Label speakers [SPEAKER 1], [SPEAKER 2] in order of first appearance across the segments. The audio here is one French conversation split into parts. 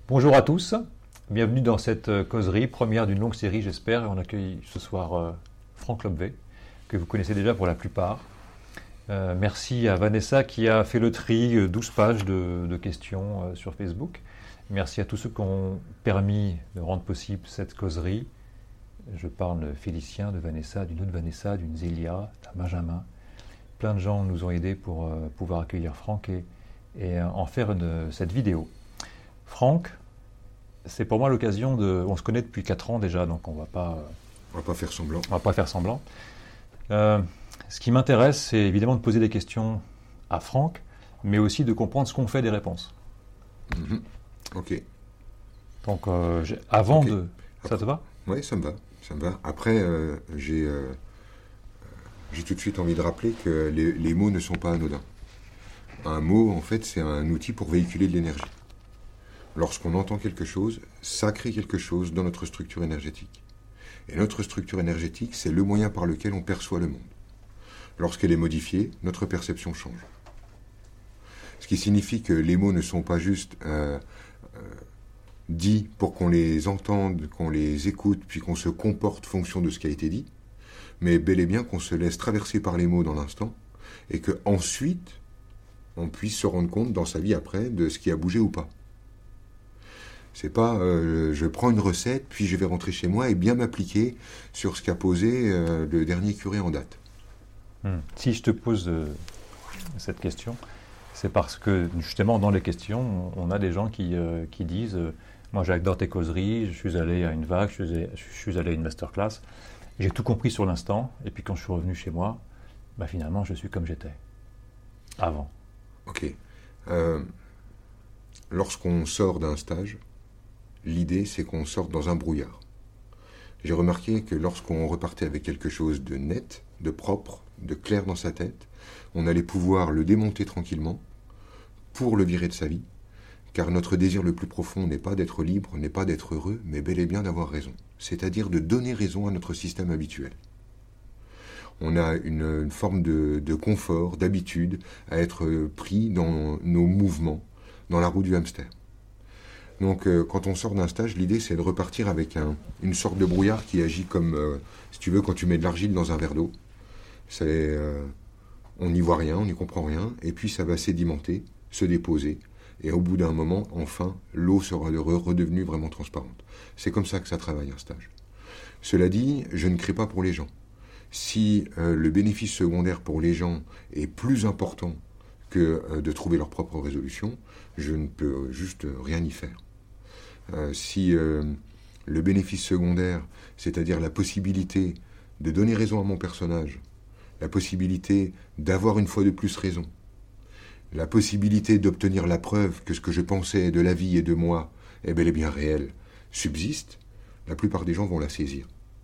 [SPEAKER 1] Bonjour à tous, bienvenue dans cette causerie, première d'une longue série j'espère, et on accueille ce soir Franck Lobvé, que vous connaissez déjà pour la plupart. Merci à Vanessa qui a fait le tri, 12 pages de questions sur Facebook. Merci à tous ceux qui ont permis de rendre possible cette causerie. Je parle de Félicien, de Vanessa, d'une autre Vanessa, d'une Zélia, d'un Benjamin. Plein de gens nous ont aidés pour pouvoir accueillir Franck et en faire cette vidéo. Franck, c'est pour moi l'occasion de... On se connaît depuis 4 ans déjà, donc on ne va pas
[SPEAKER 2] faire semblant.
[SPEAKER 1] On va pas faire semblant. Ce qui m'intéresse, c'est évidemment de poser des questions à Franck, mais aussi de comprendre ce qu'on fait des réponses.
[SPEAKER 2] Ok.
[SPEAKER 1] Donc, avant
[SPEAKER 2] okay.
[SPEAKER 1] de... Ça te va ?
[SPEAKER 2] Oui, ça me va. Après, j'ai tout de suite envie de rappeler que les mots ne sont pas anodins. Un mot, en fait, c'est un outil pour véhiculer de l'énergie. Lorsqu'on entend quelque chose, ça crée quelque chose dans notre structure énergétique. Et notre structure énergétique, c'est le moyen par lequel on perçoit le monde. Lorsqu'elle est modifiée, notre perception change. Ce qui signifie que les mots ne sont pas juste dits pour qu'on les entende, qu'on les écoute, puis qu'on se comporte fonction de ce qui a été dit, mais bel et bien qu'on se laisse traverser par les mots dans l'instant, et qu'ensuite, on puisse se rendre compte dans sa vie après de ce qui a bougé ou pas. C'est pas je prends une recette, puis je vais rentrer chez moi et bien m'appliquer sur ce qu'a posé le dernier curé en date.
[SPEAKER 1] Si je te pose cette question, c'est parce que justement dans les questions, on a des gens qui disent moi j'adore tes causeries, je suis allé à une vague, je suis allé à une masterclass, j'ai tout compris sur l'instant, et puis quand je suis revenu chez moi, finalement je suis comme j'étais avant.
[SPEAKER 2] Ok. Lorsqu'on sort d'un stage, l'idée, c'est qu'on sorte dans un brouillard. J'ai remarqué que lorsqu'on repartait avec quelque chose de net, de propre, de clair dans sa tête, on allait pouvoir le démonter tranquillement pour le virer de sa vie, car notre désir le plus profond n'est pas d'être libre, n'est pas d'être heureux, mais bel et bien d'avoir raison, c'est-à-dire de donner raison à notre système habituel. On a une forme de confort, d'habitude à être pris dans nos mouvements, dans la roue du hamster. Donc, quand on sort d'un stage, l'idée, c'est de repartir avec une sorte de brouillard qui agit comme, si tu veux, quand tu mets de l'argile dans un verre d'eau. On n'y voit rien, on n'y comprend rien, et puis ça va sédimenter, se déposer, et au bout d'un moment, enfin, l'eau sera redevenue vraiment transparente. C'est comme ça que ça travaille, un stage. Cela dit, je ne crée pas pour les gens. Si le bénéfice secondaire pour les gens est plus important que de trouver leur propre résolution, je ne peux juste rien y faire. Si le bénéfice secondaire, c'est-à-dire la possibilité de donner raison à mon personnage, la possibilité d'avoir une fois de plus raison, la possibilité d'obtenir la preuve que ce que je pensais de la vie et de moi est bel et bien réel, subsiste, la plupart des gens vont la saisir.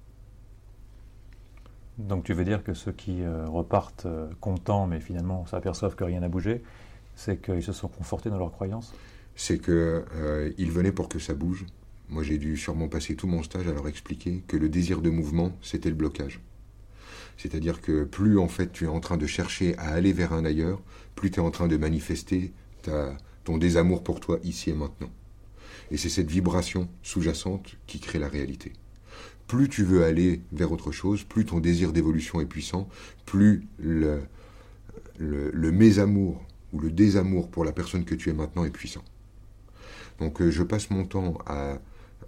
[SPEAKER 1] Donc tu veux dire que ceux qui repartent contents, mais finalement s'aperçoivent que rien n'a bougé, c'est qu'ils se sont confortés dans leurs croyances ?
[SPEAKER 2] C'est qu'ils venaient pour que ça bouge. Moi, j'ai dû sûrement passer tout mon stage à leur expliquer que le désir de mouvement, c'était le blocage. C'est-à-dire que plus, en fait, tu es en train de chercher à aller vers un ailleurs, plus tu es en train de manifester ton désamour pour toi, ici et maintenant. Et c'est cette vibration sous-jacente qui crée la réalité. Plus tu veux aller vers autre chose, plus ton désir d'évolution est puissant, plus le mésamour ou le désamour pour la personne que tu es maintenant est puissant. Donc je passe mon temps à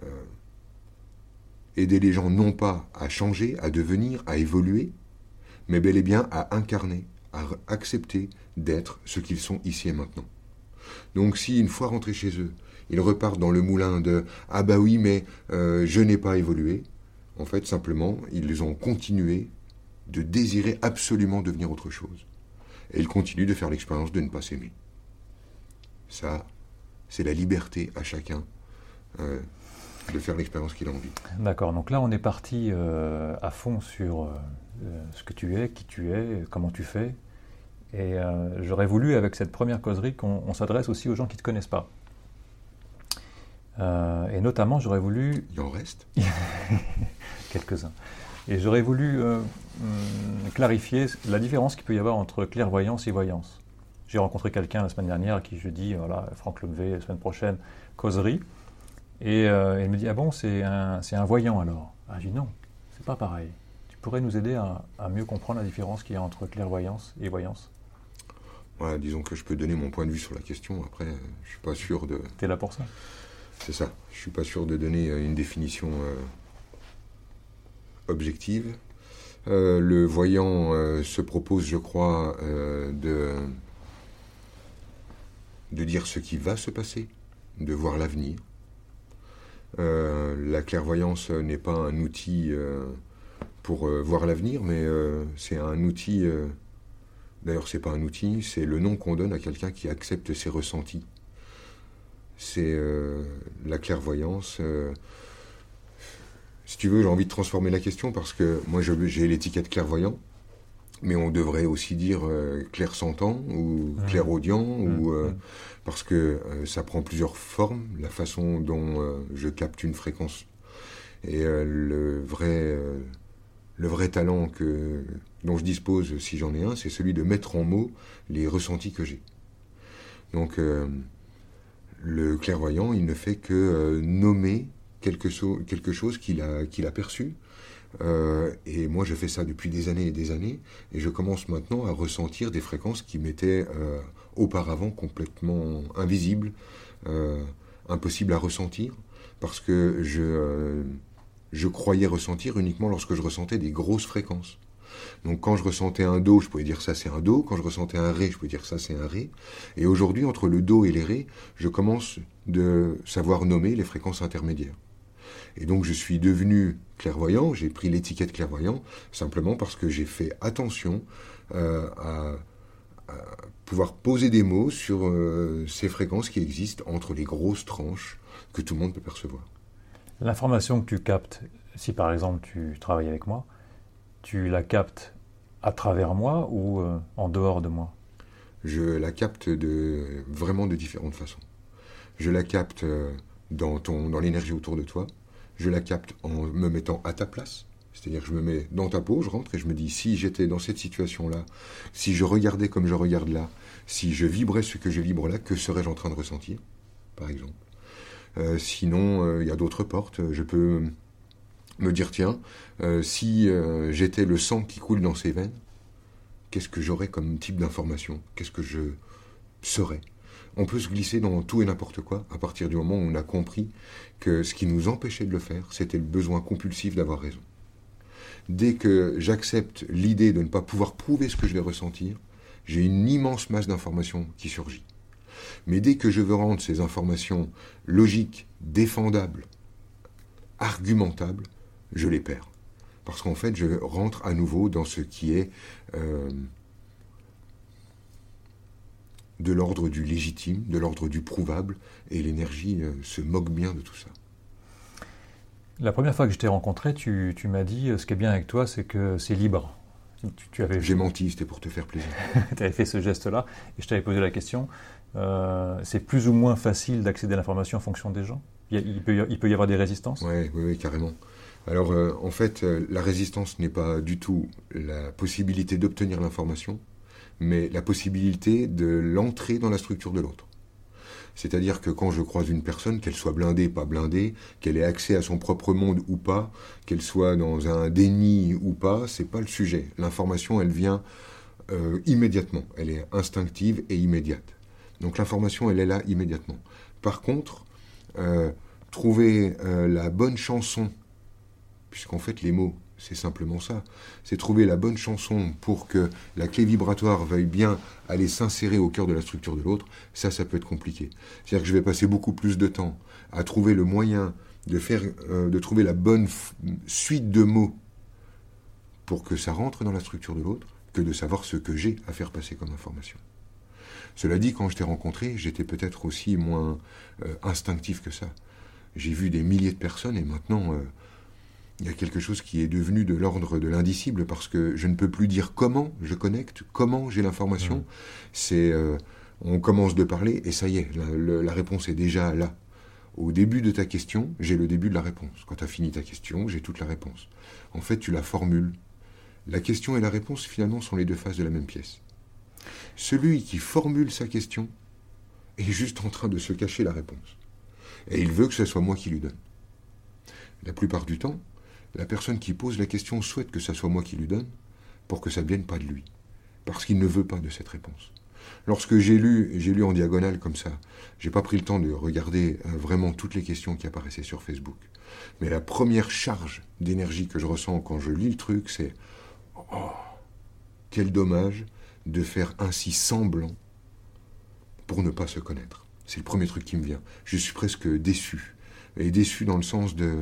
[SPEAKER 2] aider les gens non pas à changer, à devenir, à évoluer, mais bel et bien à incarner, à accepter d'être ce qu'ils sont ici et maintenant. Donc si une fois rentrés chez eux, ils repartent dans le moulin de « Ah bah oui, mais je n'ai pas évolué », en fait simplement, ils ont continué de désirer absolument devenir autre chose. Et ils continuent de faire l'expérience de ne pas s'aimer. Ça, c'est la liberté à chacun de faire l'expérience qu'il a envie.
[SPEAKER 1] D'accord, donc là on est parti à fond sur ce que tu es, qui tu es, comment tu fais. Et j'aurais voulu, avec cette première causerie, qu'on s'adresse aussi aux gens qui ne te connaissent pas. Et notamment, j'aurais voulu...
[SPEAKER 2] Il en reste
[SPEAKER 1] quelques-uns. Et j'aurais voulu clarifier la différence qu'il peut y avoir entre clairvoyance et voyance. J'ai rencontré quelqu'un la semaine dernière à qui je dis, voilà, Franck Lobvé, la semaine prochaine, causerie. Et elle me dit, ah bon, c'est un voyant alors? Ah, je dis non, c'est pas pareil. Tu pourrais nous aider à mieux comprendre la différence qu'il y a entre clairvoyance et voyance?
[SPEAKER 2] Voilà, disons que je peux donner mon point de vue sur la question. Après, je suis pas sûr de.
[SPEAKER 1] T'es là pour ça?
[SPEAKER 2] C'est ça. Je suis pas sûr de donner une définition objective. Le voyant se propose, je crois, de dire ce qui va se passer, de voir l'avenir. La clairvoyance n'est pas un outil pour voir l'avenir, mais c'est un outil. D'ailleurs, c'est pas un outil, c'est le nom qu'on donne à quelqu'un qui accepte ses ressentis. C'est la clairvoyance. Si tu veux, j'ai envie de transformer la question parce que moi, j'ai l'étiquette clairvoyant, mais on devrait aussi dire clairsentant ou clairaudient, parce que ça prend plusieurs formes, la façon dont je capte une fréquence. Et le vrai talent dont je dispose, si j'en ai un, c'est celui de mettre en mots les ressentis que j'ai. Donc, le clairvoyant, il ne fait que nommer quelque chose qu'il a perçu. Et moi, je fais ça depuis des années et des années, et je commence maintenant à ressentir des fréquences qui m'étaient auparavant complètement invisibles, impossibles à ressentir, parce que je croyais ressentir uniquement lorsque je ressentais des grosses fréquences. Donc quand je ressentais un do, je pouvais dire ça c'est un do, quand je ressentais un ré, je pouvais dire ça c'est un ré, et aujourd'hui, entre le do et les ré, je commence de savoir nommer les fréquences intermédiaires. Et donc je suis devenu clairvoyant, j'ai pris l'étiquette clairvoyant, simplement parce que j'ai fait attention à pouvoir poser des mots sur ces fréquences qui existent entre les grosses tranches que tout le monde peut percevoir.
[SPEAKER 1] L'information que tu captes, si par exemple tu travailles avec moi, tu la captes à travers moi ou en dehors de moi?
[SPEAKER 2] Je la capte vraiment de différentes façons. Je la capte dans l'énergie autour de toi. Je la capte en me mettant à ta place. C'est-à-dire que je me mets dans ta peau, je rentre et je me dis, si j'étais dans cette situation-là, si je regardais comme je regarde là, si je vibrais ce que je vibre là, que serais-je en train de ressentir, par exemple. Sinon, il y a d'autres portes. Je peux me dire, tiens, si j'étais le sang qui coule dans ces veines, qu'est-ce que j'aurais comme type d'information? Qu'est-ce que je serais? On peut se glisser dans tout et n'importe quoi à partir du moment où on a compris que ce qui nous empêchait de le faire, c'était le besoin compulsif d'avoir raison. Dès que j'accepte l'idée de ne pas pouvoir prouver ce que je vais ressentir, j'ai une immense masse d'informations qui surgit. Mais dès que je veux rendre ces informations logiques, défendables, argumentables, je les perds. Parce qu'en fait, je rentre à nouveau dans ce qui est de l'ordre du légitime, de l'ordre du prouvable, et l'énergie se moque bien de tout ça.
[SPEAKER 1] La première fois que je t'ai rencontré, tu m'as dit, ce qui est bien avec toi, c'est que c'est libre.
[SPEAKER 2] J'ai menti, c'était pour te faire plaisir.
[SPEAKER 1] Tu avais fait ce geste-là, et je t'avais posé la question, c'est plus ou moins facile d'accéder à l'information en fonction des gens? Il peut y avoir des résistances?
[SPEAKER 2] Oui, carrément. Alors, en fait, la résistance n'est pas du tout la possibilité d'obtenir l'information, mais la possibilité de l'entrer dans la structure de l'autre. C'est-à-dire que quand je croise une personne, qu'elle soit blindée, pas blindée, qu'elle ait accès à son propre monde ou pas, qu'elle soit dans un déni ou pas, c'est pas le sujet. L'information, elle vient immédiatement. Elle est instinctive et immédiate. Donc l'information, elle est là immédiatement. Par contre, trouver la bonne chanson, puisqu'en fait les mots, c'est simplement ça, c'est trouver la bonne chanson pour que la clé vibratoire veuille bien aller s'insérer au cœur de la structure de l'autre, ça peut être compliqué. C'est-à-dire que je vais passer beaucoup plus de temps à trouver le moyen de trouver la bonne suite de mots pour que ça rentre dans la structure de l'autre, que de savoir ce que j'ai à faire passer comme information. Cela dit, quand je t'ai rencontré, j'étais peut-être aussi moins instinctif que ça. J'ai vu des milliers de personnes et maintenant, il y a quelque chose qui est devenu de l'ordre de l'indicible parce que je ne peux plus dire comment je connecte, comment j'ai l'information. On commence de parler et ça y est, la réponse est déjà là. Au début de ta question, j'ai le début de la réponse. Quand tu as fini ta question, j'ai toute la réponse. En fait, tu la formules. La question et la réponse, finalement, sont les deux faces de la même pièce. Celui qui formule sa question est juste en train de se cacher la réponse. Et il veut que ce soit moi qui lui donne. La plupart du temps, la personne qui pose la question souhaite que ce soit moi qui lui donne pour que ça ne vienne pas de lui. Parce qu'il ne veut pas de cette réponse. Lorsque j'ai lu en diagonale comme ça, j'ai pas pris le temps de regarder vraiment toutes les questions qui apparaissaient sur Facebook. Mais la première charge d'énergie que je ressens quand je lis le truc, c'est « Oh, quel dommage de faire ainsi semblant pour ne pas se connaître. » C'est le premier truc qui me vient. Je suis presque déçu. Et déçu dans le sens de...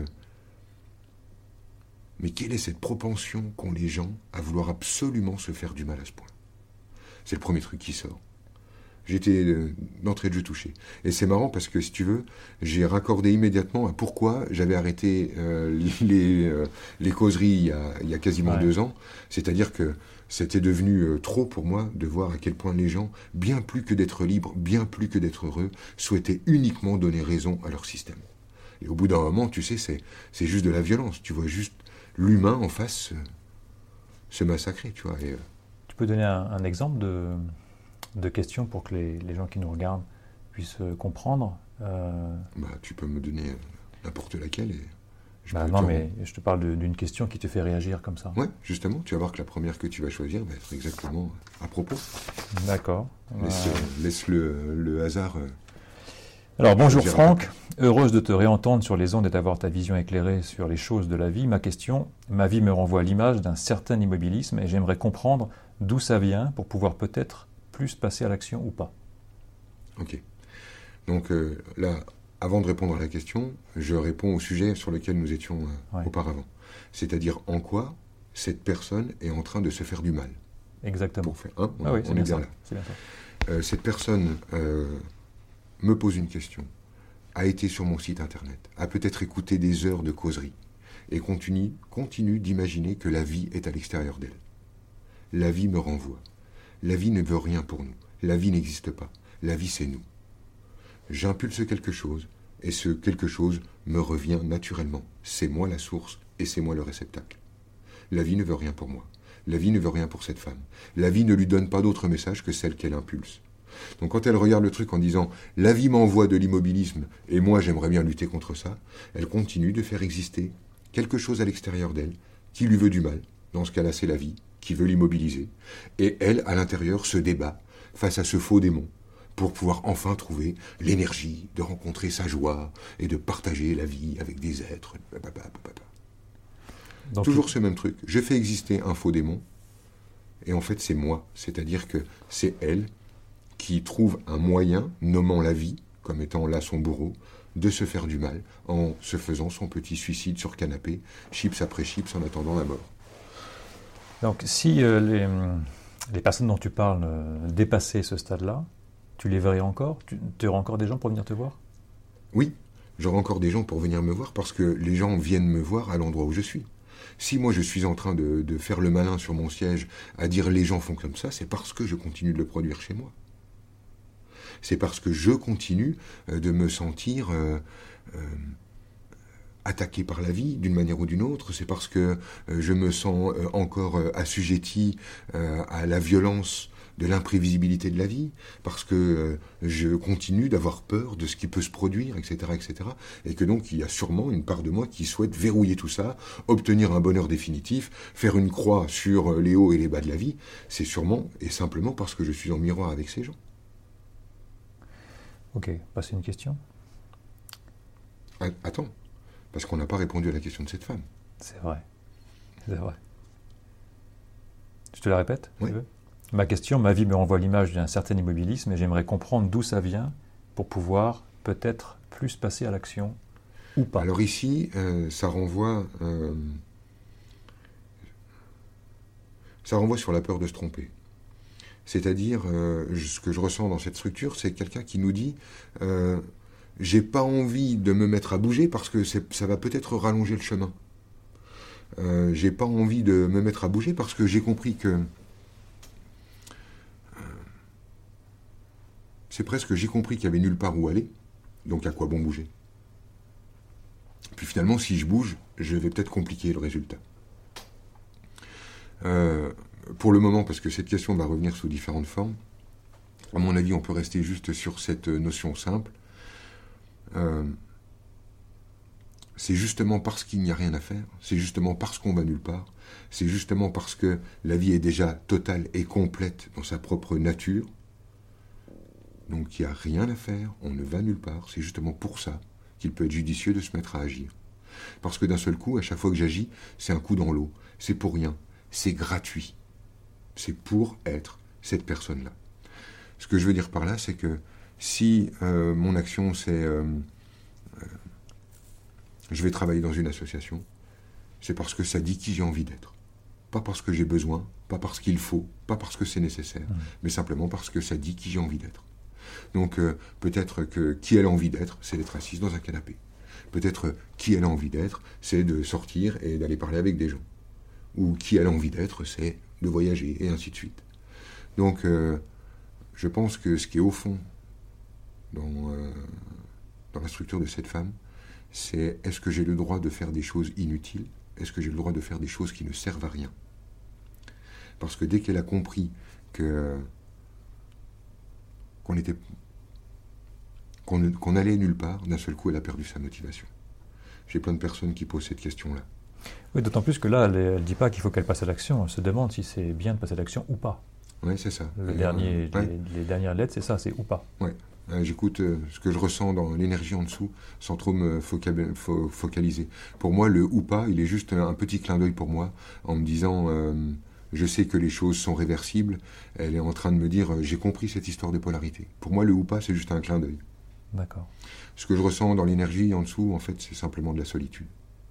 [SPEAKER 2] Mais quelle est cette propension qu'ont les gens à vouloir absolument se faire du mal à ce point? C'est le premier truc qui sort. J'étais d'entrée de jeu touché. Et c'est marrant parce que, si tu veux, j'ai raccordé immédiatement à pourquoi j'avais arrêté les causeries il y a quasiment 2 ans. C'est-à-dire que c'était devenu trop pour moi de voir à quel point les gens, bien plus que d'être libres, bien plus que d'être heureux, souhaitaient uniquement donner raison à leur système. Et au bout d'un moment, tu sais, c'est juste de la violence. Tu vois juste l'humain en face se massacrer, tu vois. Et,
[SPEAKER 1] tu peux donner un exemple de questions pour que les gens qui nous regardent puissent comprendre
[SPEAKER 2] tu peux me donner n'importe laquelle et
[SPEAKER 1] non, mais je te parle d'une question qui te fait réagir comme ça.
[SPEAKER 2] Ouais, justement, tu vas voir que la première que tu vas choisir va être exactement à propos.
[SPEAKER 1] D'accord.
[SPEAKER 2] Laisse le hasard.
[SPEAKER 1] Alors bonjour Franck, heureuse de te réentendre sur les ondes et d'avoir ta vision éclairée sur les choses de la vie. Ma question, ma vie me renvoie à l'image d'un certain immobilisme et j'aimerais comprendre d'où ça vient pour pouvoir peut-être plus passer à l'action ou pas.
[SPEAKER 2] Ok. Donc là, avant de répondre à la question, je réponds au sujet sur lequel nous étions auparavant. C'est-à-dire en quoi cette personne est en train de se faire du mal.
[SPEAKER 1] Exactement.
[SPEAKER 2] Pour faire, on est bien là.
[SPEAKER 1] C'est bien ça.
[SPEAKER 2] Cette personne me pose une question, a été sur mon site internet, a peut-être écouté des heures de causerie et continue d'imaginer que la vie est à l'extérieur d'elle. La vie me renvoie. La vie ne veut rien pour nous. La vie n'existe pas. La vie, c'est nous. J'impulse quelque chose, et ce quelque chose me revient naturellement. C'est moi la source, et c'est moi le réceptacle. La vie ne veut rien pour moi. La vie ne veut rien pour cette femme. La vie ne lui donne pas d'autre message que celle qu'elle impulse. Donc quand elle regarde le truc en disant « La vie m'envoie de l'immobilisme, et moi j'aimerais bien lutter contre ça », elle continue de faire exister quelque chose à l'extérieur d'elle qui lui veut du mal. Dans ce cas-là, c'est la vie qui veut l'immobiliser. Et elle, à l'intérieur, se débat face à ce faux démon pour pouvoir enfin trouver l'énergie de rencontrer sa joie et de partager la vie avec des êtres. Donc, toujours ce même truc. Je fais exister un faux démon et en fait, c'est moi. C'est-à-dire que c'est elle qui trouve un moyen, nommant la vie, comme étant là son bourreau, de se faire du mal en se faisant son petit suicide sur canapé, chips après chips, en attendant la mort.
[SPEAKER 1] Donc, si les personnes dont tu parles dépassaient ce stade-là, tu les verrais encore? Tu aurais encore des gens pour venir te voir?
[SPEAKER 2] Oui, j'aurai encore des gens pour venir me voir parce que les gens viennent me voir à l'endroit où je suis. Si moi je suis en train de faire le malin sur mon siège à dire les gens font comme ça, c'est parce que je continue de le produire chez moi. C'est parce que je continue de me sentir attaqué par la vie d'une manière ou d'une autre. C'est parce que je me sens encore assujetti à la violence de l'imprévisibilité de la vie, parce que je continue d'avoir peur de ce qui peut se produire, etc., etc. Et que donc il y a sûrement une part de moi qui souhaite verrouiller tout ça, obtenir un bonheur définitif, faire une croix sur les hauts et les bas de la vie. C'est sûrement et simplement parce que je suis en miroir avec ces gens.
[SPEAKER 1] Ok, passer une question.
[SPEAKER 2] Attends, parce qu'on n'a pas répondu à la question de cette femme.
[SPEAKER 1] C'est vrai. C'est vrai. Je te la répète,
[SPEAKER 2] oui.
[SPEAKER 1] Si tu veux. Ma question, ma vie me renvoie l'image d'un certain immobilisme et j'aimerais comprendre d'où ça vient pour pouvoir peut-être plus passer à l'action ou pas.
[SPEAKER 2] Alors ici, ça renvoie sur la peur de se tromper. C'est-à-dire, ce que je ressens dans cette structure, c'est quelqu'un qui nous dit j'ai pas envie de me mettre à bouger parce que ça va peut-être rallonger le chemin. J'ai pas envie de me mettre à bouger parce que j'ai compris que c'est presque j'ai compris qu'il n'y avait nulle part où aller, donc à quoi bon bouger? Puis finalement, si je bouge, je vais peut-être compliquer le résultat. Pour le moment, parce que cette question va revenir sous différentes formes, à mon avis, on peut rester juste sur cette notion simple. c'est justement parce qu'il n'y a rien à faire, c'est justement parce qu'on va nulle part, c'est justement parce que la vie est déjà totale et complète dans sa propre nature, donc il n'y a rien à faire, on ne va nulle part, c'est justement pour ça qu'il peut être judicieux de se mettre à agir. Parce que d'un seul coup, à chaque fois que j'agis, c'est un coup dans l'eau, c'est pour rien, c'est gratuit, c'est pour être cette personne-là. Ce que je veux dire par là, c'est que si mon action c'est je vais travailler dans une association, c'est parce que ça dit qui j'ai envie d'être. Pas parce que j'ai besoin, pas parce qu'il faut, pas parce que c'est nécessaire, mais simplement parce que ça dit qui j'ai envie d'être. Donc peut-être que qui elle a envie d'être, c'est d'être assise dans un canapé. Peut-être qui elle a envie d'être, c'est de sortir et d'aller parler avec des gens. Ou qui elle a envie d'être, c'est de voyager, et ainsi de suite. Donc je pense que ce qui est au fond dans la structure de cette femme, c'est est-ce que j'ai le droit de faire des choses inutiles? Est-ce que j'ai le droit de faire des choses qui ne servent à rien? Parce que dès qu'elle a compris qu'on allait nulle part, d'un seul coup, elle a perdu sa motivation. J'ai plein de personnes qui posent cette question-là.
[SPEAKER 1] Oui, d'autant plus que là, elle ne dit pas qu'il faut qu'elle passe à l'action. Elle se demande si c'est bien de passer à l'action ou pas.
[SPEAKER 2] Oui, c'est ça.
[SPEAKER 1] Les dernières lettres, c'est ça, c'est ou pas.
[SPEAKER 2] Oui. J'écoute ce que je ressens dans l'énergie en dessous, sans trop me focaliser. Pour moi, le ou pas, il est juste un petit clin d'œil pour moi, en me disant, je sais que les choses sont réversibles. Elle est en train de me dire, j'ai compris cette histoire de polarité. Pour moi, le ou pas, c'est juste un clin d'œil.
[SPEAKER 1] D'accord.
[SPEAKER 2] Ce que je ressens dans l'énergie en dessous, en fait, c'est simplement de la solitude.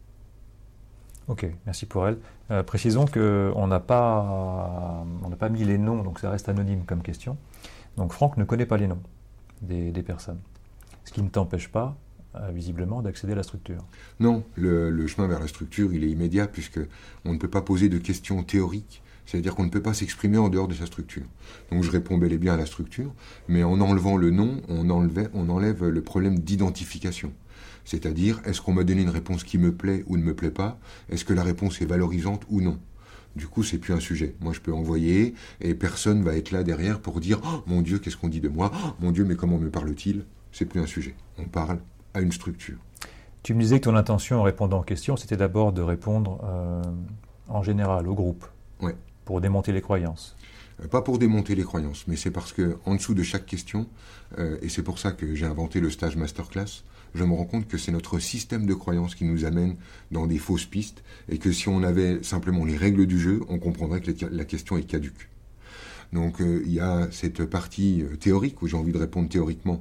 [SPEAKER 1] Ok, merci pour elle. Précisons qu'on n'a pas mis les noms, donc ça reste anonyme comme question. Donc Franck ne connaît pas les noms des personnes. Ce qui ne t'empêche pas, visiblement, d'accéder à la structure.
[SPEAKER 2] Non, le chemin vers la structure, il est immédiat, puisqu'on ne peut pas poser de questions théoriques. C'est-à-dire qu'on ne peut pas s'exprimer en dehors de sa structure. Donc je réponds bel et bien à la structure, mais en enlevant le nom, on enlève le problème d'identification. C'est-à-dire, est-ce qu'on m'a donné une réponse qui me plaît ou ne me plaît pas? Est-ce que la réponse est valorisante ou non? Du coup, c'est plus un sujet. Moi, je peux envoyer et personne va être là derrière pour dire « Oh, mon Dieu, qu'est-ce qu'on dit de moi? Oh, mon Dieu, mais comment me parle-t-il » C'est plus un sujet. On parle à une structure.
[SPEAKER 1] Tu me disais que ton intention en répondant aux questions, c'était d'abord de répondre en général au groupe.
[SPEAKER 2] Ouais.
[SPEAKER 1] Pour démonter les croyances.
[SPEAKER 2] Pas pour démonter les croyances, mais c'est parce que en dessous de chaque question, et c'est pour ça que j'ai inventé le stage masterclass, je me rends compte que c'est notre système de croyances qui nous amène dans des fausses pistes, et que si on avait simplement les règles du jeu, on comprendrait que la question est caduque. Donc il y a cette partie théorique où j'ai envie de répondre théoriquement,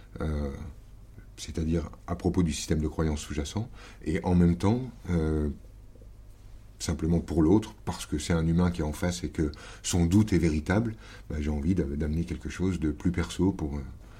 [SPEAKER 2] c'est-à-dire à propos du système de croyances sous-jacent, et en même temps simplement pour l'autre, parce que c'est un humain qui est en face et que son doute est véritable, j'ai envie d'amener quelque chose de plus perso pour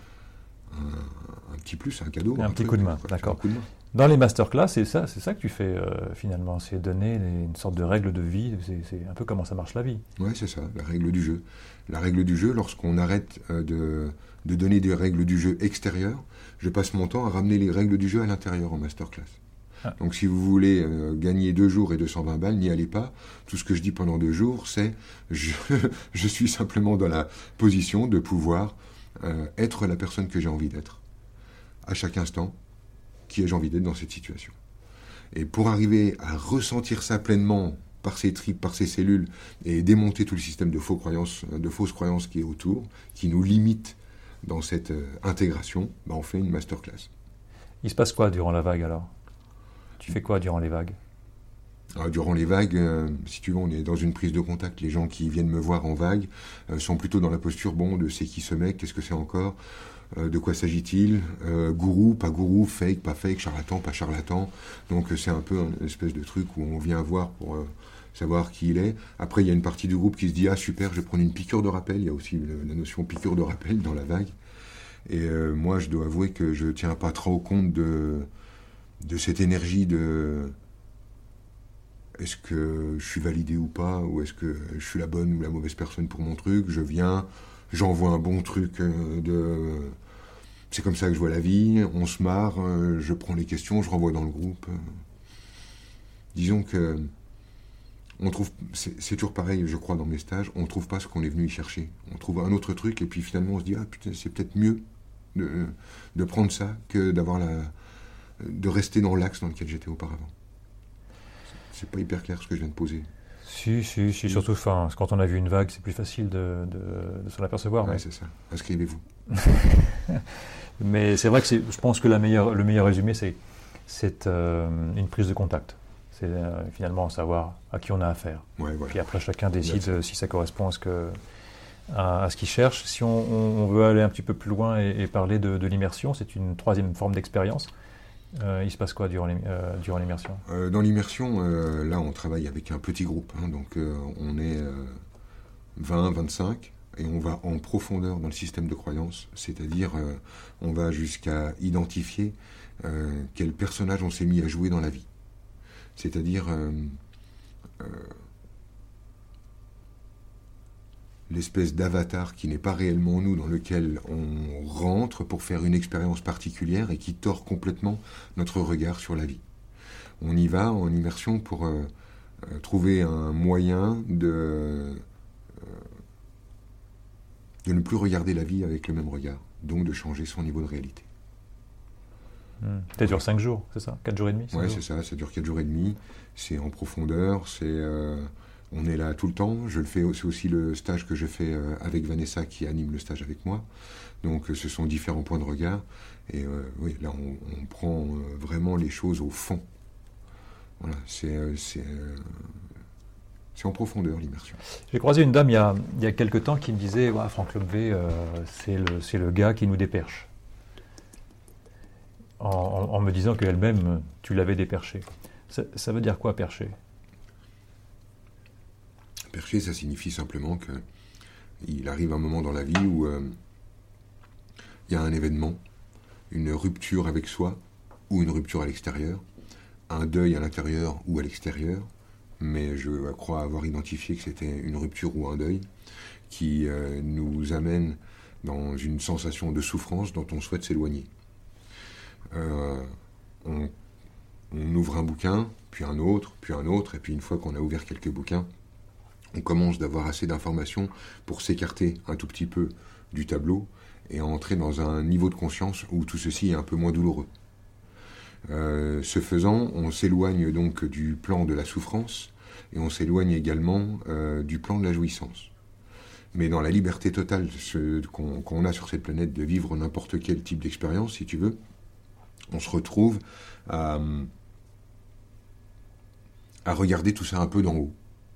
[SPEAKER 2] un petit plus, un cadeau.
[SPEAKER 1] Un petit coup de main, d'accord. Dans les masterclass, c'est ça que tu fais finalement, c'est donner une sorte de règle de vie, c'est un peu comment ça marche la vie.
[SPEAKER 2] Oui, c'est ça, la règle du jeu. La règle du jeu, lorsqu'on arrête de donner des règles du jeu extérieures, je passe mon temps à ramener les règles du jeu à l'intérieur en masterclass. Donc si vous voulez gagner 2 jours et 220 balles, n'y allez pas. Tout ce que je dis pendant 2 jours, c'est je suis simplement dans la position de pouvoir être la personne que j'ai envie d'être. À chaque instant, qui ai-je envie d'être dans cette situation? Et pour arriver à ressentir ça pleinement par ses tripes, par ses cellules, et démonter tout le système de fausses croyances qui est autour, qui nous limite dans cette intégration, on fait une masterclass.
[SPEAKER 1] Il se passe quoi durant la vague alors? Tu fais quoi durant les vagues?
[SPEAKER 2] Durant les vagues, si tu veux, on est dans une prise de contact. Les gens qui viennent me voir en vague sont plutôt dans la posture, de c'est qui ce mec, qu'est-ce que c'est encore, de quoi s'agit-il, gourou, pas gourou, fake, pas fake, charlatan, pas charlatan. Donc c'est un peu une espèce de truc où on vient voir pour savoir qui il est. Après, il y a une partie du groupe qui se dit « Ah super, je vais prendre une piqûre de rappel ». Il y a aussi la notion piqûre de rappel dans la vague. Et moi, je dois avouer que je ne tiens pas trop compte de cette énergie de est-ce que je suis validé ou pas, ou est-ce que je suis la bonne ou la mauvaise personne pour mon truc. Je viens, j'envoie un bon truc c'est comme ça que je vois la vie, on se marre, je prends les questions, je renvoie dans le groupe. Disons que on trouve, c'est toujours pareil, je crois, dans mes stages, on ne trouve pas ce qu'on est venu y chercher. On trouve un autre truc et puis finalement on se dit « Ah putain, c'est peut-être mieux de prendre ça que d'avoir de rester dans l'axe dans lequel j'étais auparavant. C'est pas hyper clair ce que je viens de poser.
[SPEAKER 1] Si, surtout quand on a vu une vague, c'est plus facile de s'en apercevoir.
[SPEAKER 2] Ouais,
[SPEAKER 1] mais...
[SPEAKER 2] c'est ça. Inscrivez-vous.
[SPEAKER 1] Mais c'est vrai que je pense que le meilleur résumé, c'est une prise de contact. C'est finalement savoir à qui on a affaire.
[SPEAKER 2] Ouais, voilà.
[SPEAKER 1] Puis après, chacun décide si ça correspond à ce qu'il cherche. Si on veut aller un petit peu plus loin et parler de l'immersion, c'est une troisième forme d'expérience. Il se passe quoi durant l'immersion ?
[SPEAKER 2] Dans l'immersion, là, on travaille avec un petit groupe. Donc, on est 20, 25, et on va en profondeur dans le système de croyance. C'est-à-dire, on va jusqu'à identifier quel personnage on s'est mis à jouer dans la vie. C'est-à-dire l'espèce d'avatar qui n'est pas réellement nous, dans lequel on rentre pour faire une expérience particulière et qui tord complètement notre regard sur la vie. On y va en immersion pour trouver un moyen de ne plus regarder la vie avec le même regard, donc de changer son niveau de réalité.
[SPEAKER 1] Ça dure 5 jours, c'est ça ? 4 jours et demi ?
[SPEAKER 2] Oui, c'est ça dure 4 jours et demi, c'est en profondeur, on est là tout le temps. C'est aussi le stage que je fais avec Vanessa qui anime le stage avec moi. Donc ce sont différents points de regard. Et oui, là on prend vraiment les choses au fond. Voilà, c'est en profondeur l'immersion.
[SPEAKER 1] J'ai croisé une dame il y a quelques temps qui me disait Franck Lobvé, c'est le gars qui nous déperche. En me disant qu'elle-même, tu l'avais déperché. Ça veut dire quoi, percher ?
[SPEAKER 2] Percher, ça signifie simplement qu'il arrive un moment dans la vie où il y a un événement, une rupture avec soi ou une rupture à l'extérieur, un deuil à l'intérieur ou à l'extérieur, mais je crois avoir identifié que c'était une rupture ou un deuil qui nous amène dans une sensation de souffrance dont on souhaite s'éloigner. On ouvre un bouquin, puis un autre, et puis une fois qu'on a ouvert quelques bouquins, on commence d'avoir assez d'informations pour s'écarter un tout petit peu du tableau et entrer dans un niveau de conscience où tout ceci est un peu moins douloureux. Ce faisant, on s'éloigne donc du plan de la souffrance et on s'éloigne également du plan de la jouissance. Mais dans la liberté totale qu'on a sur cette planète de vivre n'importe quel type d'expérience, si tu veux, on se retrouve à regarder tout ça un peu d'en haut.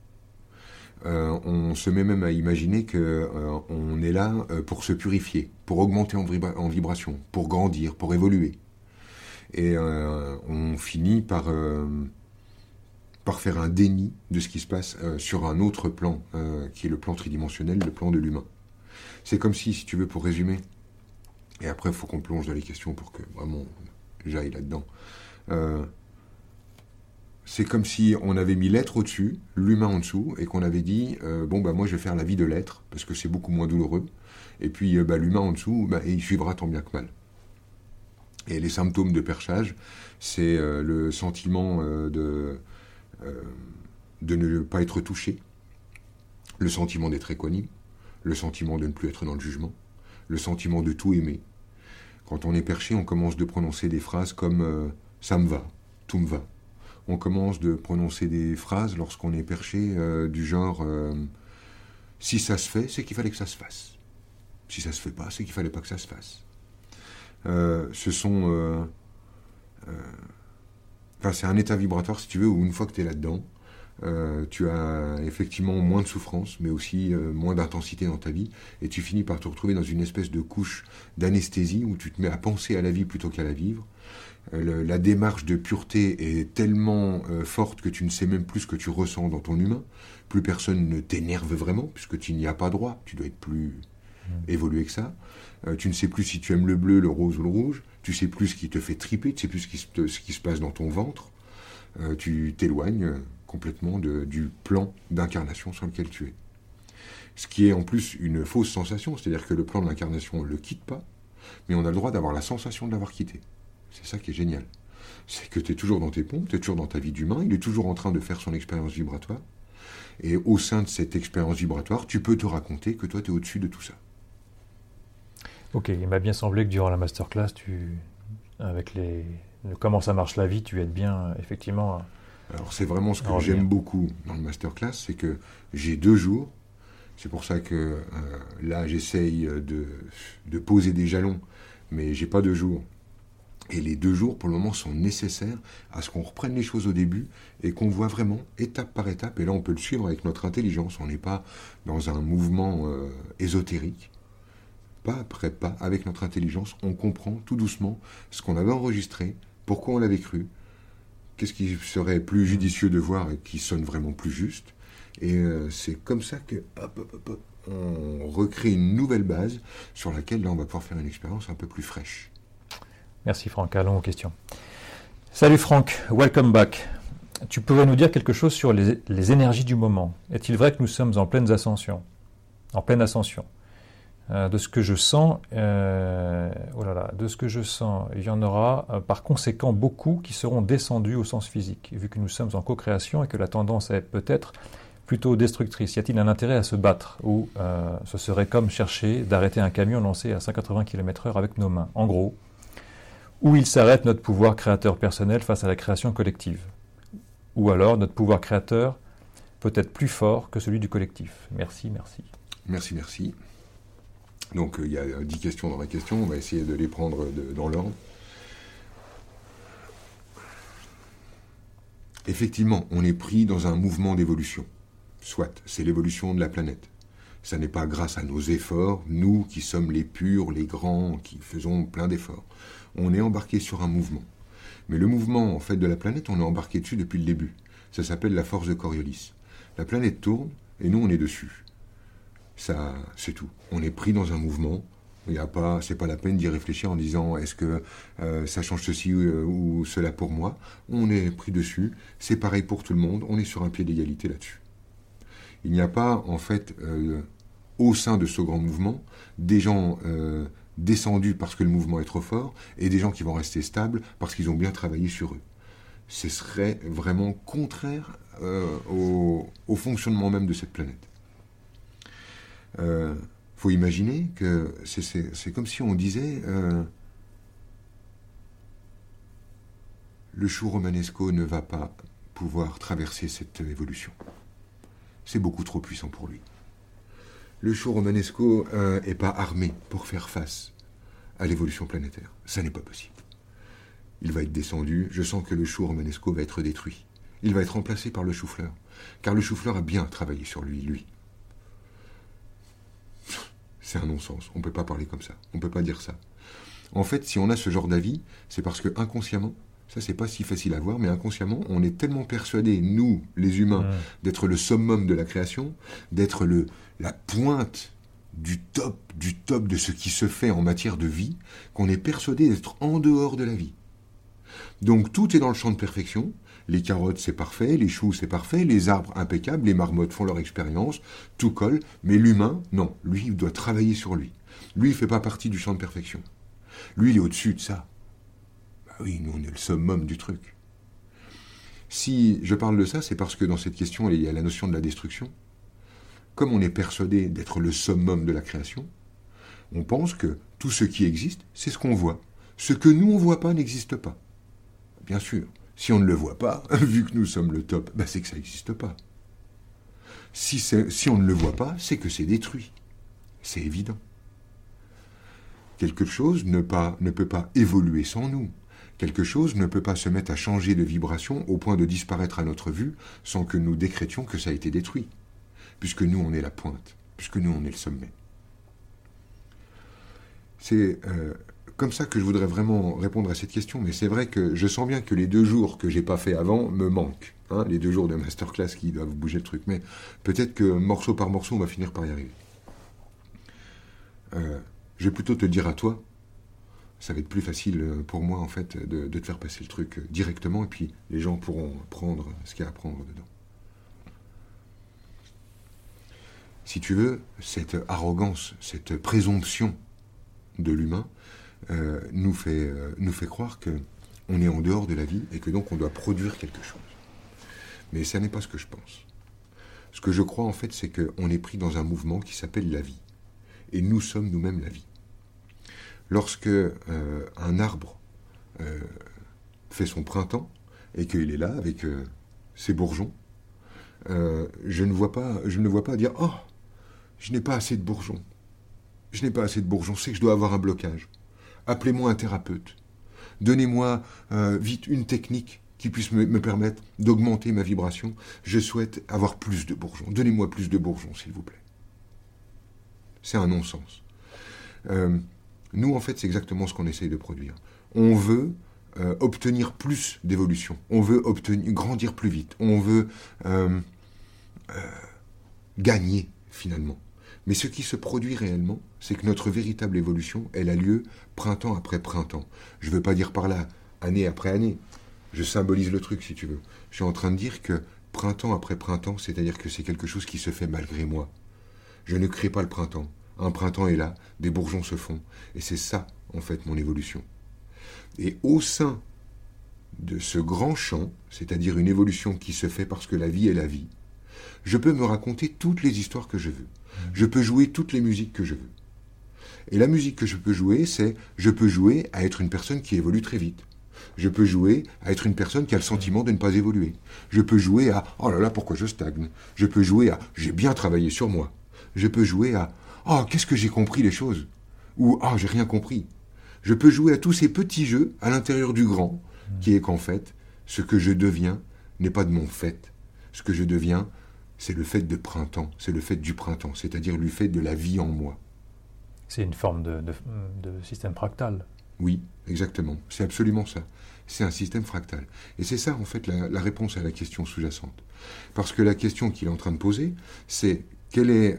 [SPEAKER 2] On se met même à imaginer qu'on est là pour se purifier, pour augmenter en vibration, pour grandir, pour évoluer. Et on finit par faire un déni de ce qui se passe sur un autre plan, qui est le plan tridimensionnel, le plan de l'humain. C'est comme si tu veux, pour résumer, et après il faut qu'on plonge dans les questions pour que vraiment j'aille là-dedans. C'est comme si on avait mis l'être au-dessus, l'humain en dessous, et qu'on avait dit moi je vais faire la vie de l'être, parce que c'est beaucoup moins douloureux, et puis l'humain en dessous, il suivra tant bien que mal. Et les symptômes de perchage, c'est le sentiment de ne pas être touché, le sentiment d'être équanime, le sentiment de ne plus être dans le jugement, le sentiment de tout aimer. Quand on est perché, on commence de prononcer des phrases comme « ça me va »,« tout me va ». On commence de prononcer des phrases lorsqu'on est perché du genre « si ça se fait, c'est qu'il fallait que ça se fasse. Si ça se fait pas, c'est qu'il fallait pas que ça se fasse. » c'est un état vibratoire, si tu veux, où une fois que tu es là-dedans, tu as effectivement moins de souffrance, mais aussi moins d'intensité dans ta vie, et tu finis par te retrouver dans une espèce de couche d'anesthésie où tu te mets à penser à la vie plutôt qu'à la vivre. La démarche de pureté est tellement forte que tu ne sais même plus ce que tu ressens dans ton humain. Plus personne ne t'énerve vraiment, puisque tu n'y as pas droit, tu dois être plus évolué que ça. Tu ne sais plus si tu aimes le bleu, le rose ou le rouge, tu sais plus ce qui te fait triper, tu sais plus ce qui se passe dans ton ventre. Tu t'éloignes complètement du plan d'incarnation sur lequel tu es. Ce qui est en plus une fausse sensation, c'est-à-dire que le plan de l'incarnation on ne le quitte pas, mais on a le droit d'avoir la sensation de l'avoir quitté. C'est ça qui est génial. C'est que tu es toujours dans tes pompes, tu es toujours dans ta vie d'humain, il est toujours en train de faire son expérience vibratoire, et au sein de cette expérience vibratoire, tu peux te raconter que toi tu es au-dessus de tout ça. Ok,
[SPEAKER 1] il m'a bien semblé que durant la masterclass, avec de comment ça marche la vie, tu aides bien, effectivement.
[SPEAKER 2] Alors c'est vraiment ce que j'aime beaucoup dans le masterclass, c'est que j'ai 2 jours. C'est pour ça que là, j'essaye de poser des jalons, mais j'ai pas 2 jours. Et les 2 jours, pour le moment, sont nécessaires à ce qu'on reprenne les choses au début et qu'on voit vraiment étape par étape. Et là, on peut le suivre avec notre intelligence. On n'est pas dans un mouvement ésotérique. Pas après pas, avec notre intelligence, on comprend tout doucement ce qu'on avait enregistré, pourquoi on l'avait cru, qu'est-ce qui serait plus judicieux de voir et qui sonne vraiment plus juste. Et c'est comme ça que on recrée une nouvelle base sur laquelle là, on va pouvoir faire une expérience un peu plus fraîche.
[SPEAKER 1] Merci Franck, allons aux questions. Salut Franck, welcome back. Tu pourrais nous dire quelque chose sur les énergies du moment. Est-il vrai que nous sommes en pleine ascension? De ce que je sens, de ce que je sens, il y en aura par conséquent beaucoup qui seront descendus au sens physique, vu que nous sommes en co-création et que la tendance est peut-être plutôt destructrice. Y a-t-il un intérêt à se battre ou ce serait comme chercher d'arrêter un camion lancé à 180 km/h avec nos mains? En gros, où il s'arrête notre pouvoir créateur personnel face à la création collective? Ou alors notre pouvoir créateur peut être plus fort que celui du collectif? Merci.
[SPEAKER 2] Merci. Donc il y a 10 questions dans la question, on va essayer de les prendre dans l'ordre. Effectivement, on est pris dans un mouvement d'évolution. Soit, c'est l'évolution de la planète. Ça n'est pas grâce à nos efforts, nous qui sommes les purs, les grands, qui faisons plein d'efforts. On est embarqué sur un mouvement. Mais le mouvement, en fait, de la planète, on est embarqué dessus depuis le début. Ça s'appelle la force de Coriolis. La planète tourne, et nous, on est dessus. Ça, c'est tout. On est pris dans un mouvement. C'est pas la peine d'y réfléchir en disant est-ce que ça change ceci ou cela pour moi. On est pris dessus. C'est pareil pour tout le monde. On est sur un pied d'égalité là-dessus. Il n'y a pas, en fait, au sein de ce grand mouvement, des gens descendus parce que le mouvement est trop fort et des gens qui vont rester stables parce qu'ils ont bien travaillé sur eux. Ce serait vraiment contraire au fonctionnement même de cette planète. Faut imaginer que c'est comme si on disait le chou romanesco ne va pas pouvoir traverser cette évolution. C'est beaucoup trop puissant pour lui. Le chou romanesco n'est pas armé pour faire face à l'évolution planétaire. Ça n'est pas possible. Il va être descendu. Je sens que le chou romanesco va être détruit. Il va être remplacé par le chou-fleur. Car le chou-fleur a bien travaillé sur lui. C'est un non-sens. On ne peut pas parler comme ça. On ne peut pas dire ça. En fait, si on a ce genre d'avis, c'est parce que inconsciemment, ça c'est pas si facile à voir, mais inconsciemment, on est tellement persuadés, nous, les humains, d'être le summum de la création, d'être la pointe du top de ce qui se fait en matière de vie, qu'on est persuadé d'être en dehors de la vie. Donc tout est dans le champ de perfection. Les carottes, c'est parfait, les choux, c'est parfait, les arbres, impeccables, les marmottes font leur expérience, tout colle, mais l'humain, non, lui, il doit travailler sur lui. Lui, il ne fait pas partie du champ de perfection. Lui, il est au-dessus de ça. Bah oui, nous, on est le summum du truc. Si je parle de ça, c'est parce que dans cette question, il y a la notion de la destruction. Comme on est persuadé d'être le summum de la création, on pense que tout ce qui existe, c'est ce qu'on voit. Ce que nous, on ne voit pas n'existe pas. Bien sûr. Si on ne le voit pas, vu que nous sommes le top, c'est que ça n'existe pas. Si on ne le voit pas, c'est que c'est détruit. C'est évident. Quelque chose ne peut pas évoluer sans nous. Quelque chose ne peut pas se mettre à changer de vibration au point de disparaître à notre vue sans que nous décrétions que ça a été détruit. Puisque nous, on est la pointe. Puisque nous, on est le sommet. C'est comme ça que je voudrais vraiment répondre à cette question, mais c'est vrai que je sens bien que les 2 jours que j'ai pas fait avant me manquent, les 2 jours de masterclass qui doivent bouger le truc, mais peut-être que morceau par morceau, on va finir par y arriver. Je vais plutôt te le dire à toi, ça va être plus facile pour moi en fait de te faire passer le truc directement, et puis les gens pourront prendre ce qu'il y a à prendre dedans. Si tu veux, cette arrogance, cette présomption de l'humain, nous fait croire qu'on est en dehors de la vie et que donc on doit produire quelque chose. Mais ça n'est pas ce que je pense. Ce que je crois en fait, c'est qu'on est pris dans un mouvement qui s'appelle la vie. Et nous sommes nous-mêmes la vie. Lorsque un arbre fait son printemps et qu'il est là avec ses bourgeons, je ne le vois pas dire « Oh, je n'ai pas assez de bourgeons. Je n'ai pas assez de bourgeons, c'est que je dois avoir un blocage. Appelez-moi un thérapeute. Donnez-moi vite une technique qui puisse me permettre d'augmenter ma vibration. Je souhaite avoir plus de bourgeons. Donnez-moi plus de bourgeons, s'il vous plaît. » C'est un non-sens. Nous, en fait, c'est exactement ce qu'on essaye de produire. On veut obtenir plus d'évolution. On veut grandir plus vite. On veut gagner, finalement. Mais ce qui se produit réellement, c'est que notre véritable évolution, elle a lieu printemps après printemps. Je ne veux pas dire par là, année après année. Je symbolise le truc, si tu veux. Je suis en train de dire que printemps après printemps, c'est-à-dire que c'est quelque chose qui se fait malgré moi. Je ne crée pas le printemps. Un printemps est là, des bourgeons se font. Et c'est ça, en fait, mon évolution. Et au sein de ce grand champ, c'est-à-dire une évolution qui se fait parce que la vie est la vie, je peux me raconter toutes les histoires que je veux. Je peux jouer toutes les musiques que je veux. Et la musique que je peux jouer, c'est je peux jouer à être une personne qui évolue très vite. Je peux jouer à être une personne qui a le sentiment de ne pas évoluer. Je peux jouer à « Oh là là, pourquoi je stagne ?» Je peux jouer à « J'ai bien travaillé sur moi ». Je peux jouer à « Oh, qu'est-ce que j'ai compris les choses ?» ou « Oh, j'ai rien compris ». Je peux jouer à tous ces petits jeux à l'intérieur du grand, qui est qu'en fait, ce que je deviens n'est pas de mon fait. Ce que je deviens, c'est le fait de printemps, c'est le fait du printemps, c'est-à-dire le fait de la vie en moi.
[SPEAKER 1] C'est une forme de système fractal.
[SPEAKER 2] Oui, exactement. C'est absolument ça. C'est un système fractal. Et c'est ça, en fait, la réponse à la question sous-jacente. Parce que la question qu'il est en train de poser, c'est quel est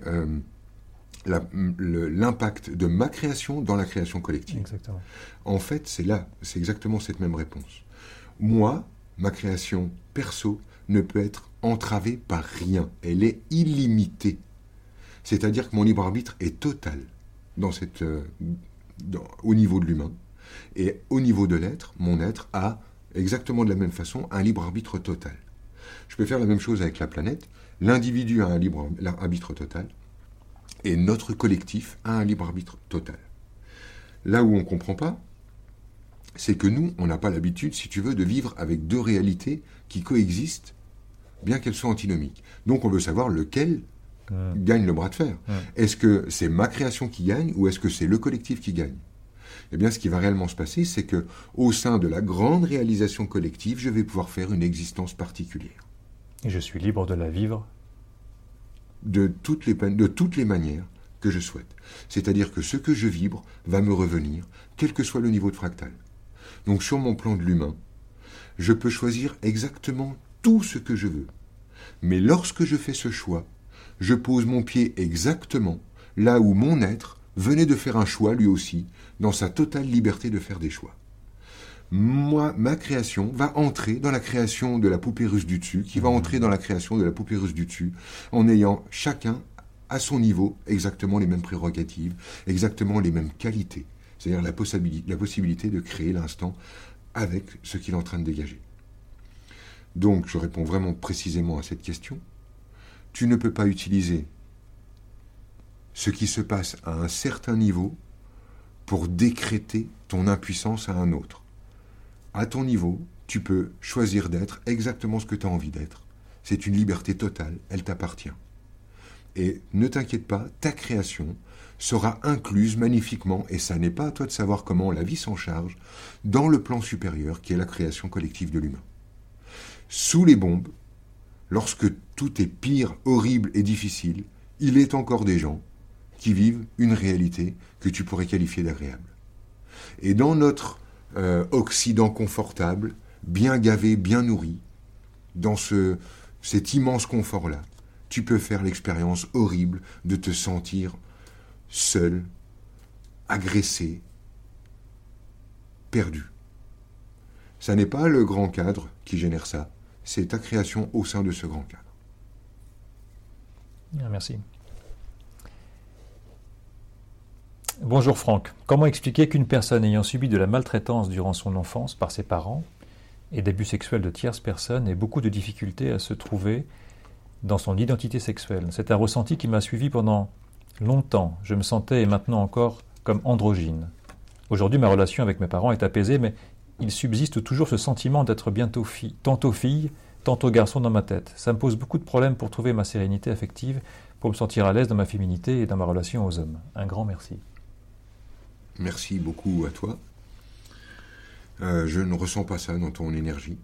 [SPEAKER 2] l'impact de ma création dans la création collective.
[SPEAKER 1] Exactement.
[SPEAKER 2] En fait, c'est exactement cette même réponse. Moi, ma création perso ne peut être entravée par rien. Elle est illimitée. C'est-à-dire que mon libre arbitre est total au niveau de l'humain. Et au niveau de l'être, mon être a, exactement de la même façon, un libre arbitre total. Je peux faire la même chose avec la planète. L'individu a un libre arbitre total. Et notre collectif a un libre arbitre total. Là où on ne comprend pas, c'est que nous, on n'a pas l'habitude, si tu veux, de vivre avec deux réalités qui coexistent, bien qu'elles soient antinomiques. Donc on veut savoir lequel gagne le bras de fer. Est-ce que c'est ma création qui gagne ou est-ce que c'est le collectif qui gagne ? Eh bien, ce qui va réellement se passer, c'est que, au sein de la grande réalisation collective, je vais pouvoir faire une existence particulière.
[SPEAKER 1] Et je suis libre de la vivre
[SPEAKER 2] de toutes les manières que je souhaite. C'est-à-dire que ce que je vibre va me revenir, quel que soit le niveau de fractal. Donc sur mon plan de l'humain, je peux choisir exactement tout ce que je veux. Mais lorsque je fais ce choix, je pose mon pied exactement là où mon être venait de faire un choix lui aussi, dans sa totale liberté de faire des choix. Moi, ma création va entrer dans la création de la poupée russe du dessus, qui va entrer dans la création de la poupée russe du dessus, en ayant chacun, à son niveau, exactement les mêmes prérogatives, exactement les mêmes qualités. C'est-à-dire la possibilité de créer l'instant avec ce qu'il est en train de dégager. Donc, je réponds vraiment précisément à cette question. Tu ne peux pas utiliser ce qui se passe à un certain niveau pour décréter ton impuissance à un autre. À ton niveau, tu peux choisir d'être exactement ce que tu as envie d'être. C'est une liberté totale, elle t'appartient. Et ne t'inquiète pas, ta création sera incluse magnifiquement, et ça n'est pas à toi de savoir comment la vie s'en charge, dans le plan supérieur qui est la création collective de l'humain. Sous les bombes, lorsque tout est pire, horrible et difficile, il est encore des gens qui vivent une réalité que tu pourrais qualifier d'agréable. Et dans notre Occident confortable, bien gavé, bien nourri, dans cet immense confort-là, tu peux faire l'expérience horrible de te sentir seul, agressé, perdu. Ça n'est pas le grand cadre qui génère ça, c'est ta création au sein de ce grand cadre.
[SPEAKER 1] Merci. Bonjour Franck. Comment expliquer qu'une personne ayant subi de la maltraitance durant son enfance par ses parents et d'abus sexuels de tierces personnes ait beaucoup de difficultés à se trouver dans son identité sexuelle ? C'est un ressenti qui m'a suivi pendant longtemps. Je me sentais, et maintenant encore, comme androgyne. Aujourd'hui, ma relation avec mes parents est apaisée, mais il subsiste toujours ce sentiment d'être tantôt fille, tantôt garçon dans ma tête. Ça me pose beaucoup de problèmes pour trouver ma sérénité affective, pour me sentir à l'aise dans ma féminité et dans ma relation aux hommes. Un grand merci.
[SPEAKER 2] Merci beaucoup à toi. Je ne ressens pas ça dans ton énergie.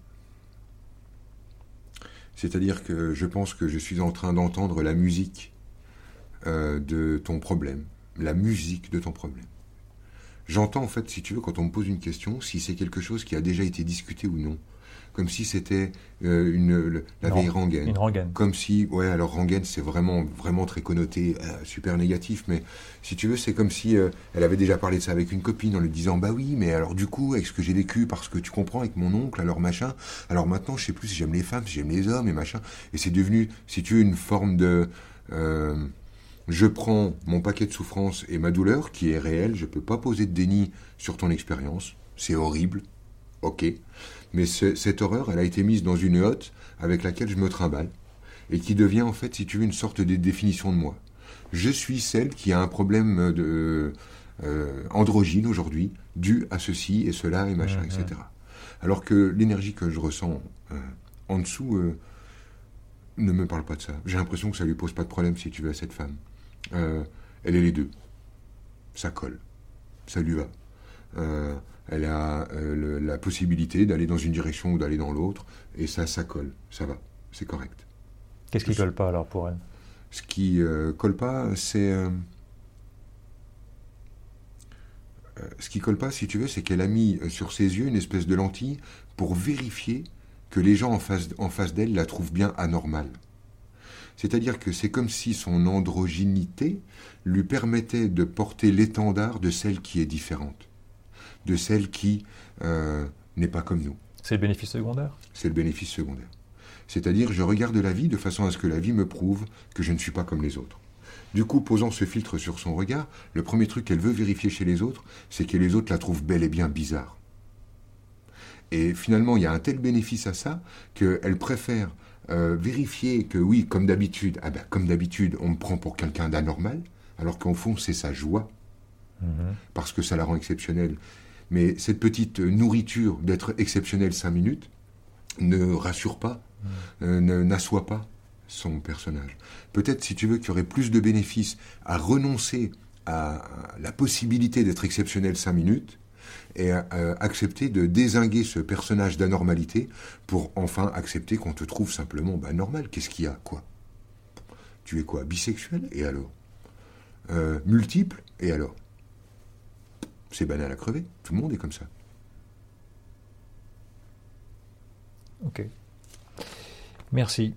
[SPEAKER 2] C'est-à-dire que je pense que je suis en train d'entendre la musique de ton problème. La musique de ton problème. J'entends en fait, si tu veux, quand on me pose une question, si c'est quelque chose qui a déjà été discuté ou non. Comme si c'était la vieille rengaine.
[SPEAKER 1] Une rengaine.
[SPEAKER 2] Comme si, ouais, alors rengaine, c'est vraiment très connoté, super négatif, mais si tu veux, c'est comme si elle avait déjà parlé de ça avec une copine en lui disant, bah oui, mais alors du coup, avec ce que j'ai vécu, parce que tu comprends, avec mon oncle, alors machin, alors maintenant, je sais plus si j'aime les femmes, si j'aime les hommes, et machin, et c'est devenu, si tu veux, une forme de... je prends mon paquet de souffrance et ma douleur, qui est réelle, je peux pas poser de déni sur ton expérience, c'est horrible, ok, mais cette horreur, elle a été mise dans une hotte avec laquelle je me trimballe et qui devient en fait, si tu veux, une sorte de définition de moi. Je suis celle qui a un problème androgyne aujourd'hui, dû à ceci et cela et machin, etc. Alors que l'énergie que je ressens en dessous ne me parle pas de ça. J'ai l'impression que ça lui pose pas de problème, si tu veux, à cette femme. Elle est les deux. Ça colle. Ça lui va. Elle a la possibilité d'aller dans une direction ou d'aller dans l'autre, et ça colle, ça va, c'est correct.
[SPEAKER 1] Qu'est-ce qui colle pas alors pour elle?
[SPEAKER 2] Ce qui colle pas, c'est... ce qui colle pas, si tu veux, c'est qu'elle a mis sur ses yeux une espèce de lentille pour vérifier que les gens en face d'elle la trouvent bien anormale. C'est-à-dire que c'est comme si son androgynité lui permettait de porter l'étendard de celle qui est différente. De celle qui n'est pas comme nous.
[SPEAKER 1] C'est le bénéfice secondaire?
[SPEAKER 2] C'est le bénéfice secondaire. C'est-à-dire, je regarde la vie de façon à ce que la vie me prouve que je ne suis pas comme les autres. Du coup, posant ce filtre sur son regard, le premier truc qu'elle veut vérifier chez les autres, c'est que les autres la trouvent bel et bien bizarre. Et finalement, il y a un tel bénéfice à ça qu'elle préfère vérifier que oui, comme d'habitude, on me prend pour quelqu'un d'anormal, alors qu'en fond, c'est sa joie, parce que ça la rend exceptionnelle. Mais cette petite nourriture d'être exceptionnelle 5 minutes ne rassure pas, n'assoit pas son personnage. Peut-être, si tu veux, qu'il y aurait plus de bénéfices à renoncer à la possibilité d'être exceptionnel 5 minutes et à accepter de dézinguer ce personnage d'anormalité pour enfin accepter qu'on te trouve simplement normal. Qu'est-ce qu'il y a, quoi? Tu es quoi? Bisexuel? Et alors? Multiple? Et alors? C'est banal à crever. Tout le monde est comme ça.
[SPEAKER 1] Ok. Merci.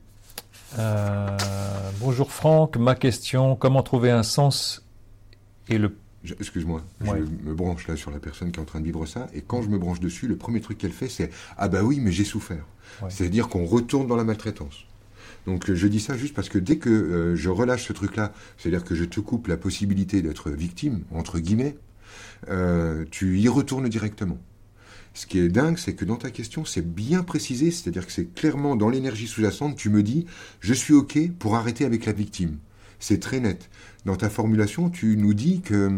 [SPEAKER 1] Bonjour Franck, ma question, comment trouver un sens et le...
[SPEAKER 2] Excuse-moi,
[SPEAKER 1] ouais.
[SPEAKER 2] Je me branche là sur la personne qui est en train de vivre ça, et quand je me branche dessus, le premier truc qu'elle fait, c'est « Ah bah oui, mais j'ai souffert ouais. ». C'est-à-dire qu'on retourne dans la maltraitance. Donc je dis ça juste parce que dès que je relâche ce truc-là, c'est-à-dire que je te coupe la possibilité d'être victime, entre guillemets, tu y retournes directement. Ce qui est dingue, c'est que dans ta question, c'est bien précisé, c'est-à-dire que c'est clairement dans l'énergie sous-jacente, tu me dis « Je suis OK pour arrêter avec la victime ». C'est très net. Dans ta formulation, tu nous dis que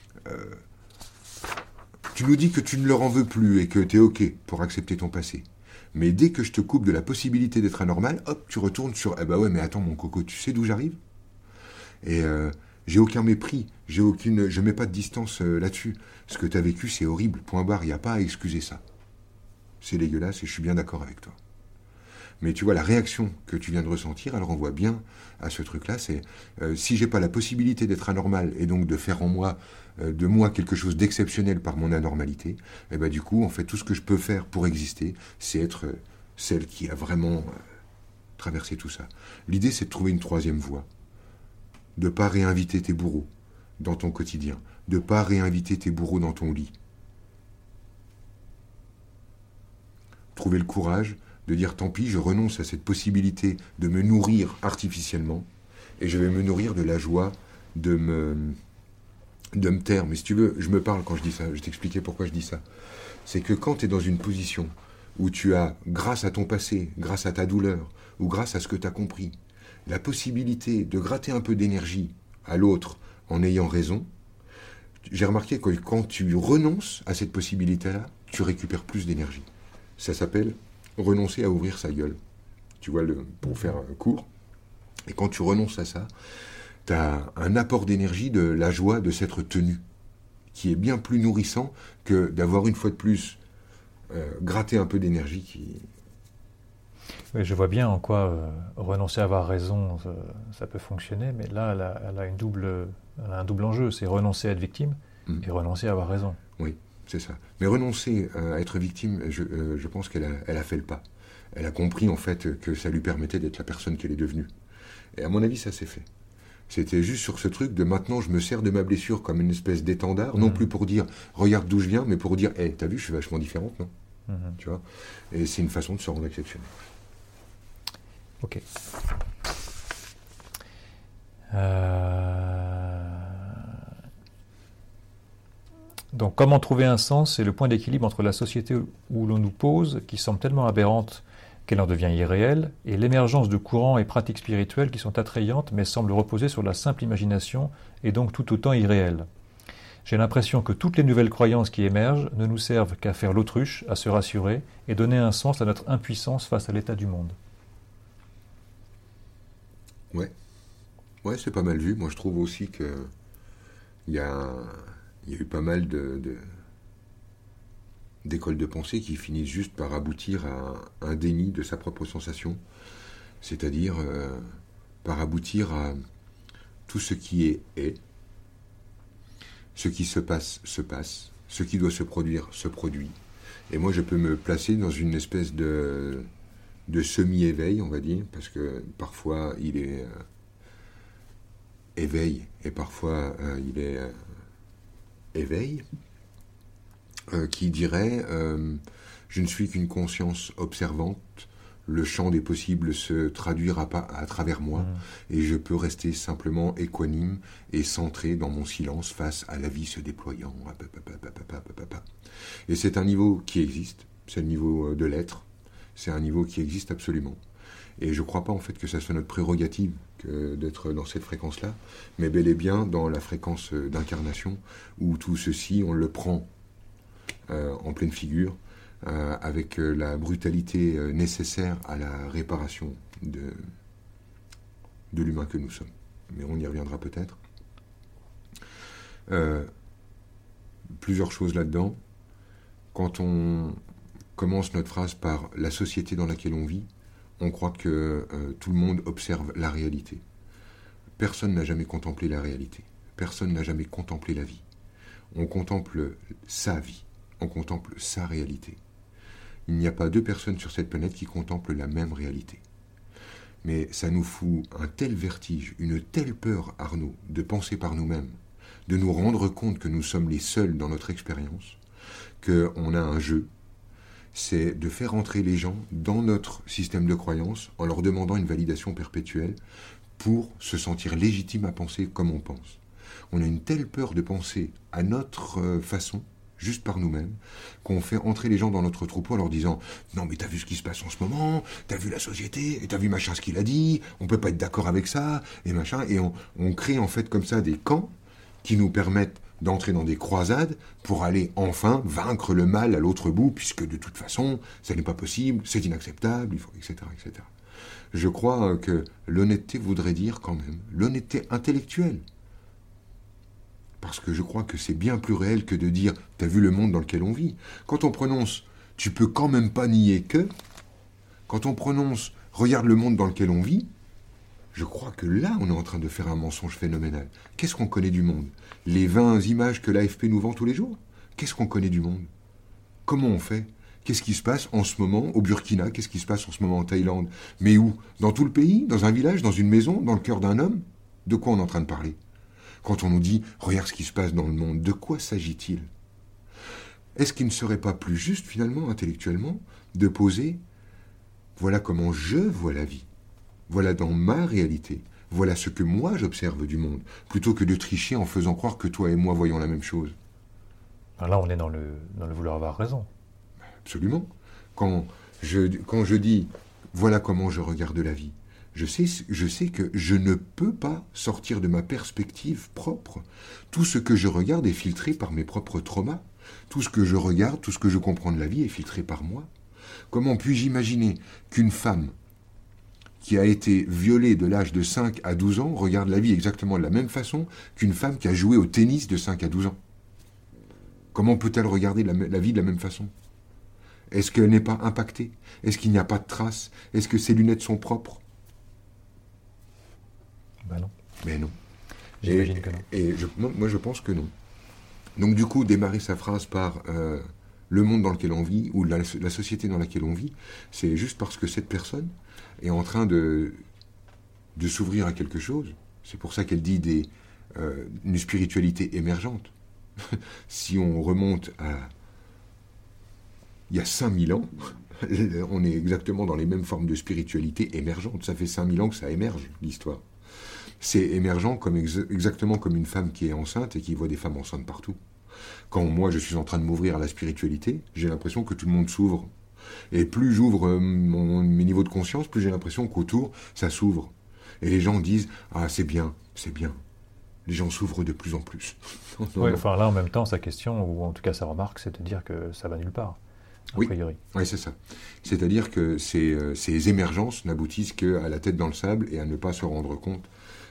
[SPEAKER 2] tu ne leur en veux plus et que tu es OK pour accepter ton passé. Mais dès que je te coupe de la possibilité d'être anormal, hop, tu retournes sur « Eh ben ouais, mais attends mon coco, tu sais d'où j'arrive ?» Et j'ai aucun mépris, je mets pas de distance là-dessus. Ce que tu as vécu, c'est horrible, point barre, il n'y a pas à excuser ça. C'est dégueulasse et je suis bien d'accord avec toi. Mais tu vois, la réaction que tu viens de ressentir, elle renvoie bien à ce truc-là, c'est si j'ai pas la possibilité d'être anormal et donc de faire en moi, de moi quelque chose d'exceptionnel par mon anormalité, et ben du coup, en fait, tout ce que je peux faire pour exister, c'est être celle qui a vraiment traversé tout ça. L'idée, c'est de trouver une troisième voie. De pas réinviter tes bourreaux dans ton quotidien, de pas réinviter tes bourreaux dans ton lit. Trouver le courage de dire tant pis, je renonce à cette possibilité de me nourrir artificiellement et je vais me nourrir de la joie de me taire. Mais si tu veux, je me parle quand je dis ça, je vais t'expliquer pourquoi je dis ça. C'est que quand tu es dans une position où tu as, grâce à ton passé, grâce à ta douleur ou grâce à ce que tu as compris, la possibilité de gratter un peu d'énergie à l'autre en ayant raison, j'ai remarqué que quand tu renonces à cette possibilité-là, tu récupères plus d'énergie. Ça s'appelle renoncer à ouvrir sa gueule. Tu vois, pour faire un court. Et quand tu renonces à ça, tu as un apport d'énergie de la joie de s'être tenu, qui est bien plus nourrissant que d'avoir une fois de plus gratté un peu d'énergie qui...
[SPEAKER 1] Oui, je vois bien en quoi renoncer à avoir raison, ça peut fonctionner, mais là, elle a un double enjeu, c'est renoncer à être victime et renoncer à avoir raison.
[SPEAKER 2] Oui, c'est ça. Mais renoncer à être victime, je pense qu'elle a fait le pas. Elle a compris en fait que ça lui permettait d'être la personne qu'elle est devenue. Et à mon avis, ça s'est fait. C'était juste sur ce truc de maintenant, je me sers de ma blessure comme une espèce d'étendard, non plus pour dire regarde d'où je viens, mais pour dire t'as vu, je suis vachement différente, non? Tu vois. Et c'est une façon de se rendre exceptionnel.
[SPEAKER 1] Ok. Donc, comment trouver un sens? C'est le point d'équilibre entre la société où l'on nous pose, qui semble tellement aberrante qu'elle en devient irréelle, et l'émergence de courants et pratiques spirituelles qui sont attrayantes mais semblent reposer sur la simple imagination et donc tout autant irréelles. J'ai l'impression que toutes les nouvelles croyances qui émergent ne nous servent qu'à faire l'autruche, à se rassurer et donner un sens à notre impuissance face à l'état du monde.
[SPEAKER 2] Ouais, c'est pas mal vu. Moi, je trouve aussi que il y a eu pas mal d'écoles de pensée qui finissent juste par aboutir à un déni de sa propre sensation, c'est-à-dire par aboutir à tout ce qui est, ce qui se passe, ce qui doit se produire, se produit. Et moi, je peux me placer dans une espèce de semi-éveil, on va dire, parce que parfois il est éveil et parfois il est éveil, qui dirait je ne suis qu'une conscience observante, le champ des possibles se traduira pas à travers moi et je peux rester simplement équanime et centré dans mon silence face à la vie se déployant. Et c'est un niveau qui existe, c'est le niveau de l'être, c'est un niveau qui existe absolument. Et je ne crois pas en fait que ça soit notre prérogative d'être dans cette fréquence-là, mais bel et bien dans la fréquence d'incarnation où tout ceci, on le prend en pleine figure, avec la brutalité nécessaire à la réparation de l'humain que nous sommes. Mais on y reviendra peut-être. Plusieurs choses là-dedans. Quand on commence notre phrase par « la société dans laquelle on vit », on croit que tout le monde observe la réalité. Personne n'a jamais contemplé la réalité. Personne n'a jamais contemplé la vie. On contemple sa vie. On contemple sa réalité. Il n'y a pas deux personnes sur cette planète qui contemplent la même réalité. Mais ça nous fout un tel vertige, une telle peur, Arnaud, de penser par nous-mêmes, de nous rendre compte que nous sommes les seuls dans notre expérience, qu'on a un jeu, c'est de faire entrer les gens dans notre système de croyance en leur demandant une validation perpétuelle pour se sentir légitime à penser comme on pense. On a une telle peur de penser à notre façon, juste par nous-mêmes, qu'on fait entrer les gens dans notre troupeau en leur disant « Non mais t'as vu ce qui se passe en ce moment, t'as vu la société, et t'as vu machin ce qu'il a dit, on peut pas être d'accord avec ça, et machin », et on crée en fait comme ça des camps qui nous permettent d'entrer dans des croisades pour aller enfin vaincre le mal à l'autre bout, puisque de toute façon, ça n'est pas possible, c'est inacceptable, il faut, etc., etc. Je crois que l'honnêteté voudrait dire quand même, l'honnêteté intellectuelle, parce que je crois que c'est bien plus réel que de dire « t'as vu le monde dans lequel on vit ». Quand on prononce « tu peux quand même pas nier que », quand on prononce « regarde le monde dans lequel on vit », je crois que là, on est en train de faire un mensonge phénoménal. Qu'est-ce qu'on connaît du monde? Les 20 images que l'AFP nous vend tous les jours? Qu'est-ce qu'on connaît du monde? Comment on fait? Qu'est-ce qui se passe en ce moment au Burkina? Qu'est-ce qui se passe en ce moment en Thaïlande? Mais où? Dans tout le pays? Dans un village? Dans une maison? Dans le cœur d'un homme? De quoi on est en train de parler? Quand on nous dit « regarde ce qui se passe dans le monde », de quoi s'agit-il? Est-ce qu'il ne serait pas plus juste, finalement, intellectuellement, de poser « voilà comment je vois la vie, voilà dans ma réalité, voilà ce que moi j'observe du monde », plutôt que de tricher en faisant croire que toi et moi voyons la même chose.
[SPEAKER 1] Alors là, on est dans le vouloir avoir raison.
[SPEAKER 2] Absolument. Quand je dis « voilà comment je regarde la vie », je sais que je ne peux pas sortir de ma perspective propre. Tout ce que je regarde est filtré par mes propres traumas. Tout ce que je regarde, tout ce que je comprends de la vie est filtré par moi. Comment puis-je imaginer qu'une femme qui a été violée de l'âge de 5 à 12 ans regarde la vie exactement de la même façon qu'une femme qui a joué au tennis de 5 à 12 ans? Comment peut-elle regarder la vie de la même façon? Est-ce qu'elle n'est pas impactée? Est-ce qu'il n'y a pas de traces? Est-ce que ses lunettes sont propres?
[SPEAKER 1] Ben non.
[SPEAKER 2] Mais non.
[SPEAKER 1] J'imagine que non.
[SPEAKER 2] Et moi, je pense que non. Donc, du coup, démarrer sa phrase par le monde dans lequel on vit, ou la société dans laquelle on vit, c'est juste parce que cette personne est en train de s'ouvrir à quelque chose. C'est pour ça qu'elle dit une spiritualité émergente. Si on remonte à il y a 5000 ans, on est exactement dans les mêmes formes de spiritualité émergente. Ça fait 5000 ans que ça émerge, l'histoire. C'est émergent exactement comme une femme qui est enceinte et qui voit des femmes enceintes partout. Quand moi je suis en train de m'ouvrir à la spiritualité, j'ai l'impression que tout le monde s'ouvre. Et plus j'ouvre mes niveaux de conscience, plus j'ai l'impression qu'autour, ça s'ouvre. Et les gens disent « Ah, c'est bien, c'est bien ». Les gens s'ouvrent de plus en plus.
[SPEAKER 1] Oui, enfin là, en même temps, sa question, ou en tout cas sa remarque, c'est de dire que ça va nulle part, a priori. Oui,
[SPEAKER 2] c'est ça. C'est-à-dire que ces émergences n'aboutissent qu'à la tête dans le sable et à ne pas se rendre compte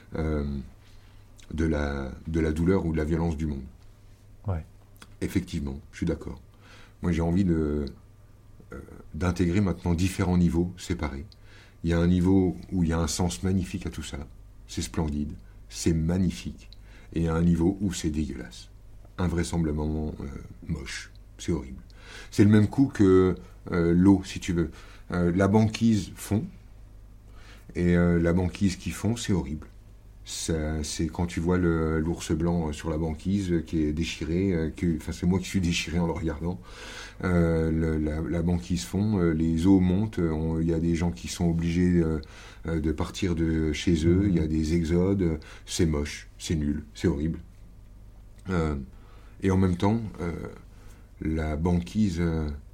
[SPEAKER 2] de la douleur ou de la violence du monde.
[SPEAKER 1] Ouais.
[SPEAKER 2] Effectivement, je suis d'accord. Moi, j'ai envie d'intégrer maintenant différents niveaux séparés. Il y a un niveau où il y a un sens magnifique à tout ça. C'est splendide, c'est magnifique. Et il y a un niveau où c'est dégueulasse. Invraisemblablement moche. C'est horrible. C'est le même coup que l'eau, si tu veux. La banquise fond. Et la banquise qui fond, c'est horrible. C'est quand tu vois l'ours blanc sur la banquise qui est déchiré, c'est moi qui suis déchiré en le regardant. La banquise fond, les eaux montent, il y a des gens qui sont obligés de partir de chez eux, il y a des exodes, c'est moche, c'est nul, c'est horrible. Et en même temps, la banquise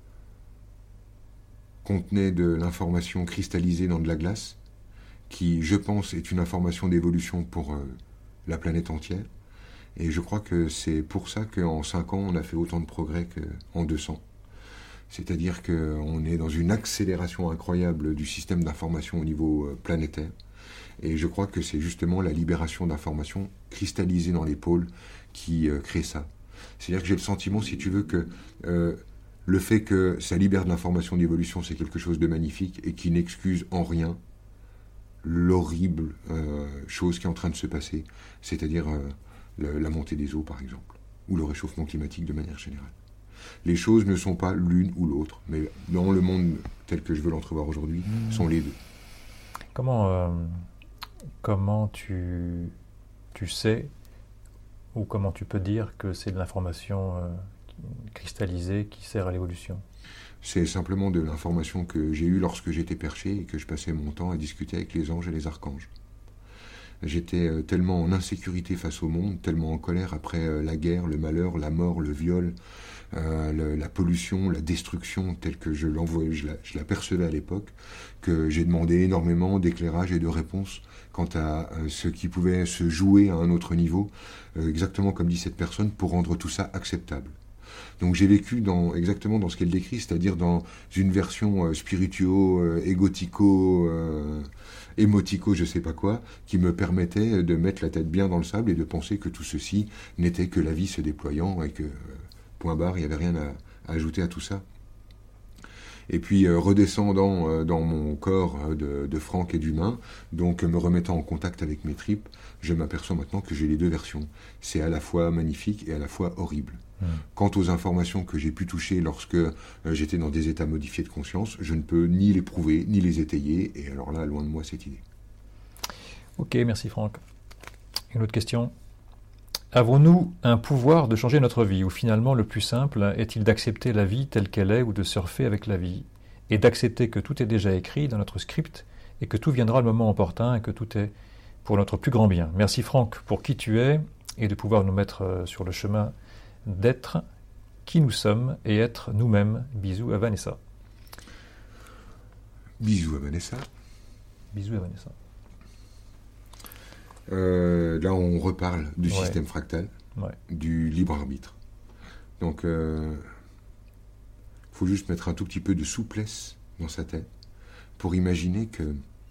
[SPEAKER 2] contenait de l'information cristallisée dans de la glace, qui, je pense, est une information d'évolution pour la planète entière. Et je crois que c'est pour ça qu'en 5 ans, on a fait autant de progrès qu'en 200. C'est-à-dire qu'on est dans une accélération incroyable du système d'information au niveau planétaire. Et je crois que c'est justement la libération d'informations cristallisées dans les pôles qui crée ça. C'est-à-dire que j'ai le sentiment, si tu veux, que le fait que ça libère de l'information d'évolution, c'est quelque chose de magnifique et qui n'excuse en rien l'horrible chose qui est en train de se passer, c'est-à-dire la montée des eaux, par exemple, ou le réchauffement climatique de manière générale. Les choses ne sont pas l'une ou l'autre, mais dans le monde tel que je veux l'entrevoir aujourd'hui, sont les deux.
[SPEAKER 1] Comment tu sais, ou comment tu peux dire que c'est de l'information cristallisée qui sert à l'évolution?
[SPEAKER 2] C'est simplement de l'information que j'ai eue lorsque j'étais perché et que je passais mon temps à discuter avec les anges et les archanges. J'étais tellement en insécurité face au monde, tellement en colère après la guerre, le malheur, la mort, le viol, la pollution, la destruction telle que je la percevais à l'époque, que j'ai demandé énormément d'éclairage et de réponses quant à ce qui pouvait se jouer à un autre niveau, exactement comme dit cette personne, pour rendre tout ça acceptable. Donc j'ai vécu exactement dans ce qu'elle décrit, c'est-à-dire dans une version spirituo, égotico, émotico, je sais pas quoi, qui me permettait de mettre la tête bien dans le sable et de penser que tout ceci n'était que la vie se déployant et que, point barre, il n'y avait rien à ajouter à tout ça. Et puis redescendant dans mon corps de Franck et d'humain, donc me remettant en contact avec mes tripes, je m'aperçois maintenant que j'ai les deux versions. C'est à la fois magnifique et à la fois horrible. Quant aux informations que j'ai pu toucher lorsque j'étais dans des états modifiés de conscience, je ne peux ni les prouver, ni les étayer, et alors là, loin de moi cette idée.
[SPEAKER 1] Ok, merci Franck. Une autre question. Avons-nous un pouvoir de changer notre vie, ou finalement le plus simple est-il d'accepter la vie telle qu'elle est ou de surfer avec la vie, et d'accepter que tout est déjà écrit dans notre script et que tout viendra le moment opportun et que tout est pour notre plus grand bien. Merci Franck pour qui tu es et de pouvoir nous mettre sur le chemin d'être qui nous sommes et être nous-mêmes. Bisous à Vanessa.
[SPEAKER 2] Bisous à Vanessa.
[SPEAKER 1] Bisous à Vanessa.
[SPEAKER 2] Là, on reparle du système fractal, du libre arbitre. Donc, faut juste mettre un tout petit peu de souplesse dans sa tête pour imaginer que,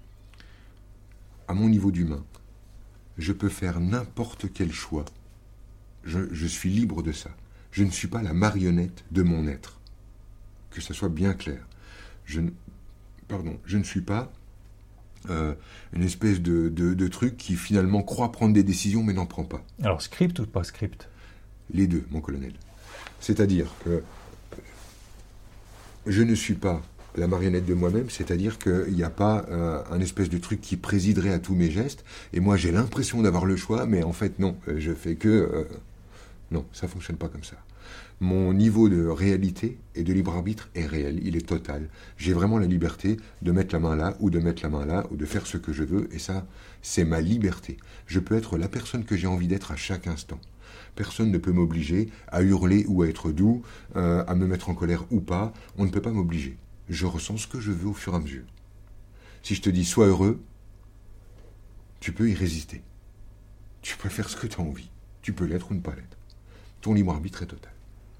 [SPEAKER 2] à mon niveau d'humain, je peux faire n'importe quel choix. Je suis libre de ça. Je ne suis pas la marionnette de mon être. Que ça soit bien clair. Je ne suis pas une espèce de truc qui finalement croit prendre des décisions mais n'en prend pas.
[SPEAKER 1] Alors, script ou pas script?
[SPEAKER 2] Les deux, mon colonel. C'est-à-dire que je ne suis pas la marionnette de moi-même, c'est-à-dire qu'il n'y a pas un espèce de truc qui présiderait à tous mes gestes, et moi j'ai l'impression d'avoir le choix, mais en fait non, je fais que... non, ça ne fonctionne pas comme ça. Mon niveau de réalité et de libre arbitre est réel, il est total. J'ai vraiment la liberté de mettre la main là, ou de mettre la main là, ou de faire ce que je veux, et ça, c'est ma liberté. Je peux être la personne que j'ai envie d'être à chaque instant. Personne ne peut m'obliger à hurler ou à être doux, à me mettre en colère ou pas, on ne peut pas m'obliger. Je ressens ce que je veux au fur et à mesure. Si je te dis sois heureux, tu peux y résister. Tu peux faire ce que tu as envie. Tu peux l'être ou ne pas l'être. Ton libre arbitre est total.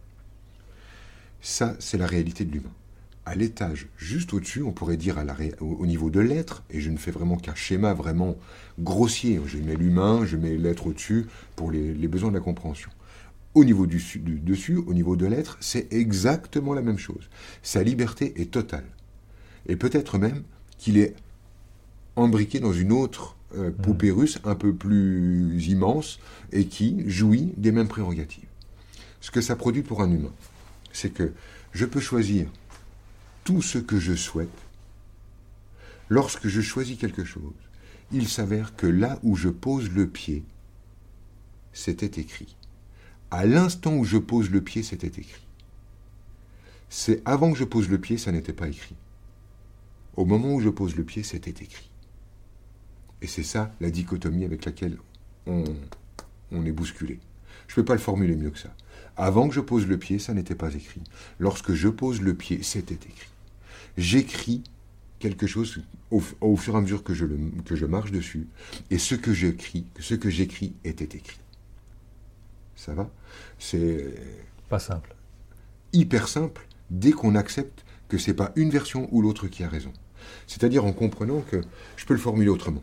[SPEAKER 2] Ça, c'est la réalité de l'humain. À l'étage juste au-dessus, on pourrait dire au niveau de l'être, et je ne fais vraiment qu'un schéma vraiment grossier. Je mets l'humain, je mets l'être au-dessus pour les besoins de la compréhension. Au niveau du dessus, au niveau de l'être, c'est exactement la même chose. Sa liberté est totale. Et peut-être même qu'il est embriqué dans une autre poupée russe un peu plus immense et qui jouit des mêmes prérogatives. Ce que ça produit pour un humain, c'est que je peux choisir tout ce que je souhaite. Lorsque je choisis quelque chose, il s'avère que là où je pose le pied, c'était écrit. À l'instant où je pose le pied, c'était écrit. C'est avant que je pose le pied, ça n'était pas écrit. Au moment où je pose le pied, c'était écrit. Et c'est ça la dichotomie avec laquelle on est bousculé. Je ne peux pas le formuler mieux que ça. Avant que je pose le pied, ça n'était pas écrit. Lorsque je pose le pied, c'était écrit. J'écris quelque chose au fur et à mesure que je marche dessus, et ce que j'écris était écrit. Ça va? C'est
[SPEAKER 1] pas simple.
[SPEAKER 2] Hyper simple dès qu'on accepte que c'est pas une version ou l'autre qui a raison. C'est-à-dire en comprenant que je peux le formuler autrement.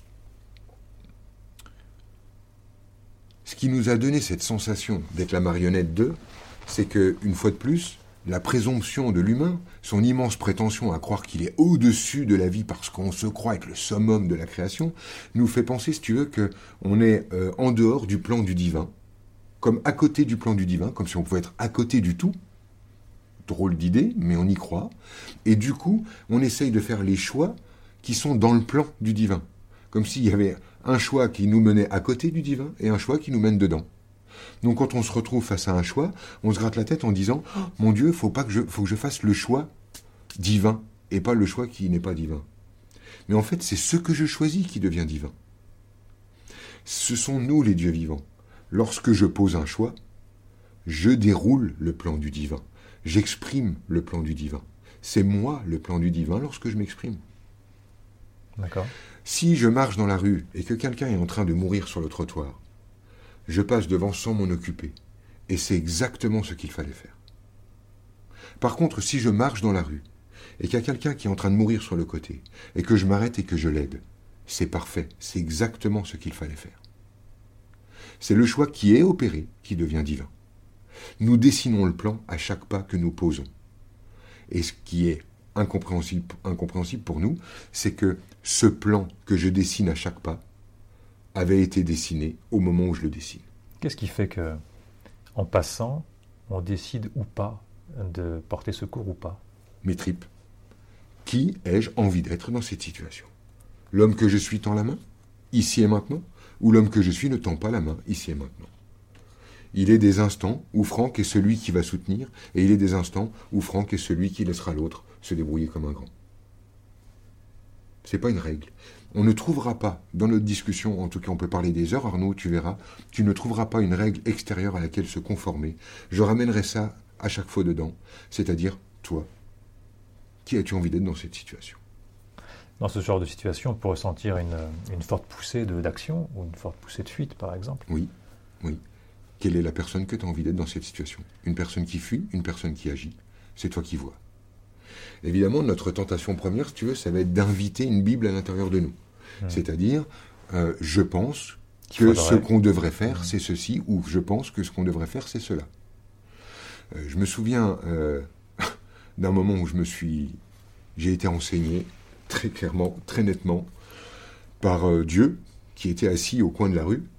[SPEAKER 2] Ce qui nous a donné cette sensation d'être la marionnette d'eux, c'est que, une fois de plus, la présomption de l'humain, son immense prétention à croire qu'il est au-dessus de la vie parce qu'on se croit être le summum de la création, nous fait penser, si tu veux, qu'on est en dehors du plan du divin, comme à côté du plan du divin, comme si on pouvait être à côté du tout. Drôle d'idée, mais on y croit. Et du coup, on essaye de faire les choix qui sont dans le plan du divin. Comme s'il y avait un choix qui nous menait à côté du divin et un choix qui nous mène dedans. Donc quand on se retrouve face à un choix, on se gratte la tête en disant « Oh, mon Dieu, faut que je fasse le choix divin et pas le choix qui n'est pas divin. » Mais en fait, c'est ce que je choisis qui devient divin. Ce sont nous les dieux vivants. Lorsque je pose un choix, je déroule le plan du divin. J'exprime le plan du divin. C'est moi le plan du divin lorsque je m'exprime.
[SPEAKER 1] D'accord.
[SPEAKER 2] Si je marche dans la rue et que quelqu'un est en train de mourir sur le trottoir, je passe devant sans m'en occuper. Et c'est exactement ce qu'il fallait faire. Par contre, si je marche dans la rue et qu'il y a quelqu'un qui est en train de mourir sur le côté et que je m'arrête et que je l'aide, c'est parfait. C'est exactement ce qu'il fallait faire. C'est le choix qui est opéré qui devient divin. Nous dessinons le plan à chaque pas que nous posons. Et ce qui est incompréhensible pour nous, c'est que ce plan que je dessine à chaque pas avait été dessiné au moment où je le dessine.
[SPEAKER 1] Qu'est-ce qui fait que, en passant, on décide ou pas de porter secours ou pas?
[SPEAKER 2] Mes tripes. Qui ai-je envie d'être dans cette situation? L'homme que je suis tend la main, ici et maintenant, ou l'homme que je suis ne tend pas la main, ici et maintenant? Il est des instants où Franck est celui qui va soutenir, et il est des instants où Franck est celui qui laissera l'autre se débrouiller comme un grand. C'est pas une règle. On ne trouvera pas, dans notre discussion, en tout cas on peut parler des heures, Arnaud, tu verras, tu ne trouveras pas une règle extérieure à laquelle se conformer. Je ramènerai ça à chaque fois dedans, c'est-à-dire toi. Qui as-tu envie d'être dans cette situation?
[SPEAKER 1] Dans ce genre de situation, on peut ressentir une forte poussée d'action ou une forte poussée de fuite, par exemple.
[SPEAKER 2] Oui, oui. quelle est la personne que tu as envie d'être dans cette situation. Une personne qui fuit, une personne qui agit. C'est toi qui vois. Évidemment, notre tentation première, si tu veux, ça va être d'inviter une Bible à l'intérieur de nous. C'est-à-dire, je pense que ce qu'on devrait faire, c'est ceci, ou je pense que ce qu'on devrait faire, c'est cela. Je me souviens d'un moment où j'ai été enseigné très clairement, très nettement, par Dieu, qui était assis au coin de la rue,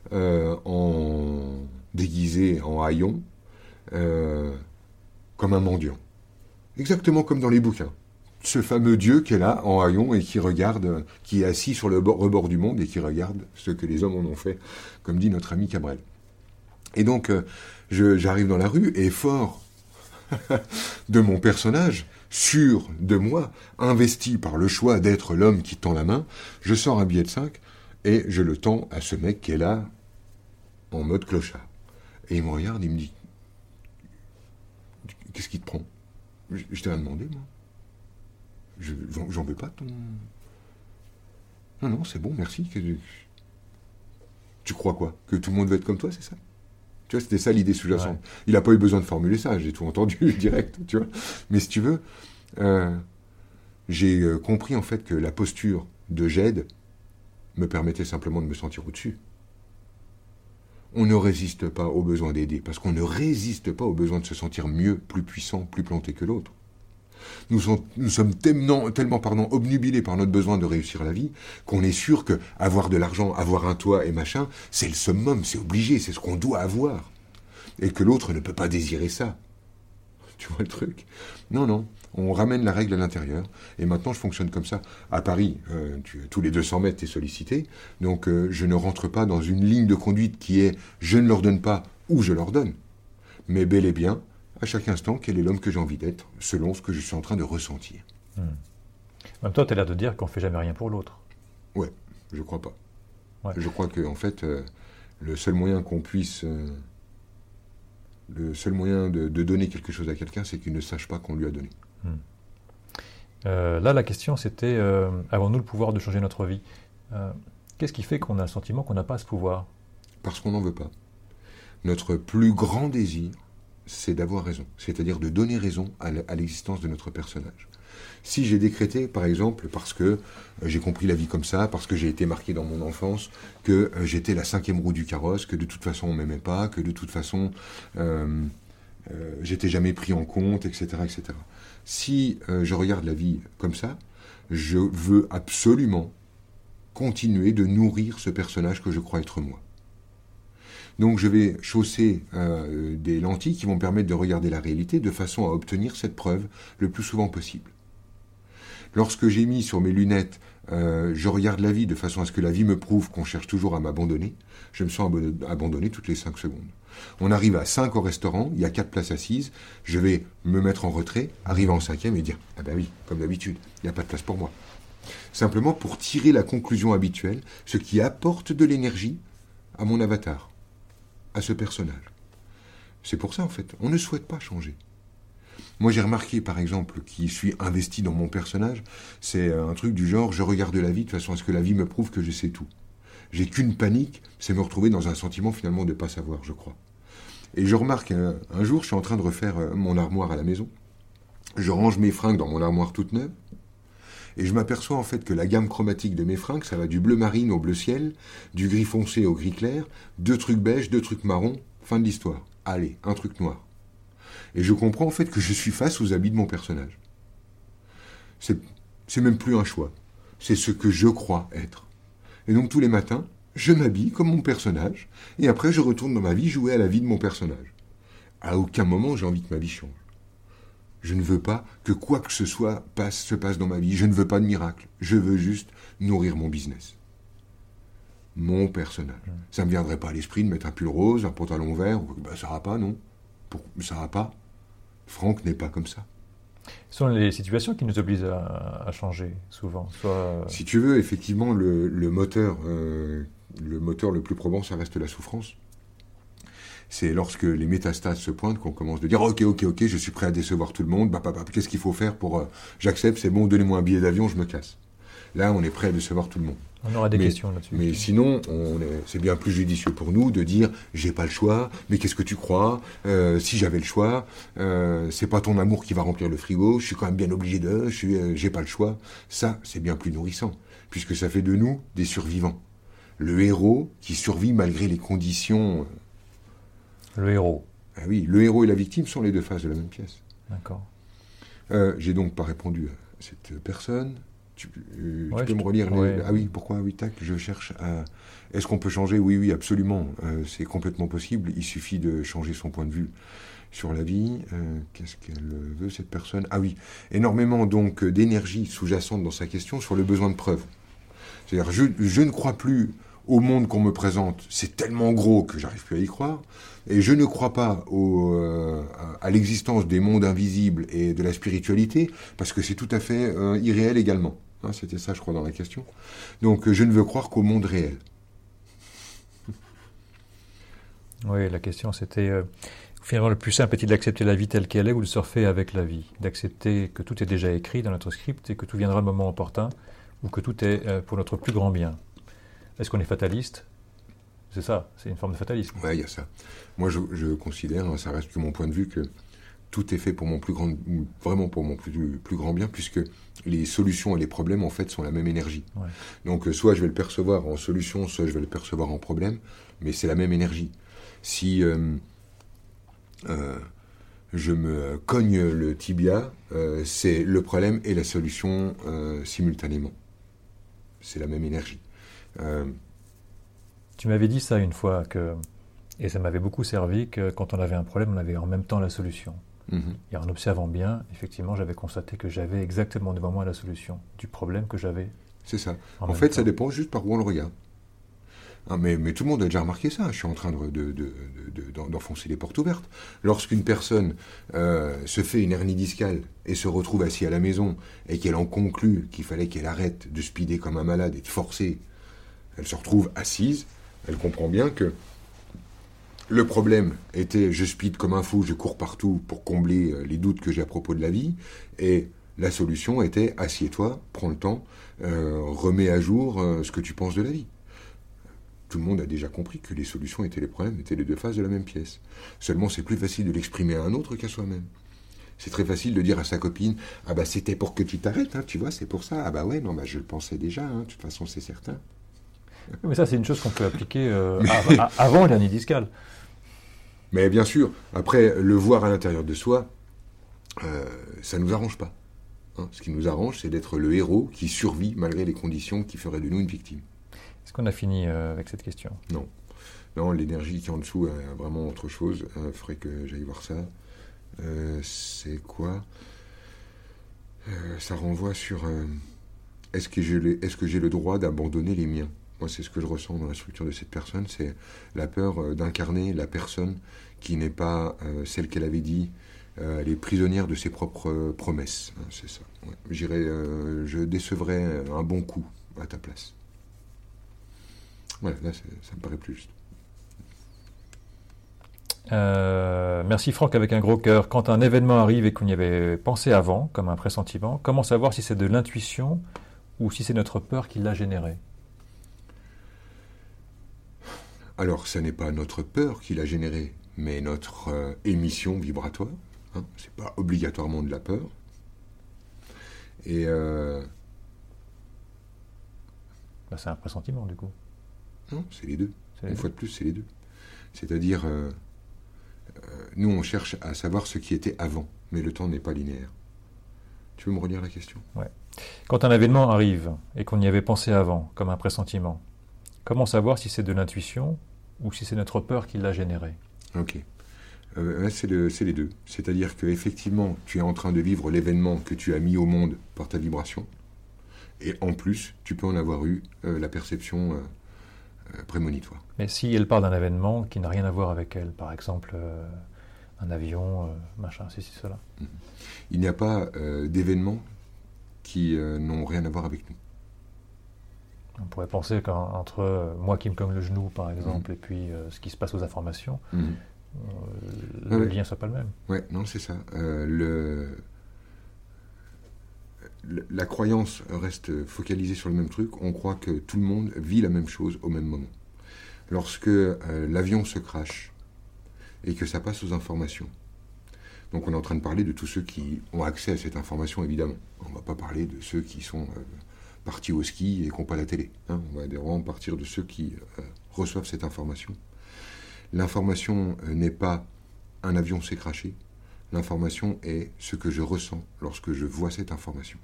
[SPEAKER 2] déguisé en haillon, comme un mendiant. Exactement comme dans les bouquins. Ce fameux Dieu qui est là, en haillon, et qui regarde, qui est assis sur le rebord du monde, et qui regarde ce que les hommes en ont fait, comme dit notre ami Cabrel. Et donc, j'arrive dans la rue, et fort de mon personnage, sûr de moi, investi par le choix d'être l'homme qui tend la main, je sors un billet de 5, et je le tends à ce mec qui est là, en mode clochard. Et il me regarde, il me dit, qu'est-ce qui te prend ? Je t'ai rien demandé, moi. J'en veux pas ton... Non, c'est bon, merci. Tu crois quoi ? Que tout le monde veut être comme toi, c'est ça ? Tu vois, c'était ça l'idée sous-jacente. Ouais. Il n'a pas eu besoin de formuler ça, j'ai tout entendu direct, tu vois. Mais si tu veux, j'ai compris en fait que la posture de Gède me permettait simplement de me sentir au-dessus. On ne résiste pas au besoin d'aider, parce qu'on ne résiste pas au besoin de se sentir mieux, plus puissant, plus planté que l'autre. Nous sommes tellement obnubilés par notre besoin de réussir la vie, qu'on est sûr que avoir de l'argent, avoir un toit et machin, c'est le summum, c'est obligé, c'est ce qu'on doit avoir. Et que l'autre ne peut pas désirer ça. Tu vois le truc ? Non, on ramène la règle à l'intérieur. Et maintenant, je fonctionne comme ça. À Paris, tous les 200 mètres, tu es sollicité. Donc, je ne rentre pas dans une ligne de conduite qui est « je ne leur donne pas » ou « je leur donne ». Mais bel et bien, à chaque instant, quel est l'homme que j'ai envie d'être, selon ce que je suis en train de ressentir.
[SPEAKER 1] En même temps, tu as l'air de dire qu'on ne fait jamais rien pour l'autre.
[SPEAKER 2] Ouais, je crois pas.
[SPEAKER 1] Ouais.
[SPEAKER 2] Je crois que, en fait, le seul moyen qu'on puisse... le seul moyen de donner quelque chose à quelqu'un, c'est qu'il ne sache pas qu'on lui a donné.
[SPEAKER 1] Là, la question, c'était, avons-nous le pouvoir de changer notre vie ? Qu'est-ce qui fait qu'on a le sentiment qu'on n'a pas ce pouvoir ?
[SPEAKER 2] Parce qu'on n'en veut pas. Notre plus grand désir, c'est d'avoir raison. C'est-à-dire de donner raison à l'existence de notre personnage. Si j'ai décrété, par exemple, parce que j'ai compris la vie comme ça, parce que j'ai été marqué dans mon enfance, que j'étais la 5e roue du carrosse, que de toute façon on m'aimait pas, que de toute façon j'étais jamais pris en compte, etc., etc. Si je regarde la vie comme ça, je veux absolument continuer de nourrir ce personnage que je crois être moi. Donc je vais chausser des lentilles qui vont me permettre de regarder la réalité de façon à obtenir cette preuve le plus souvent possible. Lorsque j'ai mis sur mes lunettes, je regarde la vie de façon à ce que la vie me prouve qu'on cherche toujours à m'abandonner, je me sens abandonné toutes les 5 secondes. On arrive à 5 au restaurant, il y a 4 places assises, je vais me mettre en retrait, arriver en 5e et dire « Ah ben oui, comme d'habitude, il n'y a pas de place pour moi ». Simplement pour tirer la conclusion habituelle, ce qui apporte de l'énergie à mon avatar, à ce personnage. C'est pour ça en fait, on ne souhaite pas changer. Moi, j'ai remarqué, par exemple, qui suis investi dans mon personnage, c'est un truc du genre, je regarde la vie de façon à ce que la vie me prouve que je sais tout. J'ai qu'une panique, c'est me retrouver dans un sentiment finalement de ne pas savoir, je crois. Et je remarque, un jour, je suis en train de refaire mon armoire à la maison. Je range mes fringues dans mon armoire toute neuve, et je m'aperçois en fait que la gamme chromatique de mes fringues, ça va du bleu marine au bleu ciel, du gris foncé au gris clair, 2 trucs beige, 2 trucs marron, fin de l'histoire. Allez, un truc noir. Et je comprends en fait que je suis face aux habits de mon personnage. C'est même plus un choix. C'est ce que je crois être. Et donc tous les matins, je m'habille comme mon personnage, et après je retourne dans ma vie jouer à la vie de mon personnage. À aucun moment j'ai envie que ma vie change. Je ne veux pas que quoi que ce soit se passe dans ma vie. Je ne veux pas de miracle. Je veux juste nourrir mon business. Mon personnage. Ça ne me viendrait pas à l'esprit de mettre un pull rose, un pantalon vert. Ça va pas, non. Ça va pas. Franck n'est pas comme ça.
[SPEAKER 1] Ce sont les situations qui nous obligent à changer, souvent.
[SPEAKER 2] Si tu veux, effectivement, le moteur le plus probant, ça reste la souffrance. C'est lorsque les métastases se pointent qu'on commence de dire « Ok, je suis prêt à décevoir tout le monde. Qu'est-ce qu'il faut faire pour... j'accepte, c'est bon, donnez-moi un billet d'avion, je me casse. » Là, on est prêt à décevoir tout le monde.
[SPEAKER 1] On aura des questions là-dessus.
[SPEAKER 2] Mais sinon, c'est bien plus judicieux pour nous de dire j'ai pas le choix, mais qu'est-ce que tu crois, si j'avais le choix, c'est pas ton amour qui va remplir le frigo, je suis quand même bien obligé j'ai pas le choix. Ça, c'est bien plus nourrissant, puisque ça fait de nous des survivants. Le héros qui survit malgré les conditions.
[SPEAKER 1] Le héros.
[SPEAKER 2] Ah oui, le héros et la victime sont les deux faces de la même pièce.
[SPEAKER 1] D'accord.
[SPEAKER 2] J'ai donc pas répondu à cette personne. Tu peux me relire les...
[SPEAKER 1] Ouais.
[SPEAKER 2] Ah oui, pourquoi? Oui, tac, je cherche à... Est-ce qu'on peut changer? Oui, absolument. C'est complètement possible. Il suffit de changer son point de vue sur la vie. Qu'est-ce qu'elle veut, cette personne? Ah oui, énormément donc d'énergie sous-jacente dans sa question sur le besoin de preuves. C'est-à-dire, je ne crois plus au monde qu'on me présente. C'est tellement gros que j'arrive plus à y croire. Et je ne crois pas à l'existence des mondes invisibles et de la spiritualité, parce que c'est tout à fait irréel également. Hein, c'était ça, je crois, dans la question. Donc, je ne veux croire qu'au monde réel.
[SPEAKER 1] Oui, la question, c'était... finalement, le plus simple est-il d'accepter la vie telle qu'elle est ou de surfer avec la vie? D'accepter que tout est déjà écrit dans notre script et que tout viendra au moment opportun, ou que tout est pour notre plus grand bien? Est-ce qu'on est fataliste? C'est ça, c'est une forme de fatalisme.
[SPEAKER 2] Oui, il y a ça. Moi, je considère, ça reste que mon point de vue, que tout est fait pour mon plus grand, vraiment pour mon plus grand bien, puisque les solutions et les problèmes, en fait, sont la même énergie.
[SPEAKER 1] Ouais.
[SPEAKER 2] Donc, soit je vais le percevoir en solution, soit je vais le percevoir en problème, mais c'est la même énergie. Si je me cogne le tibia, c'est le problème et la solution simultanément. C'est la même énergie.
[SPEAKER 1] Tu m'avais dit ça une fois, et ça m'avait beaucoup servi, que quand on avait un problème, on avait en même temps la solution. Et en observant bien, effectivement, j'avais constaté que j'avais exactement devant moi la solution du problème que j'avais.
[SPEAKER 2] C'est ça. En fait, ça dépend juste par où on le regarde. Hein, mais tout le monde a déjà remarqué ça. Je suis en train d'enfoncer les portes ouvertes. Lorsqu'une personne se fait une hernie discale et se retrouve assise à la maison et qu'elle en conclut qu'il fallait qu'elle arrête de speeder comme un malade et de forcer, elle se retrouve assise. Elle comprend bien que le problème était je speed comme un fou, je cours partout pour combler les doutes que j'ai à propos de la vie, et la solution était assieds-toi, prends le temps, remets à jour ce que tu penses de la vie. Tout le monde a déjà compris que les solutions étaient les problèmes, étaient les deux faces de la même pièce. Seulement, c'est plus facile de l'exprimer à un autre qu'à soi-même. C'est très facile de dire à sa copine « Ah bah c'était pour que tu t'arrêtes, hein, tu vois, c'est pour ça. Ah bah ouais, non, bah je le pensais déjà, hein, de toute façon c'est certain. »
[SPEAKER 1] Mais ça, c'est une chose qu'on peut appliquer avant l'hernie discale.
[SPEAKER 2] Mais bien sûr, après, le voir à l'intérieur de soi, ça ne nous arrange pas. Hein. Ce qui nous arrange, c'est d'être le héros qui survit malgré les conditions qui feraient de nous une victime.
[SPEAKER 1] Est-ce qu'on a fini avec cette question?
[SPEAKER 2] Non. Non, l'énergie qui est en dessous a vraiment autre chose. Il faudrait que j'aille voir ça. C'est quoi? Ça renvoie sur... est-ce que j'ai le droit d'abandonner les miens? Moi, c'est ce que je ressens dans la structure de cette personne, c'est la peur d'incarner la personne qui n'est pas celle qu'elle avait dit. Elle est prisonnière de ses propres promesses. Hein, c'est ça. Ouais. Je décevrais un bon coup à ta place. Voilà, là, ça me paraît plus juste.
[SPEAKER 1] Merci Franck avec un gros cœur. Quand un événement arrive et qu'on y avait pensé avant, comme un pressentiment, comment savoir si c'est de l'intuition ou si c'est notre peur qui l'a généré?
[SPEAKER 2] Alors, ce n'est pas notre peur qui l'a généré, mais notre émission vibratoire. Hein, c'est pas obligatoirement de la peur. Et
[SPEAKER 1] C'est un pressentiment du coup.
[SPEAKER 2] Non, c'est les deux. Une fois de plus, c'est les deux. C'est-à-dire, nous, on cherche à savoir ce qui était avant, mais le temps n'est pas linéaire. Tu veux me relire la question?
[SPEAKER 1] Ouais. Quand un événement arrive et qu'on y avait pensé avant, comme un pressentiment, comment savoir si c'est de l'intuition ou si c'est notre peur qui l'a généré?
[SPEAKER 2] Ok. C'est les deux. C'est-à-dire qu'effectivement, tu es en train de vivre l'événement que tu as mis au monde par ta vibration. Et en plus, tu peux en avoir eu la perception prémonitoire.
[SPEAKER 1] Mais si elle parle d'un événement qui n'a rien à voir avec elle, par exemple un avion, machin, ceci, cela.
[SPEAKER 2] Il n'y a pas d'événements qui n'ont rien à voir avec nous.
[SPEAKER 1] On pourrait penser qu'entre moi qui me cogne le genou, par exemple, et puis ce qui se passe aux informations, le lien ne soit pas le même.
[SPEAKER 2] Ouais, non, c'est ça. la croyance reste focalisée sur le même truc. On croit que tout le monde vit la même chose au même moment. Lorsque l'avion se crache et que ça passe aux informations, donc on est en train de parler de tous ceux qui ont accès à cette information, évidemment. On ne va pas parler de ceux qui sont partis au ski et qui n'ont pas la télé. On va vraiment partir de ceux qui reçoivent cette information. L'information n'est pas un avion s'est craché. L'information est ce que je ressens lorsque je vois cette information.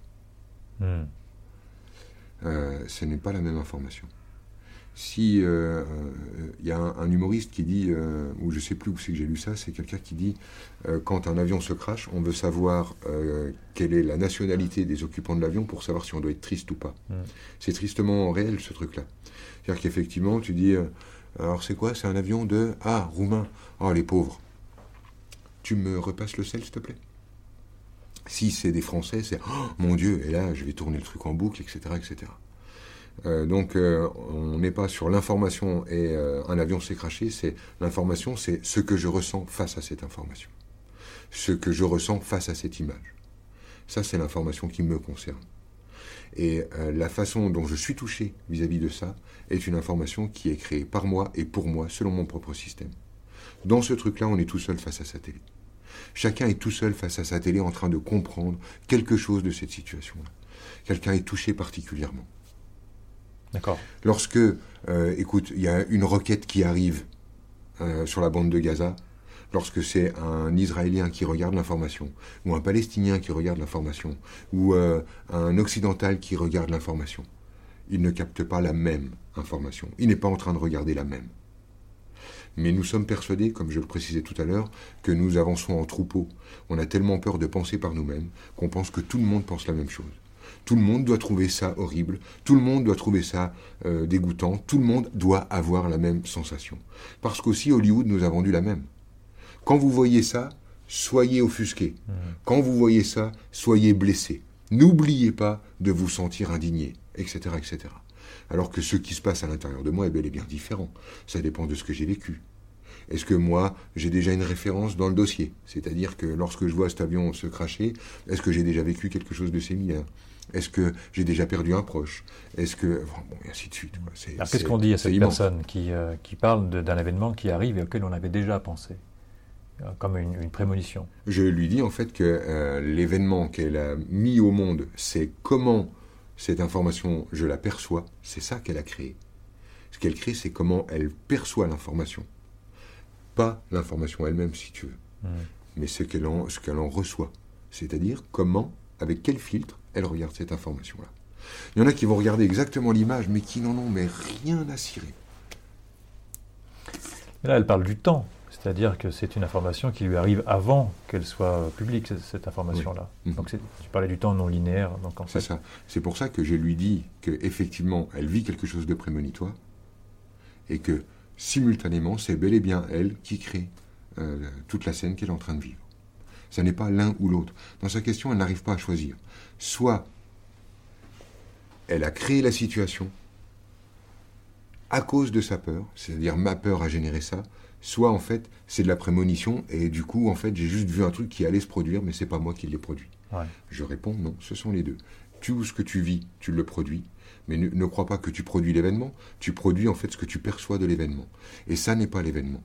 [SPEAKER 2] Ce n'est pas la même information. Si y a un humoriste qui dit, ou je ne sais plus où c'est que j'ai lu ça, c'est quelqu'un qui dit quand un avion se crache, on veut savoir quelle est la nationalité des occupants de l'avion pour savoir si on doit être triste ou pas. C'est tristement réel ce truc-là. C'est-à-dire qu'effectivement, tu dis alors c'est quoi? C'est un avion de roumain. Oh les pauvres. Tu me repasses le sel s'il te plaît? Si c'est des Français, c'est mon Dieu, et là je vais tourner le truc en boucle, etc. etc. Donc on n'est pas sur l'information et un avion s'est craché, c'est l'information, c'est ce que je ressens face à cette information. Ce que je ressens face à cette image. Ça, c'est l'information qui me concerne. Et la façon dont je suis touché vis-à-vis de ça est une information qui est créée par moi et pour moi, selon mon propre système. Dans ce truc-là, on est tout seul face à sa télé. Chacun est tout seul face à sa télé en train de comprendre quelque chose de cette situation-là. Quelqu'un est touché particulièrement.
[SPEAKER 1] D'accord.
[SPEAKER 2] Lorsque, écoute, il y a une roquette qui arrive sur la bande de Gaza, lorsque c'est un Israélien qui regarde l'information, ou un Palestinien qui regarde l'information, ou un Occidental qui regarde l'information, il ne capte pas la même information. Il n'est pas en train de regarder la même. Mais nous sommes persuadés, comme je le précisais tout à l'heure, que nous avançons en troupeau. On a tellement peur de penser par nous-mêmes qu'on pense que tout le monde pense la même chose. Tout le monde doit trouver ça horrible, tout le monde doit trouver ça dégoûtant, tout le monde doit avoir la même sensation. Parce qu'aussi Hollywood nous a vendu la même. Quand vous voyez ça, soyez offusqués. Quand vous voyez ça, soyez blessés. N'oubliez pas de vous sentir indigné, etc., etc. Alors que ce qui se passe à l'intérieur de moi est bel et bien différent. Ça dépend de ce que j'ai vécu. Est-ce que moi, j'ai déjà une référence dans le dossier? C'est-à-dire que lorsque je vois cet avion se cracher, est-ce que j'ai déjà vécu quelque chose de similaire? Est-ce que j'ai déjà perdu un proche? Est-ce que... Bon, et ainsi de suite. Quoi.
[SPEAKER 1] Alors, qu'est-ce qu'on dit à cette personne qui parle d'un événement qui arrive et auquel on avait déjà pensé, comme une prémonition?
[SPEAKER 2] Je lui dis en fait que l'événement qu'elle a mis au monde, c'est comment cette information, je la perçois, c'est ça qu'elle a créé. Ce qu'elle crée, c'est comment elle perçoit l'information. Pas l'information elle-même, si tu veux, mais ce qu'elle en reçoit. C'est-à-dire comment, avec quel filtre, elle regarde cette information-là. Il y en a qui vont regarder exactement l'image, mais qui n'en ont rien à cirer.
[SPEAKER 1] Là, elle parle du temps. C'est-à-dire que c'est une information qui lui arrive avant qu'elle soit publique, cette information-là. Oui. Donc tu parlais du temps non linéaire. Donc
[SPEAKER 2] c'est ça. C'est pour ça que je lui dis qu'effectivement, elle vit quelque chose de prémonitoire et que, simultanément, c'est bel et bien elle qui crée toute la scène qu'elle est en train de vivre. Ce n'est pas l'un ou l'autre. Dans sa question, elle n'arrive pas à choisir. Soit elle a créé la situation à cause de sa peur, c'est-à-dire ma peur a généré ça, soit en fait c'est de la prémonition et du coup en fait j'ai juste vu un truc qui allait se produire mais c'est pas moi qui l'ai produit. Ouais. Je réponds non, ce sont les deux. Tout ce que tu vis, tu le produis, mais ne crois pas que tu produis l'événement, tu produis en fait ce que tu perçois de l'événement. Et ça n'est pas l'événement.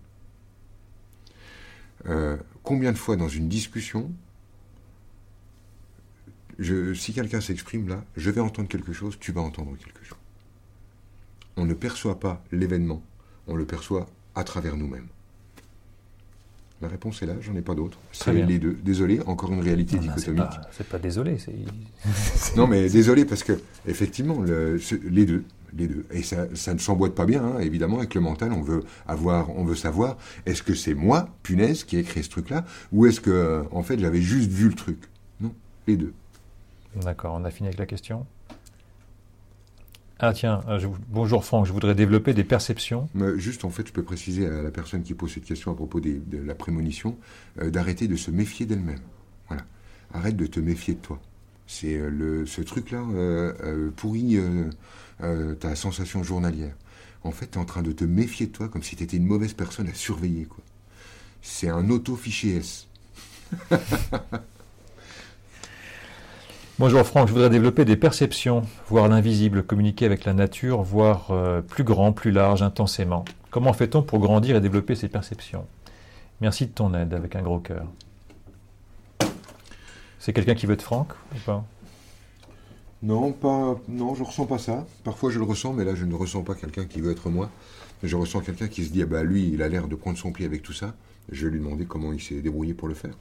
[SPEAKER 2] Combien de fois dans une discussion, si quelqu'un s'exprime là, je vais entendre quelque chose, tu vas entendre quelque chose. On ne perçoit pas l'événement, on le perçoit à travers nous-mêmes. La réponse est là, j'en ai pas d'autre. C'est les deux. Désolé, encore une réalité dichotomique.
[SPEAKER 1] C'est pas désolé.
[SPEAKER 2] Non, mais désolé parce que, effectivement, les deux. Et ça ne s'emboîte pas bien, hein, évidemment, avec le mental. On veut savoir, est-ce que c'est moi, punaise, qui ai créé ce truc-là, ou est-ce que, en fait, j'avais juste vu le truc? Non, les deux.
[SPEAKER 1] D'accord, on a fini avec la question. Ah tiens, bonjour Franck, je voudrais développer des perceptions.
[SPEAKER 2] Juste, en fait, je peux préciser à la personne qui pose cette question à propos de la prémonition, d'arrêter de se méfier d'elle-même. Voilà. Arrête de te méfier de toi. C'est ce truc-là pourrit ta sensation journalière. En fait, tu es en train de te méfier de toi comme si tu étais une mauvaise personne à surveiller, quoi. C'est un auto-fichier S.
[SPEAKER 1] Bonjour Franck, je voudrais développer des perceptions, voir l'invisible, communiquer avec la nature, voir plus grand, plus large, intensément. Comment fait-on pour grandir et développer ces perceptions? Merci de ton aide, avec un gros cœur. C'est quelqu'un qui veut être Franck ou pas?
[SPEAKER 2] Non, je ressens pas ça. Parfois je le ressens, mais là je ne ressens pas quelqu'un qui veut être moi. Je ressens quelqu'un qui se dit, ah bah lui, il a l'air de prendre son pied avec tout ça. Je vais lui demander comment il s'est débrouillé pour le faire.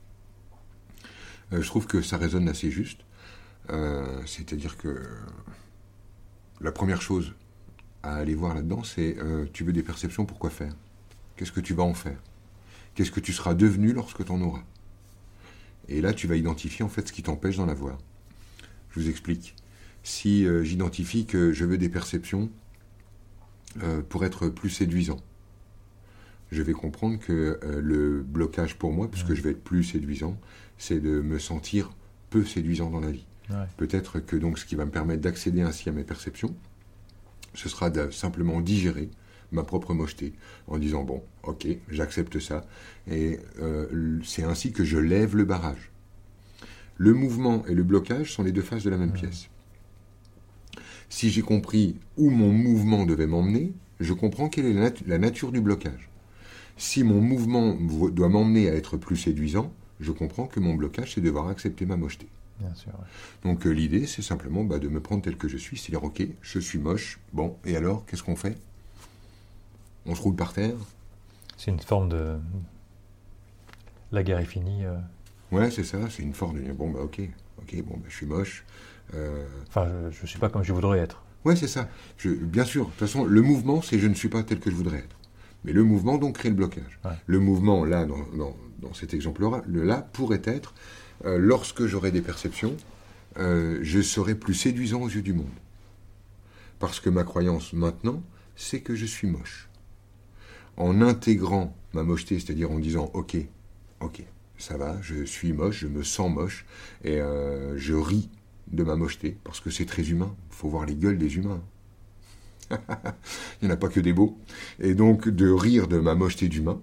[SPEAKER 2] Je trouve que ça résonne assez juste. C'est-à-dire que la première chose à aller voir là-dedans, c'est tu veux des perceptions, pourquoi faire? Qu'est-ce que tu vas en faire? Qu'est-ce que tu seras devenu lorsque tu en auras? Et là, tu vas identifier en fait ce qui t'empêche d'en avoir. Je vous explique. Si j'identifie que je veux des perceptions pour être plus séduisant, je vais comprendre que le blocage pour moi, puisque je vais être plus séduisant, c'est de me sentir peu séduisant dans la vie. Ouais. Peut-être que donc ce qui va me permettre d'accéder ainsi à mes perceptions, ce sera de simplement digérer ma propre mocheté, en disant bon, ok, j'accepte ça, et c'est ainsi que je lève le barrage. Le mouvement et le blocage sont les deux faces de la même pièce. Si j'ai compris où mon mouvement devait m'emmener, je comprends quelle est la nature du blocage. Si mon mouvement doit m'emmener à être plus séduisant, je comprends que mon blocage, c'est devoir accepter ma mocheté.
[SPEAKER 1] Bien sûr, ouais.
[SPEAKER 2] Donc l'idée, c'est simplement de me prendre tel que je suis, c'est-à-dire, ok, je suis moche, bon, et alors, qu'est-ce qu'on fait? On se roule par terre?
[SPEAKER 1] C'est une forme de... La guerre est finie.
[SPEAKER 2] Ouais, c'est ça, c'est une forme de... Bon, bah ok, bon, bah je suis moche.
[SPEAKER 1] Enfin, je ne suis pas comme je voudrais être.
[SPEAKER 2] Ouais, c'est ça. Bien sûr, de toute façon, le mouvement, c'est je ne suis pas tel que je voudrais être. Mais le mouvement, donc, crée le blocage. Ouais. Le mouvement, là, dans cet exemple-là, pourrait être, lorsque j'aurai des perceptions, je serai plus séduisant aux yeux du monde. Parce que ma croyance, maintenant, c'est que je suis moche. En intégrant ma mocheté, c'est-à-dire en disant, ok, ça va, je suis moche, je me sens moche, et je ris de ma mocheté, parce que c'est très humain. Il faut voir les gueules des humains. Il n'y en a pas que des beaux. Et donc, de rire de ma mocheté d'humain,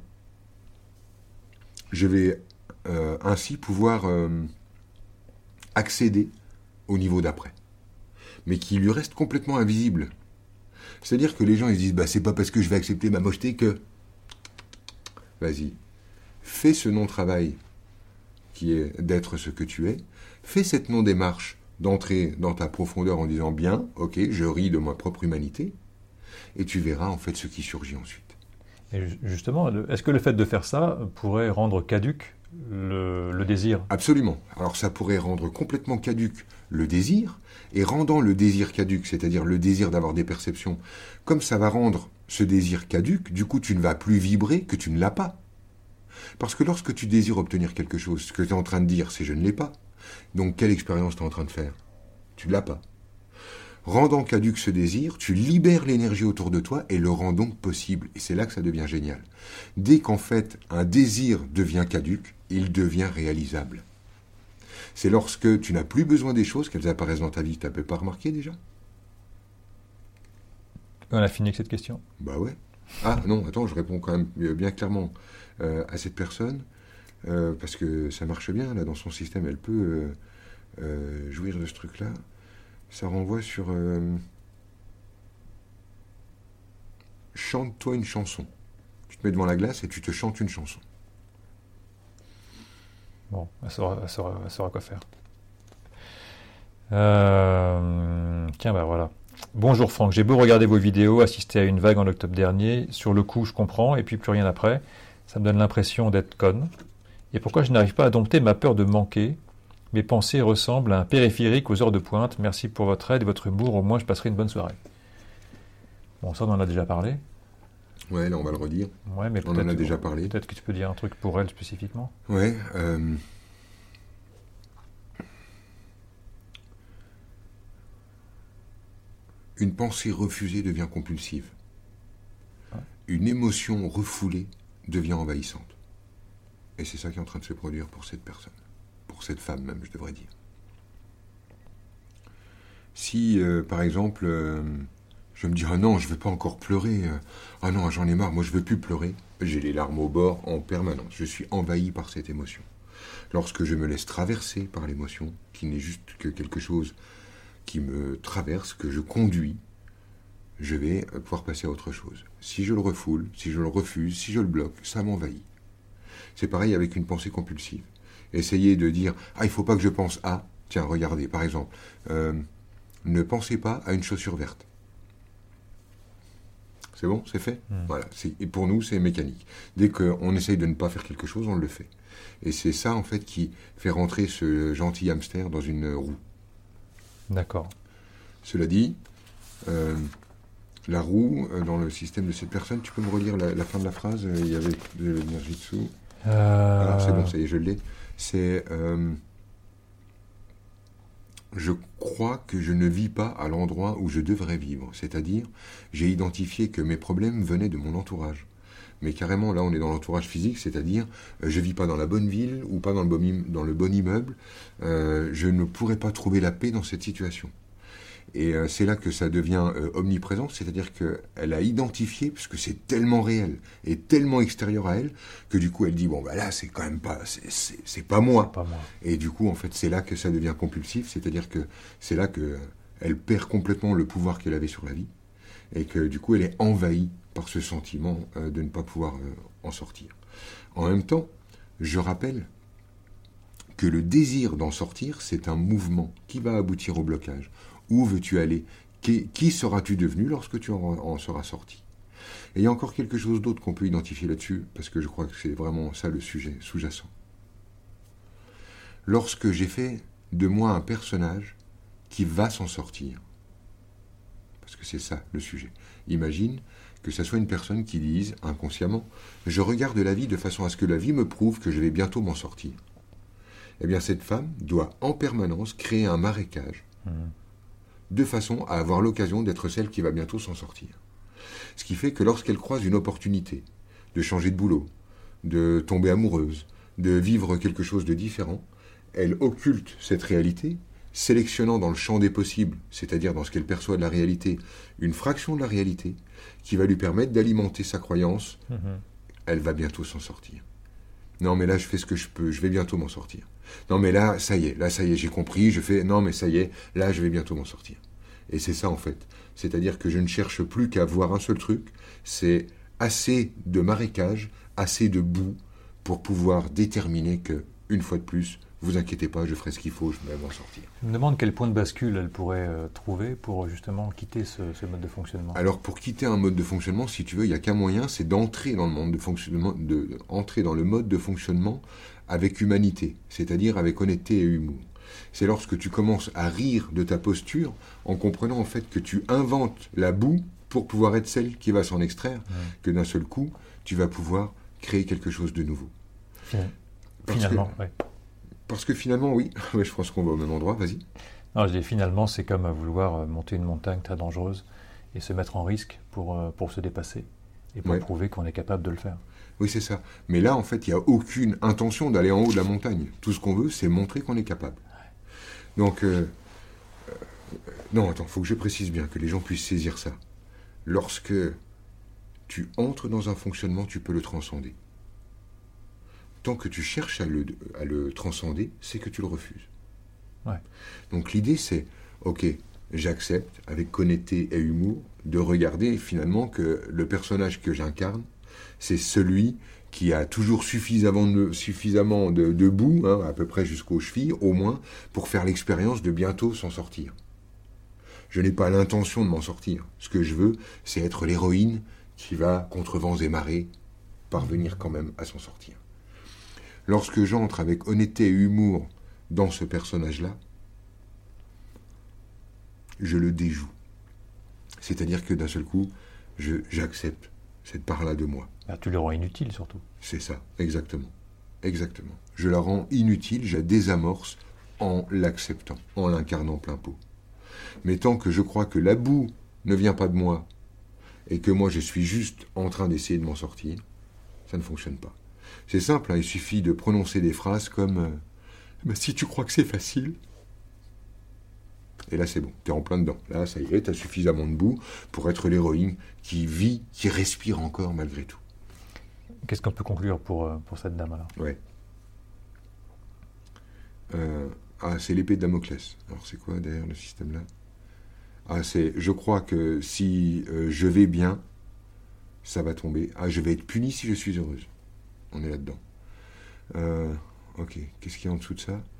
[SPEAKER 2] je vais ainsi pouvoir accéder au niveau d'après. Mais qui lui reste complètement invisible. C'est-à-dire que les gens ils se disent, bah, c'est pas parce que je vais accepter ma mocheté que... Vas-y, fais ce non-travail qui est d'être ce que tu es, fais cette non-démarche d'entrer dans ta profondeur en disant bien, ok, je ris de ma propre humanité, et tu verras en fait ce qui surgit ensuite.
[SPEAKER 1] Et justement, est-ce que le fait de faire ça pourrait rendre caduque le désir?
[SPEAKER 2] Absolument. Alors ça pourrait rendre complètement caduque le désir, et rendant le désir caduque, c'est-à-dire le désir d'avoir des perceptions, comme ça va rendre ce désir caduque, du coup tu ne vas plus vibrer que tu ne l'as pas. Parce que lorsque tu désires obtenir quelque chose, ce que tu es en train de dire, c'est je ne l'ai pas. Donc quelle expérience tu es en train de faire? Tu ne l'as pas. Rendant caduque ce désir, tu libères l'énergie autour de toi et le rends donc possible. Et c'est là que ça devient génial. Dès qu'en fait un désir devient caduque, il devient réalisable. C'est lorsque tu n'as plus besoin des choses qu'elles apparaissent dans ta vie. Tu n'as pas remarqué déjà?
[SPEAKER 1] On a fini avec cette question.
[SPEAKER 2] Bah ouais. Ah non, attends, je réponds quand même bien clairement à cette personne, parce que ça marche bien, là, dans son système, elle peut jouir de ce truc-là. Ça renvoie sur... Chante-toi une chanson. Tu te mets devant la glace et tu te chantes une chanson.
[SPEAKER 1] Bon, elle saura quoi faire. Tiens, bah voilà. Bonjour Franck, j'ai beau regarder vos vidéos, assister à une vague en octobre dernier, sur le coup je comprends, et puis plus rien après, ça me donne l'impression d'être conne. Et pourquoi je n'arrive pas à dompter ma peur de manquer? Mes pensées ressemblent à un périphérique aux heures de pointe. Merci pour votre aide et votre humour, au moins je passerai une bonne soirée. Bon, ça on en a déjà parlé.
[SPEAKER 2] Ouais, là on va le redire.
[SPEAKER 1] Ouais, mais
[SPEAKER 2] on en a déjà parlé.
[SPEAKER 1] Peut-être que tu peux dire un truc pour elle spécifiquement.
[SPEAKER 2] Ouais, une pensée refusée devient compulsive. Ouais. Une émotion refoulée devient envahissante. Et c'est ça qui est en train de se produire pour cette personne. Pour cette femme même, je devrais dire. Si, par exemple, je me dis « Ah non, je ne veux pas encore pleurer. Ah non, j'en ai marre, moi je ne veux plus pleurer. » J'ai les larmes au bord en permanence. Je suis envahi par cette émotion. Lorsque je me laisse traverser par l'émotion, qui n'est juste que quelque chose qui me traverse, que je conduis, je vais pouvoir passer à autre chose. Si je le refoule, si je le refuse, si je le bloque, ça m'envahit. C'est pareil avec une pensée compulsive. Essayez de dire « Ah, il ne faut pas que je pense à… » Tiens, regardez, par exemple, ne pensez pas à une chaussure verte. C'est bon, c'est fait. Voilà. Et pour nous, c'est mécanique. Dès qu'on essaye de ne pas faire quelque chose, on le fait. Et c'est ça, en fait, qui fait rentrer ce gentil hamster dans une roue.
[SPEAKER 1] D'accord.
[SPEAKER 2] Cela dit, la roue, dans le système de cette personne, tu peux me relire la fin de la phrase? Il y avait de l'énergie dessous. Alors, c'est bon, ça y est, je l'ai. C'est... je crois que je ne vis pas à l'endroit où je devrais vivre. C'est-à-dire, j'ai identifié que mes problèmes venaient de mon entourage. Mais carrément, là, on est dans l'entourage physique, c'est-à-dire, je ne vis pas dans la bonne ville ou pas dans le bon immeuble. Je ne pourrais pas trouver la paix dans cette situation. Et c'est là que ça devient omniprésent, c'est-à-dire qu'elle a identifié, parce que c'est tellement réel et tellement extérieur à elle, que du coup elle dit, bon, bah là, c'est quand même pas, c'est pas moi.
[SPEAKER 1] C'est pas moi.
[SPEAKER 2] Et du coup, en fait, c'est là que ça devient compulsif, c'est-à-dire que c'est là qu'elle perd complètement le pouvoir qu'elle avait sur la vie, et que du coup, elle est envahie par ce sentiment de ne pas pouvoir en sortir. En même temps, je rappelle que le désir d'en sortir, c'est un mouvement qui va aboutir au blocage. Où veux-tu aller? Qui seras-tu devenu lorsque tu en seras sorti? Et il y a encore quelque chose d'autre qu'on peut identifier là-dessus, parce que je crois que c'est vraiment ça le sujet sous-jacent. Lorsque j'ai fait de moi un personnage qui va s'en sortir, parce que c'est ça le sujet. Imagine que ça soit une personne qui dise, inconsciemment, je regarde la vie de façon à ce que la vie me prouve que je vais bientôt m'en sortir. Eh bien, cette femme doit en permanence créer un marécage, de façon à avoir l'occasion d'être celle qui va bientôt s'en sortir. Ce qui fait que lorsqu'elle croise une opportunité de changer de boulot, de tomber amoureuse, de vivre quelque chose de différent, elle occulte cette réalité, sélectionnant dans le champ des possibles, c'est-à-dire dans ce qu'elle perçoit de la réalité, une fraction de la réalité qui va lui permettre d'alimenter sa croyance. Elle va bientôt s'en sortir. Non, mais là, je fais ce que je peux, je vais bientôt m'en sortir. Non, mais là, ça y est, j'ai compris, je fais, non, mais ça y est, là, je vais bientôt m'en sortir. Et c'est ça, en fait. C'est-à-dire que je ne cherche plus qu'à voir un seul truc, c'est assez de marécage, assez de boue, pour pouvoir déterminer que, une fois de plus, vous inquiétez pas, je ferai ce qu'il faut, je vais m'en sortir.
[SPEAKER 1] Je me demande quel point de bascule elle pourrait trouver pour justement quitter ce mode de fonctionnement.
[SPEAKER 2] Alors pour quitter un mode de fonctionnement, si tu veux, il n'y a qu'un moyen, c'est d'entrer dans le monde de fonctionnement, entrer dans le mode de fonctionnement avec humanité, c'est-à-dire avec honnêteté et humour. C'est lorsque tu commences à rire de ta posture en comprenant en fait que tu inventes la boue pour pouvoir être celle qui va s'en extraire, que d'un seul coup, tu vas pouvoir créer quelque chose de nouveau.
[SPEAKER 1] Finalement, oui.
[SPEAKER 2] Parce que finalement, oui, je pense qu'on va au même endroit, vas-y.
[SPEAKER 1] Non, je dis finalement, c'est comme vouloir monter une montagne très dangereuse et se mettre en risque pour se dépasser et pour prouver qu'on est capable de le faire.
[SPEAKER 2] Oui, c'est ça. Mais là, en fait, il n'y a aucune intention d'aller en haut de la montagne. Tout ce qu'on veut, c'est montrer qu'on est capable. Donc, non, attends, il faut que je précise bien, que les gens puissent saisir ça. Lorsque tu entres dans un fonctionnement, tu peux le transcender. Tant que tu cherches à le transcender, c'est que tu le refuses.
[SPEAKER 1] Ouais.
[SPEAKER 2] Donc l'idée c'est, ok, j'accepte avec honnêteté et humour de regarder finalement que le personnage que j'incarne, c'est celui qui a toujours suffisamment de boue, à peu près jusqu'aux chevilles, au moins, pour faire l'expérience de bientôt s'en sortir. Je n'ai pas l'intention de m'en sortir. Ce que je veux, c'est être l'héroïne qui va, contre vents et marées, parvenir quand même à s'en sortir. Lorsque j'entre avec honnêteté et humour dans ce personnage-là, je le déjoue. C'est-à-dire que d'un seul coup, j'accepte cette part-là de moi.
[SPEAKER 1] Tu le rends inutile surtout.
[SPEAKER 2] C'est ça, exactement. Exactement. Je la rends inutile, je la désamorce en l'acceptant, en l'incarnant plein pot. Mais tant que je crois que la boue ne vient pas de moi et que moi je suis juste en train d'essayer de m'en sortir, ça ne fonctionne pas. C'est simple, il suffit de prononcer des phrases comme si tu crois que c'est facile. Et là, c'est bon, t'es en plein dedans. Là, ça y est, t'as suffisamment de boue pour être l'héroïne qui vit, qui respire encore malgré tout.
[SPEAKER 1] Qu'est-ce qu'on peut conclure pour cette dame-là?
[SPEAKER 2] Ouais. c'est l'épée de Damoclès. Alors c'est quoi derrière le système-là? Je crois que si je vais bien, ça va tomber. Je vais être puni si je suis heureuse. On est là-dedans. Ok, qu'est-ce qu'il y a en dessous de ça?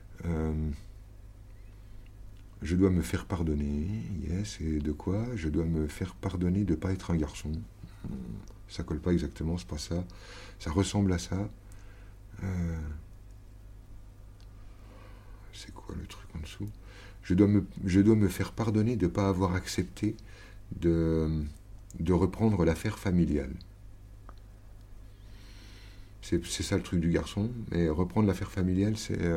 [SPEAKER 2] Je dois me faire pardonner. Yes, et de quoi? Je dois me faire pardonner de ne pas être un garçon. Ça colle pas exactement, c'est pas ça. Ça ressemble à ça. C'est quoi le truc en dessous? Je dois me faire pardonner de ne pas avoir accepté de reprendre l'affaire familiale. C'est ça le truc du garçon. Mais reprendre l'affaire familiale,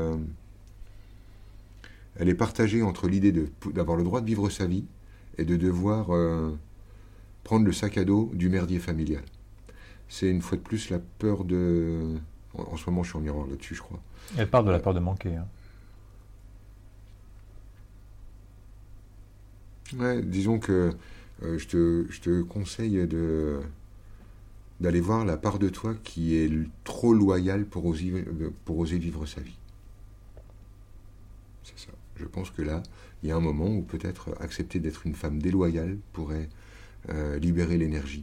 [SPEAKER 2] elle est partagée entre l'idée d'avoir le droit de vivre sa vie et de devoir prendre le sac à dos du merdier familial. C'est une fois de plus la peur de... En ce moment, je suis en miroir là-dessus, je crois.
[SPEAKER 1] Elle parle de la peur de manquer. Hein.
[SPEAKER 2] Ouais, disons que je te conseille d'aller voir la part de toi qui est trop loyale pour oser vivre sa vie. C'est ça. Je pense que là, il y a un moment où peut-être accepter d'être une femme déloyale pourrait libérer l'énergie.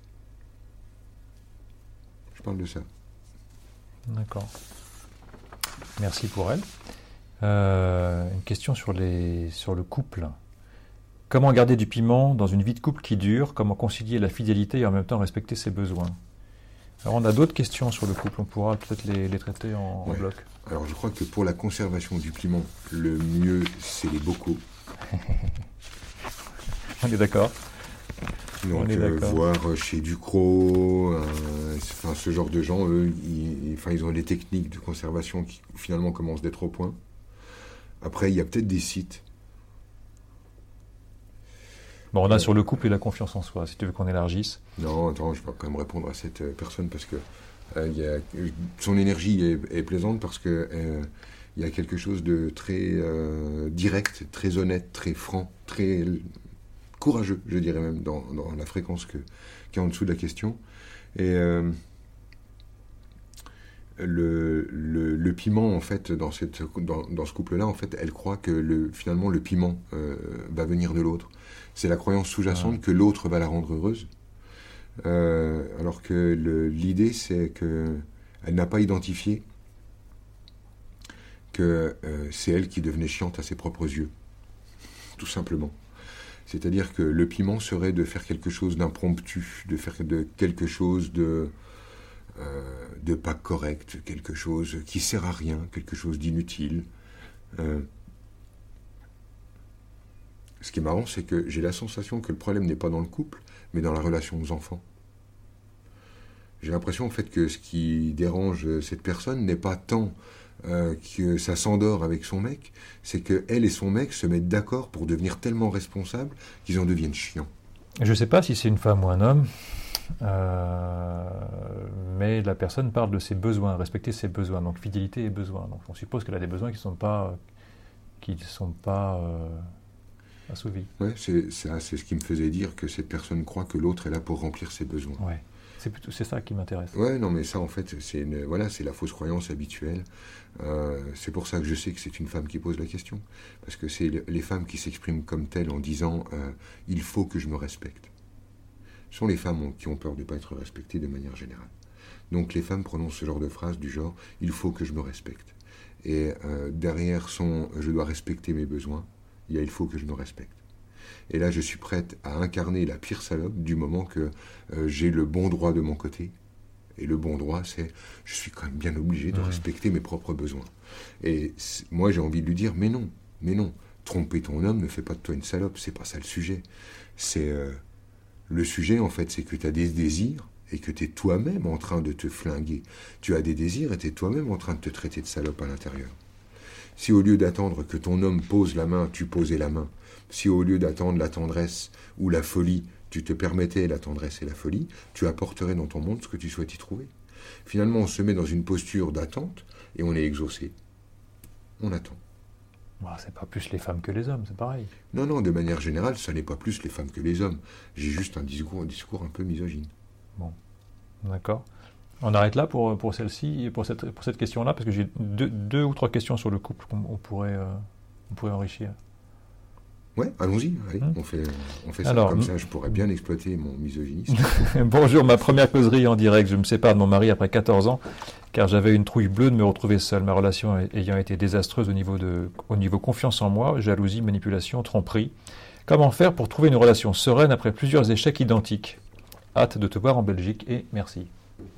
[SPEAKER 2] Je parle de ça.
[SPEAKER 1] D'accord. Merci pour elle. Une question sur le couple. Comment garder du piment dans une vie de couple qui dure? Comment concilier la fidélité et en même temps respecter ses besoins? Alors on a d'autres questions sur le couple, on pourra peut-être les traiter en bloc.
[SPEAKER 2] Alors je crois que pour la conservation du piment, le mieux c'est les bocaux.
[SPEAKER 1] On est d'accord.
[SPEAKER 2] Donc voir chez Ducrot, ce genre de gens, eux, ils ont des techniques de conservation qui finalement commencent d'être au point. Après, il y a peut-être des sites.
[SPEAKER 1] Bon, on a sur le couple et la confiance en soi, si tu veux qu'on élargisse.
[SPEAKER 2] Non, attends, je vais quand même répondre à cette personne parce que son énergie est plaisante parce que il y a quelque chose de très direct, très honnête, très franc, très courageux, je dirais même, dans la fréquence qui est en dessous de la question. Et le piment, en fait, dans ce couple-là, en fait, elle croit que finalement le piment va venir de l'autre. C'est la croyance sous-jacente que l'autre va la rendre heureuse. Alors que l'idée, c'est qu'elle n'a pas identifié que c'est elle qui devenait chiante à ses propres yeux. Tout simplement. C'est-à-dire que le piment serait de faire quelque chose d'impromptu, de faire quelque chose de pas correct, quelque chose qui sert à rien, quelque chose d'inutile. Ce qui est marrant, c'est que j'ai la sensation que le problème n'est pas dans le couple, mais dans la relation aux enfants. J'ai l'impression en fait que ce qui dérange cette personne n'est pas tant que ça s'endort avec son mec, c'est qu'elle et son mec se mettent d'accord pour devenir tellement responsables qu'ils en deviennent chiants.
[SPEAKER 1] Je ne sais pas si c'est une femme ou un homme, mais la personne parle de ses besoins, respecter ses besoins, donc fidélité et besoins. Donc on suppose qu'elle a des besoins qui ne sont pas assouvis.
[SPEAKER 2] Ouais, c'est ce qui me faisait dire que cette personne croit que l'autre est là pour remplir ses besoins.
[SPEAKER 1] Ouais. C'est ça qui m'intéresse.
[SPEAKER 2] Ouais, non, mais ça, en fait, c'est la fausse croyance habituelle. C'est pour ça que je sais que c'est une femme qui pose la question. Parce que c'est les femmes qui s'expriment comme telles en disant « il faut que je me respecte ». Ce sont les femmes qui ont peur de ne pas être respectées de manière générale. Donc les femmes prononcent ce genre de phrase du genre « il faut que je me respecte ». Et derrière son « je dois respecter mes besoins », il y a « il faut que je me respecte ». Et là, je suis prête à incarner la pire salope du moment que j'ai le bon droit de mon côté. Et le bon droit, c'est je suis quand même bien obligé de respecter mes propres besoins. Et moi, j'ai envie de lui dire, mais non, tromper ton homme ne fait pas de toi une salope, c'est pas ça le sujet. Le sujet, en fait, c'est que tu as des désirs et que tu es toi-même en train de te flinguer. Tu as des désirs et tu es toi-même en train de te traiter de salope à l'intérieur. Si au lieu d'attendre que ton homme pose la main, tu posais la main, si au lieu d'attendre la tendresse ou la folie, tu te permettais la tendresse et la folie, tu apporterais dans ton monde ce que tu souhaites y trouver. Finalement, on se met dans une posture d'attente et on est exaucé. On attend.
[SPEAKER 1] C'est pas plus les femmes que les hommes, c'est pareil.
[SPEAKER 2] Non, de manière générale, ça n'est pas plus les femmes que les hommes. J'ai juste un discours un peu misogyne.
[SPEAKER 1] Bon, d'accord. On arrête là pour celle-ci, pour cette question-là, parce que j'ai deux ou trois questions sur le couple qu'on pourrait enrichir.
[SPEAKER 2] Ouais, allons-y, allez, on fait ça.
[SPEAKER 1] Alors,
[SPEAKER 2] comme ça, je pourrais bien exploiter mon misogynisme.
[SPEAKER 1] Bonjour, ma première causerie en direct. Je me sépare de mon mari après 14 ans, car j'avais une trouille bleue de me retrouver seul. Ma relation ayant été désastreuse au niveau confiance en moi, jalousie, manipulation, tromperie. Comment faire pour trouver une relation sereine après plusieurs échecs identiques? Hâte de te voir en Belgique et merci.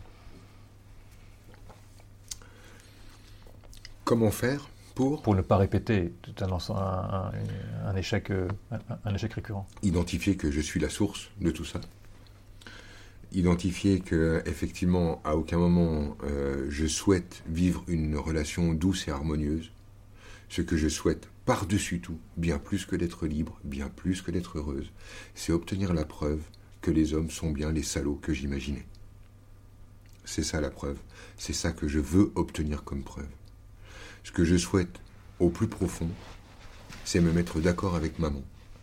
[SPEAKER 2] Comment faire pour
[SPEAKER 1] ne pas répéter un échec récurrent.
[SPEAKER 2] Identifier que je suis la source de tout ça. Identifier que, effectivement, à aucun moment je souhaite vivre une relation douce et harmonieuse. Ce que je souhaite par-dessus tout, bien plus que d'être libre, bien plus que d'être heureuse, c'est obtenir la preuve que les hommes sont bien les salauds que j'imaginais. C'est ça la preuve. C'est ça que je veux obtenir comme preuve. Ce que je souhaite au plus profond, c'est me mettre d'accord avec maman.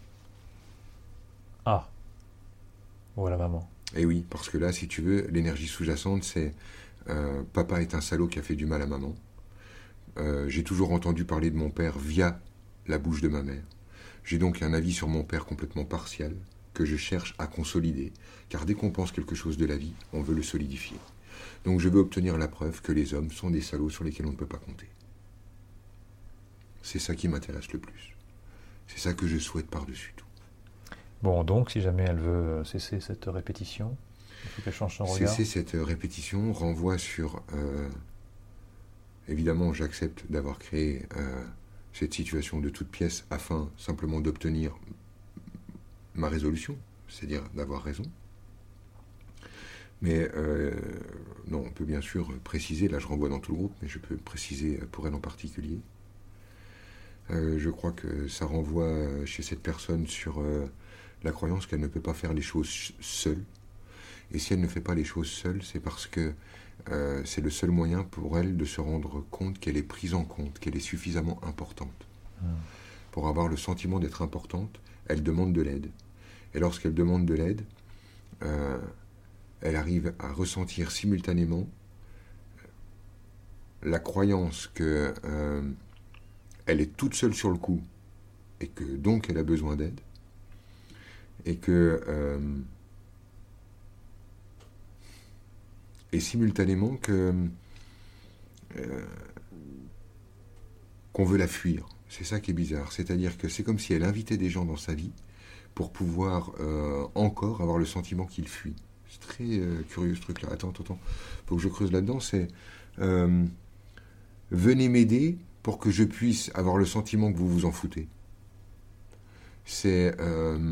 [SPEAKER 1] Ah, voilà maman.
[SPEAKER 2] Et oui, parce que là, si tu veux, l'énergie sous-jacente, c'est papa est un salaud qui a fait du mal à maman. J'ai toujours entendu parler de mon père via la bouche de ma mère. J'ai donc un avis sur mon père complètement partial que je cherche à consolider, car dès qu'on pense quelque chose de la vie, on veut le solidifier. Donc je veux obtenir la preuve que les hommes sont des salauds sur lesquels on ne peut pas compter. C'est ça qui m'intéresse le plus. C'est ça que je souhaite par-dessus tout.
[SPEAKER 1] Bon, donc, si jamais elle veut cesser cette répétition, il faut qu'elle change son regard.
[SPEAKER 2] Cesser cette répétition renvoie sur... évidemment, j'accepte d'avoir créé cette situation de toute pièce afin simplement d'obtenir ma résolution, c'est-à-dire d'avoir raison. Mais non, on peut bien sûr préciser, là je renvoie dans tout le groupe, mais je peux préciser pour elle en particulier. Je crois que ça renvoie chez cette personne sur la croyance qu'elle ne peut pas faire les choses seule. Et si elle ne fait pas les choses seule, c'est parce que c'est le seul moyen pour elle de se rendre compte qu'elle est prise en compte, qu'elle est suffisamment importante. Pour avoir le sentiment d'être importante, elle demande de l'aide. Et lorsqu'elle demande de l'aide, elle arrive à ressentir simultanément la croyance que elle est toute seule sur le coup et que donc elle a besoin d'aide et que et simultanément que qu'on veut la fuir. C'est ça qui est bizarre. C'est-à-dire que c'est comme si elle invitait des gens dans sa vie pour pouvoir encore avoir le sentiment qu'il fuit. C'est très curieux ce truc-là. Attends. Faut que je creuse là-dedans. C'est venez m'aider pour que je puisse avoir le sentiment que vous vous en foutez. C'est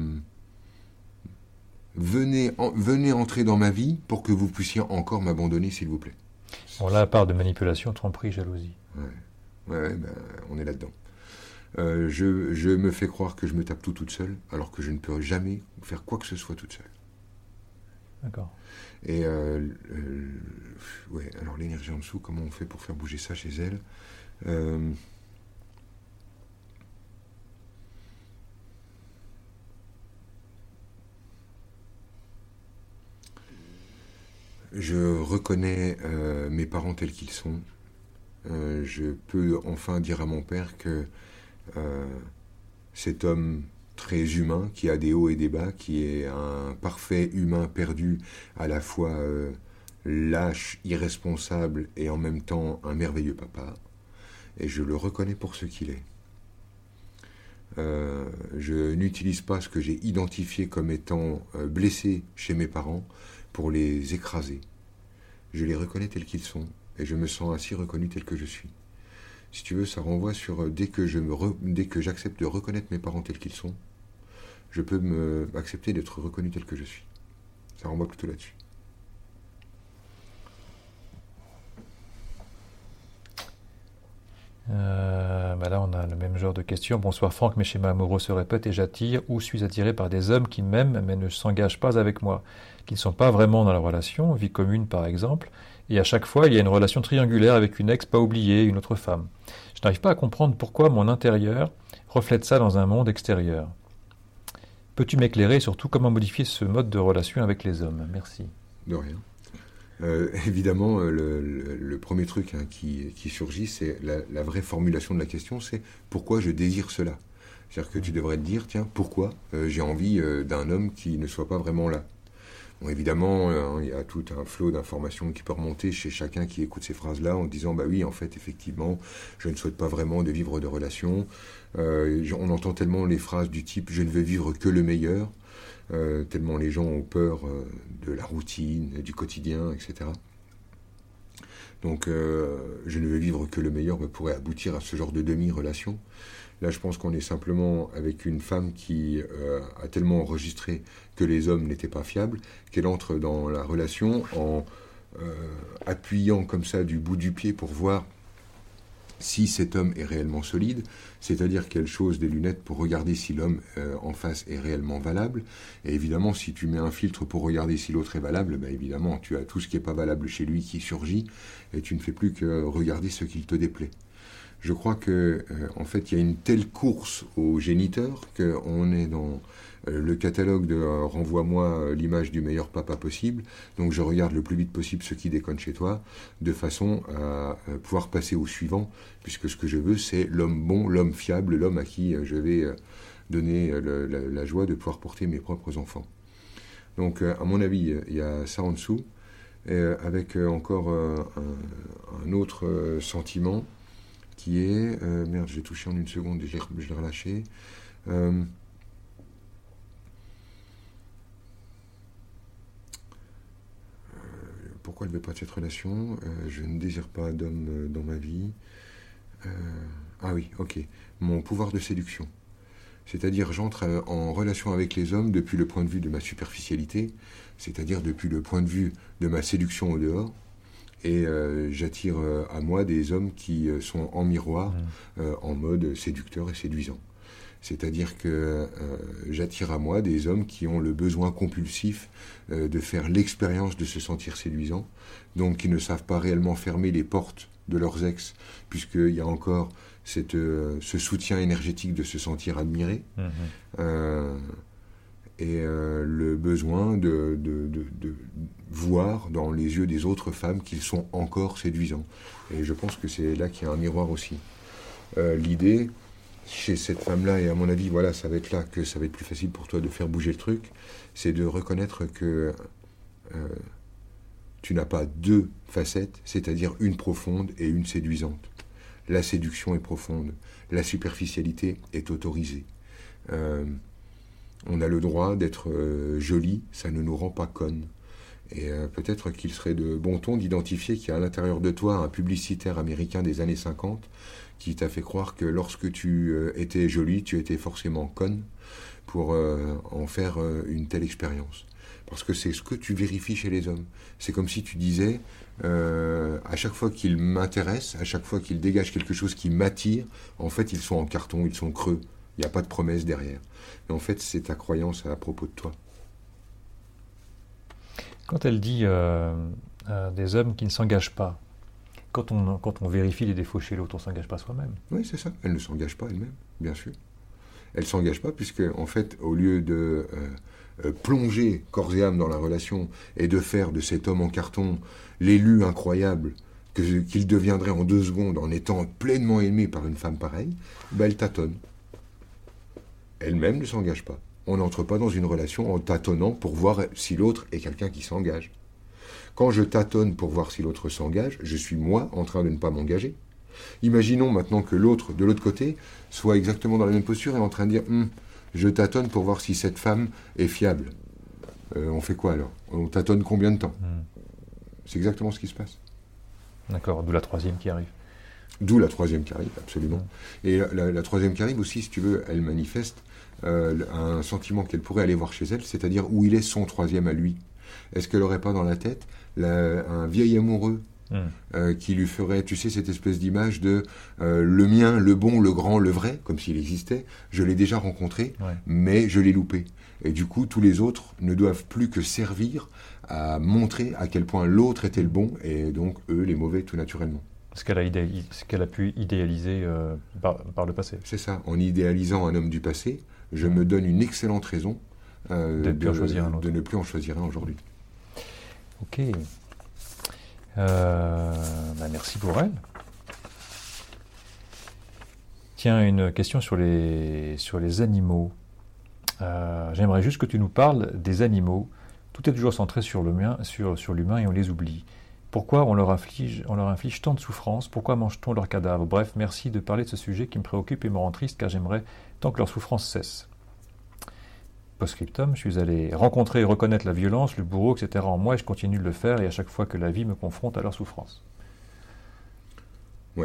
[SPEAKER 2] venez entrer dans ma vie pour que vous puissiez encore m'abandonner, s'il vous plaît.
[SPEAKER 1] Bon, là, à part de manipulation, tromperie, jalousie.
[SPEAKER 2] Ouais, ben, on est là-dedans. Je me fais croire que je me tape tout toute seule, alors que je ne peux jamais faire quoi que ce soit toute seule.
[SPEAKER 1] D'accord.
[SPEAKER 2] Et ouais, alors l'énergie en dessous, comment on fait pour faire bouger ça chez elle? Je reconnais mes parents tels qu'ils sont. Je peux enfin dire à mon père que cet homme très humain, qui a des hauts et des bas, qui est un parfait humain perdu, à la fois lâche, irresponsable et en même temps un merveilleux papa. Et je le reconnais pour ce qu'il est. Je n'utilise pas ce que j'ai identifié comme étant blessé chez mes parents pour les écraser. Je les reconnais tels qu'ils sont et je me sens ainsi reconnu tel que je suis. Si tu veux, ça renvoie sur dès que j'accepte de reconnaître mes parents tels qu'ils sont, je peux accepter d'être reconnu tel que je suis. Ça renvoie plutôt là-dessus.
[SPEAKER 1] Là, on a le même genre de questions. Bonsoir Franck, mes schémas amoureux se répètent et j'attire ou suis attiré par des hommes qui m'aiment mais ne s'engagent pas avec moi, qui ne sont pas vraiment dans la relation, vie commune par exemple, et à chaque fois il y a une relation triangulaire avec une ex pas oubliée, une autre femme. Je n'arrive pas à comprendre pourquoi mon intérieur reflète ça dans un monde extérieur. Peux-tu m'éclairer et surtout comment modifier ce mode de relation avec les hommes? Merci.
[SPEAKER 2] De rien. Évidemment, le premier truc qui surgit, c'est la vraie formulation de la question, c'est pourquoi je désire cela. C'est-à-dire que tu devrais te dire, tiens, pourquoi j'ai envie d'un homme qui ne soit pas vraiment là. Bon, évidemment, il y a tout un flot d'informations qui peut remonter chez chacun qui écoute ces phrases-là en disant, bah oui, en fait, effectivement, je ne souhaite pas vraiment de vivre de relations. On entend tellement les phrases du type, je ne veux vivre que le meilleur, tellement les gens ont peur de la routine, du quotidien, etc. Donc, je ne veux vivre que le meilleur pourrait aboutir à ce genre de demi-relation. Là, je pense qu'on est simplement avec une femme qui a tellement enregistré que les hommes n'étaient pas fiables, qu'elle entre dans la relation en appuyant comme ça du bout du pied pour voir si cet homme est réellement solide, c'est-à-dire qu'elle chose des lunettes pour regarder si l'homme en face est réellement valable. Et évidemment, si tu mets un filtre pour regarder si l'autre est valable, ben évidemment, tu as tout ce qui n'est pas valable chez lui qui surgit, et tu ne fais plus que regarder ce qu'il te déplaît. Je crois que, en fait, il y a une telle course aux géniteurs qu'on est dans le catalogue de renvoie-moi l'image du meilleur papa possible. Donc, je regarde le plus vite possible ce qui déconne chez toi, de façon à pouvoir passer au suivant, puisque ce que je veux, c'est l'homme bon, l'homme fiable, l'homme à qui je vais donner la joie de pouvoir porter mes propres enfants. Donc, à mon avis, il y a ça en dessous, avec encore un autre sentiment, qui est... merde, j'ai touché en une seconde et je l'ai relâché. Pourquoi elle ne veut pas de cette relation ? Je ne désire pas d'homme dans ma vie. Ah oui, ok. Mon pouvoir de séduction. C'est-à-dire, j'entre en relation avec les hommes depuis le point de vue de ma superficialité, c'est-à-dire depuis le point de vue de ma séduction au dehors. Et j'attire à moi des hommes qui sont en miroir, en mode séducteur et séduisant. C'est-à-dire que j'attire à moi des hommes qui ont le besoin compulsif de faire l'expérience de se sentir séduisant, donc qui ne savent pas réellement fermer les portes de leurs ex, puisqu'il y a encore ce soutien énergétique de se sentir admiré. Et le besoin de voir dans les yeux des autres femmes qu'ils sont encore séduisants. Et je pense que c'est là qu'il y a un miroir aussi. L'idée, chez cette femme-là, et à mon avis, voilà, ça va être là que ça va être plus facile pour toi de faire bouger le truc, c'est de reconnaître que tu n'as pas deux facettes, c'est-à-dire une profonde et une séduisante. La séduction est profonde, la superficialité est autorisée. On a le droit d'être joli, ça ne nous rend pas connes. Et peut-être qu'il serait de bon ton d'identifier qu'il y a à l'intérieur de toi un publicitaire américain des années 50 qui t'a fait croire que lorsque tu étais jolie, tu étais forcément conne pour en faire une telle expérience. Parce que c'est ce que tu vérifies chez les hommes. C'est comme si tu disais, à chaque fois qu'ils m'intéressent, à chaque fois qu'ils dégagent quelque chose qui m'attire, en fait ils sont en carton, ils sont creux. Il n'y a pas de promesse derrière. Et en fait, c'est ta croyance à propos de toi.
[SPEAKER 1] Quand elle dit des hommes qui ne s'engagent pas, quand on vérifie les défauts chez l'autre, on ne s'engage pas soi-même.
[SPEAKER 2] Oui, c'est ça. Elle ne s'engage pas elle-même, bien sûr. Elle ne s'engage pas puisque, en fait, au lieu de plonger corps et âme dans la relation et de faire de cet homme en carton l'élu incroyable qu'il deviendrait en 2 secondes en étant pleinement aimé par une femme pareille, ben elle tâtonne. Elle-même ne s'engage pas. On n'entre pas dans une relation en tâtonnant pour voir si l'autre est quelqu'un qui s'engage. Quand je tâtonne pour voir si l'autre s'engage, je suis moi en train de ne pas m'engager. Imaginons maintenant que l'autre, de l'autre côté, soit exactement dans la même posture et en train de dire « je tâtonne pour voir si cette femme est fiable ». On fait quoi alors ? On tâtonne combien de temps ? C'est exactement ce qui se passe.
[SPEAKER 1] D'accord, d'où la troisième qui arrive.
[SPEAKER 2] D'où la troisième qui arrive, absolument. Et la troisième qui arrive aussi, si tu veux, elle manifeste un sentiment qu'elle pourrait aller voir chez elle, c'est-à-dire où il est son troisième à lui. Est-ce qu'elle n'aurait pas dans la tête un vieil amoureux qui lui ferait, tu sais, cette espèce d'image de le mien, le bon, le grand, le vrai, comme s'il existait, je l'ai déjà rencontré, mais je l'ai loupé. Et du coup, tous les autres ne doivent plus que servir à montrer à quel point l'autre était le bon, et donc eux, les mauvais, tout naturellement.
[SPEAKER 1] Ce qu'elle a pu idéaliser par le passé.
[SPEAKER 2] C'est ça. En idéalisant un homme du passé, je me donne une excellente raison de ne plus en choisir un aujourd'hui.
[SPEAKER 1] Ok. Merci pour elle. Tiens, une question sur les animaux. J'aimerais juste que tu nous parles des animaux. Tout est toujours centré sur l'humain et on les oublie. Pourquoi on leur inflige tant de souffrances? Pourquoi mange-t-on leurs cadavres? Bref, merci de parler de ce sujet qui me préoccupe et me rend triste car j'aimerais tant que leur souffrance cesse. Post-scriptum, je suis allé rencontrer et reconnaître la violence, le bourreau, etc. en moi et je continue de le faire et à chaque fois que la vie me confronte à leur souffrance.
[SPEAKER 2] Ouais.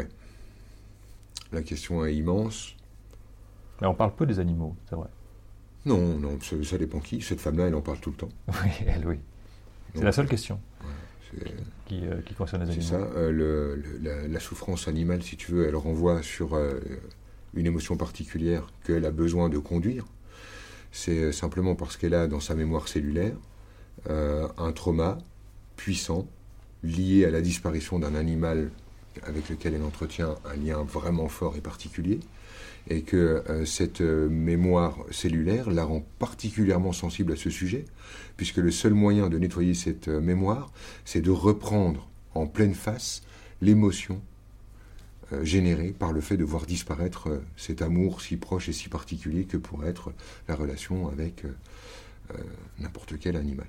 [SPEAKER 2] La question est immense.
[SPEAKER 1] Mais on parle peu des animaux, c'est vrai.
[SPEAKER 2] Non, ça dépend qui. Cette femme-là, elle en parle tout le temps.
[SPEAKER 1] Oui, elle, oui. C'est la seule question qui concerne les animaux.
[SPEAKER 2] C'est ça. La souffrance animale, si tu veux, elle renvoie sur une émotion particulière qu'elle a besoin de conduire. C'est simplement parce qu'elle a dans sa mémoire cellulaire un trauma puissant lié à la disparition d'un animal avec lequel elle entretient un lien vraiment fort et particulier, et que cette mémoire cellulaire la rend particulièrement sensible à ce sujet, puisque le seul moyen de nettoyer cette mémoire, c'est de reprendre en pleine face l'émotion générée par le fait de voir disparaître cet amour si proche et si particulier que pourrait être la relation avec n'importe quel animal.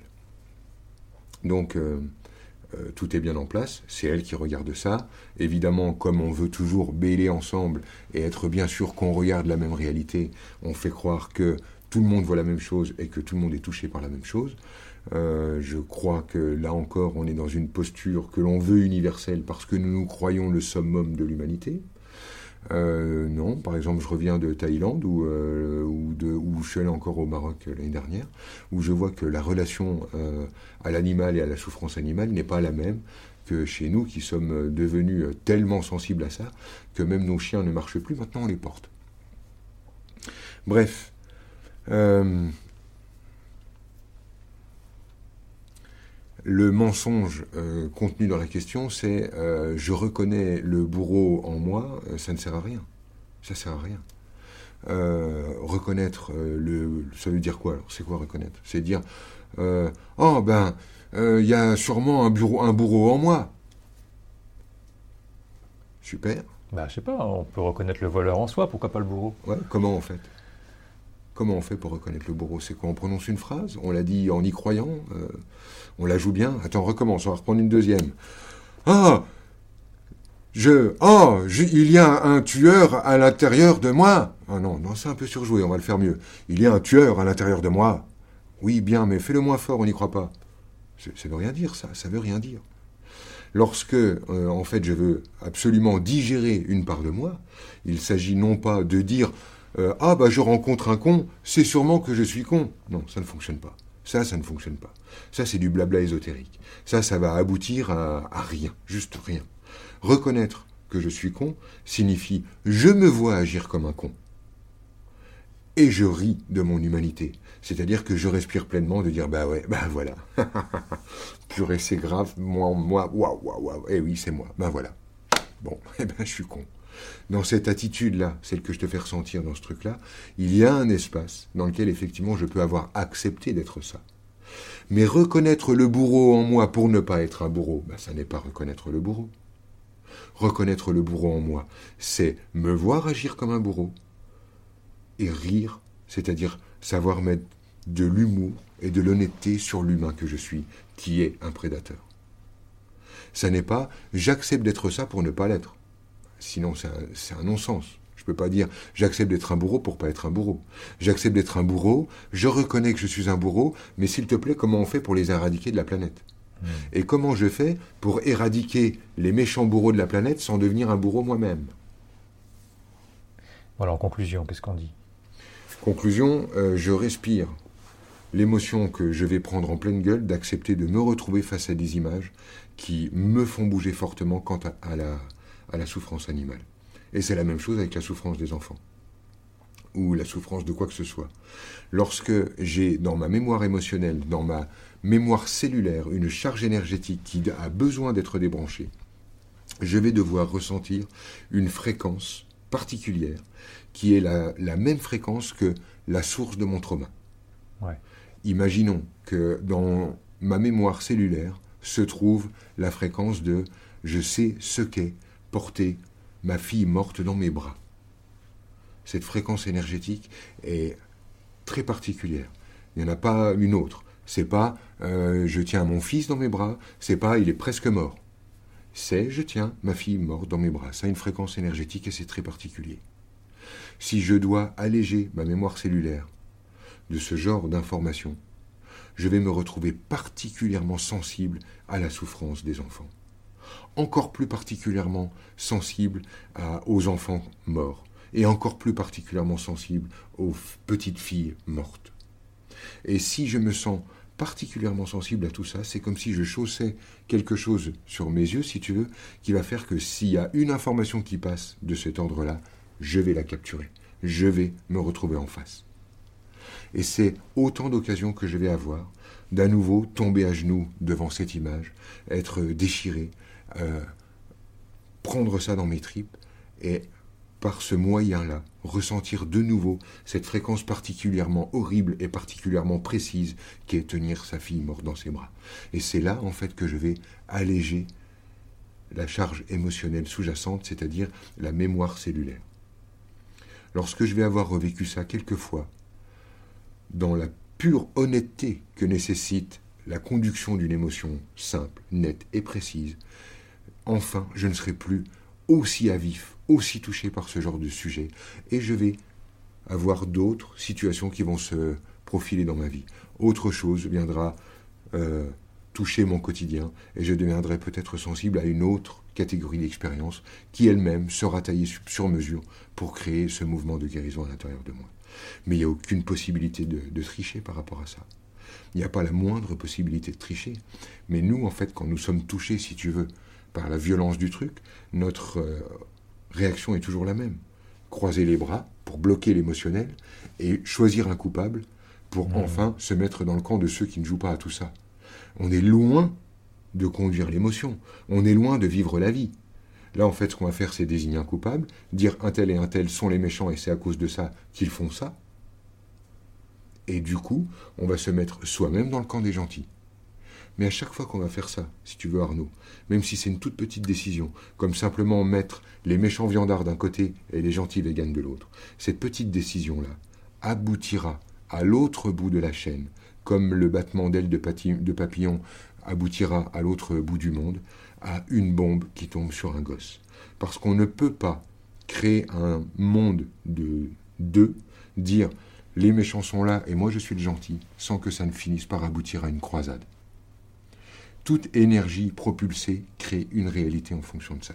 [SPEAKER 2] Donc, tout est bien en place, c'est elle qui regarde ça. Évidemment, comme on veut toujours bêler ensemble et être bien sûr qu'on regarde la même réalité, on fait croire que tout le monde voit la même chose et que tout le monde est touché par la même chose. Je crois que là encore, on est dans une posture que l'on veut universelle parce que nous croyons le summum de l'humanité. Non, par exemple, je reviens de Thaïlande où je suis allé encore au Maroc l'année dernière, où je vois que la relation à l'animal et à la souffrance animale n'est pas la même que chez nous qui sommes devenus tellement sensibles à ça que même nos chiens ne marchent plus, maintenant on les porte. Bref. Le mensonge contenu dans la question, c'est je reconnais le bourreau en moi, ça ne sert à rien. Ça sert à rien. Reconnaître ça veut dire quoi alors? C'est quoi reconnaître? C'est dire il y a sûrement un bourreau en moi. Super.
[SPEAKER 1] Je sais pas, on peut reconnaître le voleur en soi, pourquoi pas le bourreau?
[SPEAKER 2] Ouais, comment on fait? Comment on fait pour reconnaître le bourreau? C'est quoi? On prononce une phrase? On la dit en y croyant? On la joue bien? Attends, recommence, on va reprendre une deuxième. Il y a un tueur à l'intérieur de moi. Ah non, c'est un peu surjoué, on va le faire mieux. Il y a un tueur à l'intérieur de moi. Oui, bien, mais fais-le moins fort, on n'y croit pas. Ça veut rien dire, ça veut rien dire. Lorsque, en fait, je veux absolument digérer une part de moi, il s'agit non pas de dire je rencontre un con, c'est sûrement que je suis con. Non, ça ne fonctionne pas. Ça ne fonctionne pas. Ça, c'est du blabla ésotérique. Ça va aboutir à rien, juste rien. Reconnaître que je suis con signifie je me vois agir comme un con. Et je ris de mon humanité. C'est-à-dire que je respire pleinement de dire voilà. Purée, c'est grave, moi, waouh. Eh oui, c'est moi. Voilà. Bon, je suis con. Dans cette attitude-là, celle que je te fais ressentir dans ce truc-là, il y a un espace dans lequel effectivement je peux avoir accepté d'être ça. Mais reconnaître le bourreau en moi pour ne pas être un bourreau, ça n'est pas reconnaître le bourreau. Reconnaître le bourreau en moi, c'est me voir agir comme un bourreau et rire, c'est-à-dire savoir mettre de l'humour et de l'honnêteté sur l'humain que je suis, qui est un prédateur. Ça n'est pas j'accepte d'être ça pour ne pas l'être. Sinon, c'est un non-sens. Je ne peux pas dire j'accepte d'être un bourreau pour pas être un bourreau. J'accepte d'être un bourreau, je reconnais que je suis un bourreau, mais s'il te plaît, comment on fait pour les éradiquer de la planète? Et comment je fais pour éradiquer les méchants bourreaux de la planète sans devenir un bourreau moi-même?
[SPEAKER 1] Voilà, en conclusion, qu'est-ce qu'on dit?
[SPEAKER 2] Conclusion, je respire l'émotion que je vais prendre en pleine gueule d'accepter de me retrouver face à des images qui me font bouger fortement quant à la souffrance animale. Et c'est la même chose avec la souffrance des enfants, ou la souffrance de quoi que ce soit. Lorsque j'ai dans ma mémoire émotionnelle, dans ma mémoire cellulaire, une charge énergétique qui a besoin d'être débranchée, je vais devoir ressentir une fréquence particulière qui est la même fréquence que la source de mon trauma.
[SPEAKER 1] Ouais.
[SPEAKER 2] Imaginons que dans ma mémoire cellulaire, se trouve la fréquence de « je sais ce qu'est porter ma fille morte dans mes bras ». Cette fréquence énergétique est très particulière. Il n'y en a pas une autre. C'est pas je tiens mon fils dans mes bras, c'est pas il est presque mort. C'est je tiens ma fille morte dans mes bras. Ça a une fréquence énergétique et c'est très particulier. Si je dois alléger ma mémoire cellulaire de ce genre d'informations, je vais me retrouver particulièrement sensible à la souffrance des enfants. Encore plus particulièrement sensible aux enfants morts. Et encore plus particulièrement sensible aux petites filles mortes. Et si je me sens particulièrement sensible à tout ça, c'est comme si je chaussais quelque chose sur mes yeux, si tu veux, qui va faire que s'il y a une information qui passe de cet ordre-là, je vais la capturer. Je vais me retrouver en face. Et c'est autant d'occasions que je vais avoir d'à nouveau tomber à genoux devant cette image, être déchiré, prendre ça dans mes tripes et par ce moyen-là, ressentir de nouveau cette fréquence particulièrement horrible et particulièrement précise qui est tenir sa fille morte dans ses bras. Et c'est là, en fait, que je vais alléger la charge émotionnelle sous-jacente, c'est-à-dire la mémoire cellulaire. Lorsque je vais avoir revécu ça quelquefois, dans la pure honnêteté que nécessite la conduction d'une émotion simple, nette et précise, enfin, je ne serai plus aussi à vif, aussi touché par ce genre de sujet, et je vais avoir d'autres situations qui vont se profiler dans ma vie. Autre chose viendra toucher mon quotidien, et je deviendrai peut-être sensible à une autre catégorie d'expérience qui elle-même sera taillée sur mesure pour créer ce mouvement de guérison à l'intérieur de moi. Mais il n'y a aucune possibilité de tricher par rapport à ça. Il n'y a pas la moindre possibilité de tricher. Mais nous, en fait, quand nous sommes touchés, si tu veux, par la violence du truc, notre réaction est toujours la même. Croiser les bras pour bloquer l'émotionnel et choisir un coupable pour enfin se mettre dans le camp de ceux qui ne jouent pas à tout ça. On est loin de conduire l'émotion. On est loin de vivre la vie. Là, en fait, ce qu'on va faire, c'est désigner un coupable, dire un tel et un tel sont les méchants et c'est à cause de ça qu'ils font ça. Et du coup, on va se mettre soi-même dans le camp des gentils. Mais à chaque fois qu'on va faire ça, si tu veux Arnaud, même si c'est une toute petite décision, comme simplement mettre les méchants viandards d'un côté et les gentils véganes de l'autre, cette petite décision-là aboutira à l'autre bout de la chaîne, comme le battement d'ailes de papillon aboutira à l'autre bout du monde, à une bombe qui tombe sur un gosse. Parce qu'on ne peut pas créer un monde de deux, dire les méchants sont là et moi je suis le gentil, sans que ça ne finisse par aboutir à une croisade. Toute énergie propulsée crée une réalité en fonction de ça.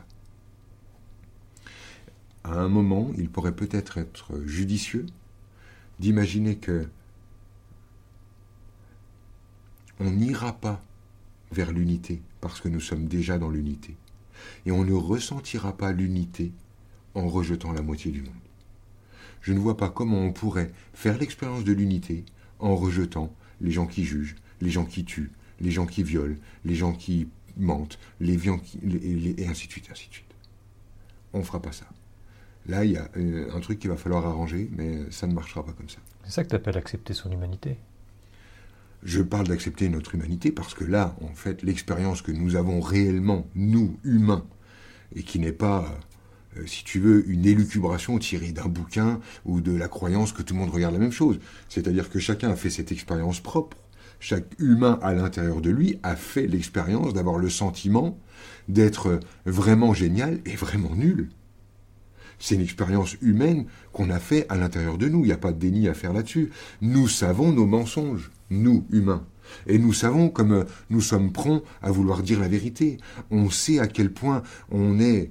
[SPEAKER 2] À un moment, il pourrait peut-être être judicieux d'imaginer que on n'ira pas vers l'unité parce que nous sommes déjà dans l'unité. Et on ne ressentira pas l'unité en rejetant la moitié du monde. Je ne vois pas comment on pourrait faire l'expérience de l'unité en rejetant les gens qui jugent, les gens qui tuent, les gens qui violent, les gens qui mentent, et ainsi de suite, ainsi de suite. On ne fera pas ça. Là, il y a un truc qu'il va falloir arranger, mais ça ne marchera pas comme ça.
[SPEAKER 1] C'est ça que tu appelles accepter son humanité.
[SPEAKER 2] Je parle d'accepter notre humanité parce que là, en fait, l'expérience que nous avons réellement, nous, humains, et qui n'est pas, si tu veux, une élucubration tirée d'un bouquin ou de la croyance que tout le monde regarde la même chose. C'est-à-dire que chacun a fait cette expérience propre. Chaque humain à l'intérieur de lui a fait l'expérience d'avoir le sentiment d'être vraiment génial et vraiment nul. C'est une expérience humaine qu'on a fait à l'intérieur de nous. Il n'y a pas de déni à faire là-dessus. Nous savons nos mensonges, nous, humains. Et nous savons comme nous sommes prompts à vouloir dire la vérité. On sait à quel point on est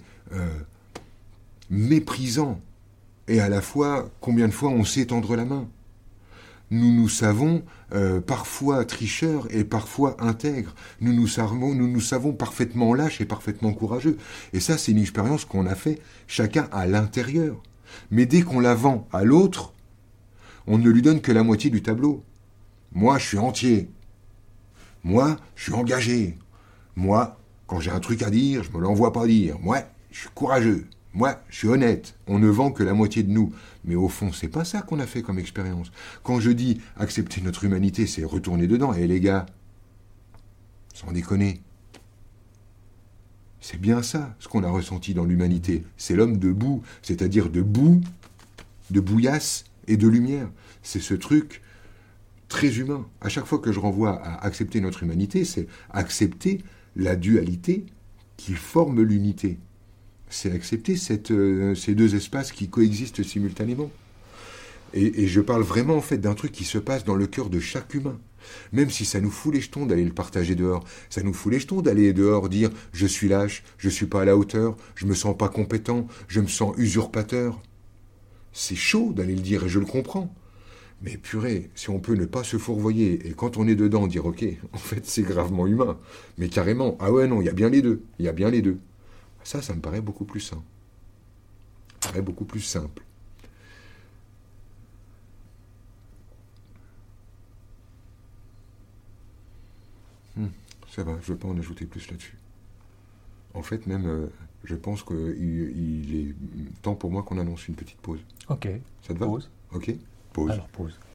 [SPEAKER 2] méprisant. Et à la fois, combien de fois on sait tendre la main. Nous savons parfois tricheurs et parfois intègres. Nous nous savons parfaitement lâches et parfaitement courageux. Et ça, c'est une expérience qu'on a fait chacun à l'intérieur. Mais dès qu'on la vend à l'autre, on ne lui donne que la moitié du tableau. Moi, je suis entier. Moi, je suis engagé. Moi, quand j'ai un truc à dire, je me l'envoie pas dire. Moi, je suis courageux. Moi, je suis honnête. On ne vend que la moitié de nous. Mais au fond, c'est pas ça qu'on a fait comme expérience. Quand je dis accepter notre humanité, c'est retourner dedans. Et les gars, Sans déconner. C'est bien ça, ce qu'on a ressenti dans l'humanité. C'est l'homme debout, c'est-à-dire de boue, de bouillasse et de lumière. C'est ce truc très humain. À chaque fois que je renvoie à accepter notre humanité, c'est accepter la dualité qui forme l'unité. C'est accepter ces deux espaces qui coexistent simultanément. Et je parle vraiment en fait d'un truc qui se passe dans le cœur de chaque humain. Même si ça nous fout les jetons d'aller le partager dehors, ça nous fout les jetons d'aller dehors dire « je suis lâche, je suis pas à la hauteur, je me sens pas compétent, je me sens usurpateur ». C'est chaud d'aller le dire et je le comprends. Mais purée, si on peut ne pas se fourvoyer et quand on est dedans dire « ok, en fait c'est gravement humain », mais carrément « ah ouais non, il y a bien les deux, il y a bien les deux ». Ça me paraît beaucoup plus sain. Ça me paraît beaucoup plus simple. Ça va, je ne veux pas en ajouter plus là-dessus. En fait, même, je pense qu'il est temps pour moi qu'on annonce une petite pause.
[SPEAKER 1] Ok.
[SPEAKER 2] Ça te va ?
[SPEAKER 1] Pause.
[SPEAKER 2] Ok. Pause.
[SPEAKER 1] Alors, pause.